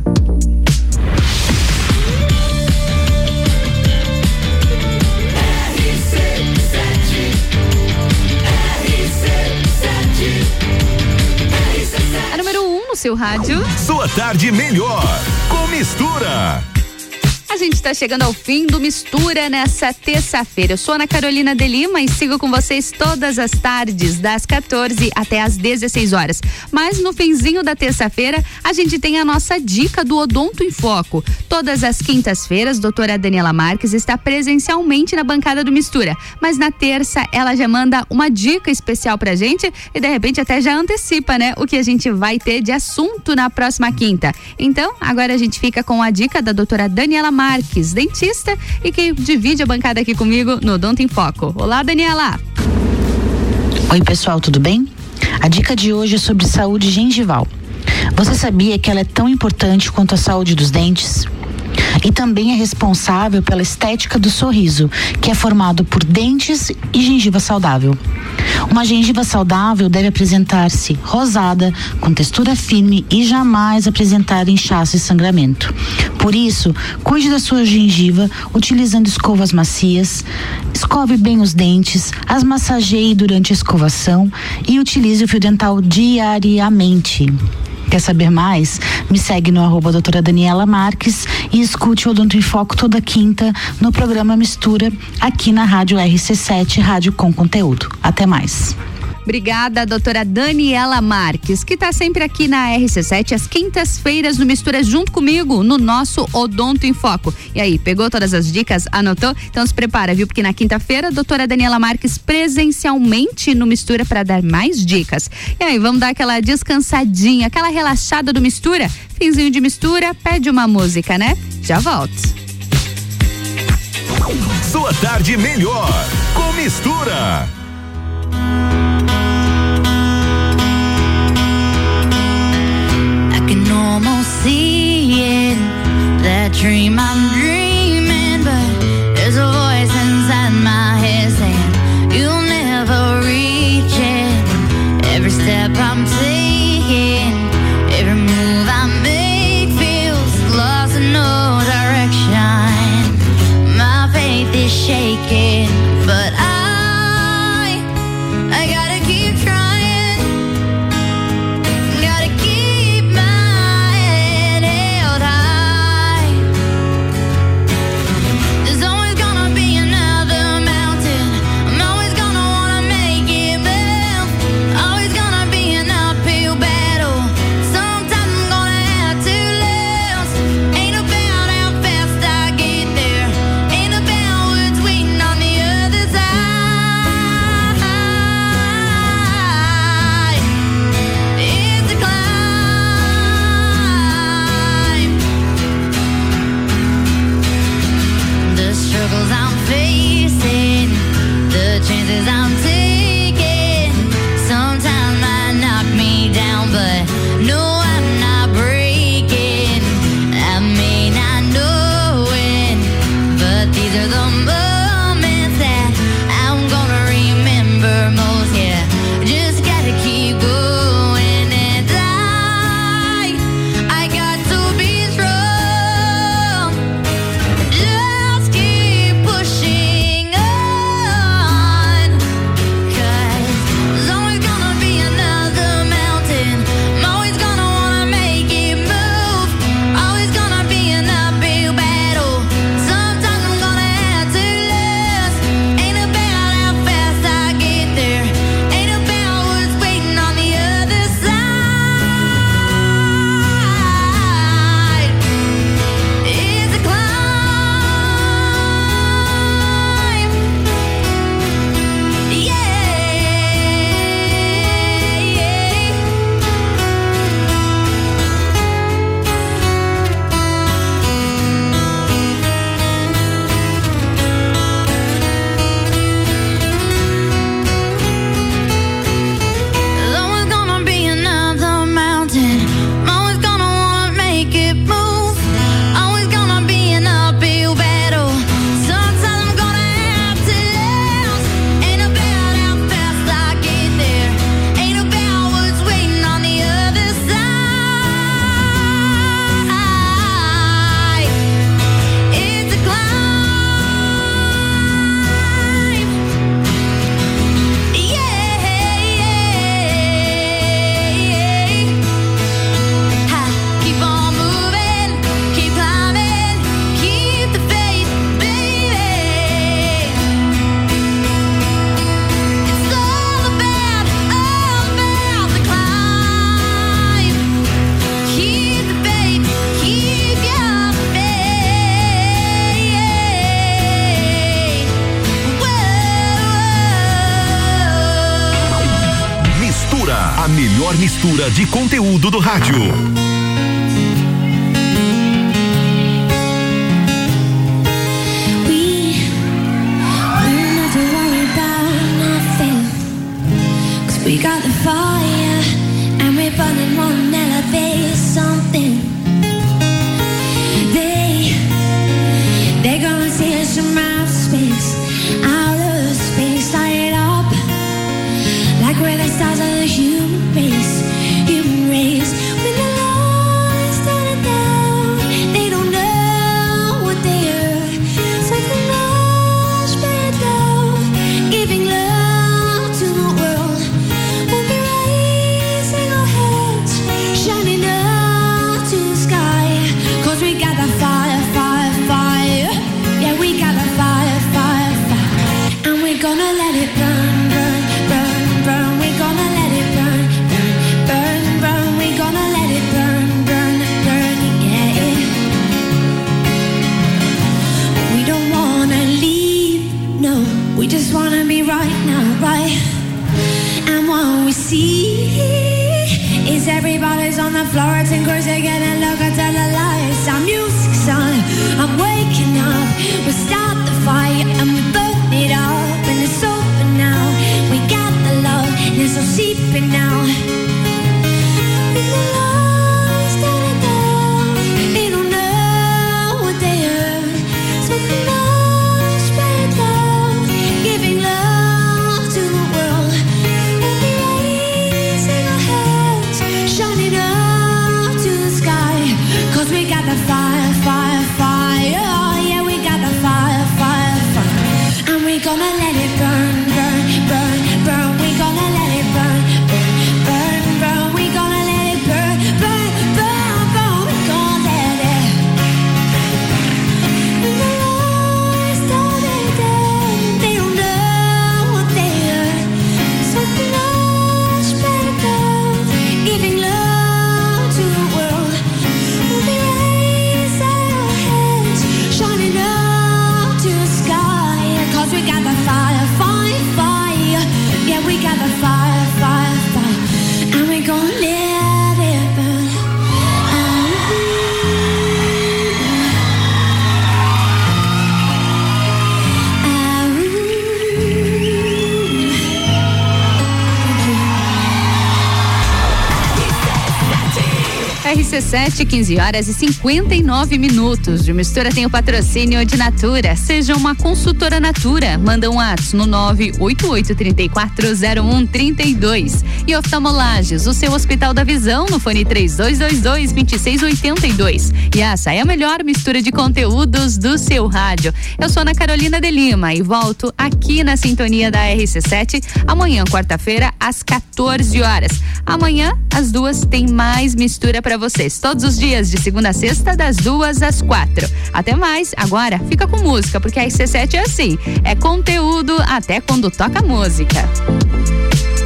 A número 1 no seu rádio. Sua tarde melhor com Mistura. A gente está chegando ao fim do Mistura nessa terça-feira. Eu sou Ana Carolina de Lima e sigo com vocês todas as tardes, das 14 até as 16 horas. Mas no finzinho da terça-feira, a gente tem a nossa dica do Odonto em Foco. Todas as quintas-feiras, doutora Daniela Marques está presencialmente na bancada do Mistura. Mas na terça, ela já manda uma dica especial pra gente e de repente até já antecipa, né? O que a gente vai ter de assunto na próxima quinta. Então, agora a gente fica com a dica da doutora Daniela Marques, dentista e que divide a bancada aqui comigo no Odonto em Foco. Olá, Daniela! Oi, pessoal, tudo bem? A dica de hoje é sobre saúde gengival. Você sabia que ela é tão importante quanto a saúde dos dentes? E também é responsável pela estética do sorriso, que é formado por dentes e gengiva saudável. Uma gengiva saudável deve apresentar-se rosada, com textura firme e jamais apresentar inchaço e sangramento. Por isso, cuide da sua gengiva utilizando escovas macias, escove bem os dentes, as massageie durante a escovação e utilize o fio dental diariamente. Quer saber mais? Me segue no @doutora Daniela Marques e escute o Odonto em Foco toda quinta no programa Mistura, aqui na Rádio RC7, Rádio com Conteúdo. Até mais. Obrigada, doutora Daniela Marques, que está sempre aqui na RC7 às quintas-feiras no Mistura junto comigo no nosso Odonto em Foco. E aí, pegou todas as dicas? Anotou? Então se prepara, viu? Porque na quinta-feira a doutora Daniela Marques presencialmente no Mistura para dar mais dicas. E aí, vamos dar aquela descansadinha, aquela relaxada do Mistura? Finzinho de mistura, pede uma música, né? Já volto. Sua tarde melhor com Mistura. I can almost see it, that dream I'm dreaming, but there's a voice inside my head saying you'll never reach it. Every step I'm taking, every move I make feels lost in no direction. My faith is shaking, but I gotta keep trying, gotta keep my head held high. There's always gonna be another mountain, I'm always gonna wanna make it move, always gonna be an uphill battle, sometimes I'm gonna have to lose. Ain't about how fast I get there, ain't about what's waiting on the other side. It's a climb. The struggles I'm facing, the chances I'm taking, sometimes might knock me down, but no, I'm not breaking. I may not know it, but these are the moments that I'm gonna remember most. Yeah, just gotta keep going, and I got to be strong. Just keep pushing on, 'cause there's always gonna be another mountain. I'm always gonna wanna make it move, always gonna be an uphill battle. Sometimes I'm gonna have to lose. Ain't about how fast I get there, ain't about what's waiting on the other side. It's a climb. There's always gonna be another mountain, I'm always gonna wanna make it move, always gonna be an uphill battle, sometimes I'm gonna have to lose. Ain't about how fast I get there, ain't about what's waiting on the other side. It's a climb. Keep on moving, keep climbing, keep the faith, baby. It's all about the climb. Keep the faith, keep your faith. Whoa. Mistura, a melhor mistura de conteúdo do rádio. We don't have to worry about nothing, 'cause we got the fire and we're burning one elevate something. They're gonna see us from outer space, light it up like we're the stars of the human race. When the Lord the floor, tinkers again and look at the lights. Our music's on, I'm waking up. We start the fire and we burn it up, and it's over now. We got the love and it's all seeping now. And the lights dying down, they don't know what they heard. So come on, spread it out, giving love to the world. And we raising our hands, shining up to the sky. 'Cause we got the fire, fire, fire. Oh yeah, we got the fire, fire, fire. And we gonna let it burn, burn, burn, burn. We gonna let it burn, burn, burn, burn. We gonna let it burn, burn, burn, burn. We gonna let it. And the lights dying down, they don't know what they heard. So come on, spread it out, giving love to the world. We'll be raising our hands, shining up to the sky. 'Cause we got the fire, fire, fire. Yeah, we got the fire, fire, fire. And we gon' let it burn. RC7, 15 horas e 59 minutos. De Mistura tem o patrocínio de Natura. Seja uma consultora Natura. Manda um WhatsApp no 988340132. E Oftalmolages, o seu Hospital da Visão, no fone 3222-2682. E essa é a melhor mistura de conteúdos do seu rádio. Eu sou Ana Carolina de Lima e volto aqui na sintonia da RC7 amanhã, quarta-feira, às 14 horas. Amanhã, às 2, tem mais mistura para vocês. Todos os dias, de segunda a sexta, das 2 às 4. Até mais. Agora, fica com música, porque a RC7 é assim. É conteúdo até quando toca música.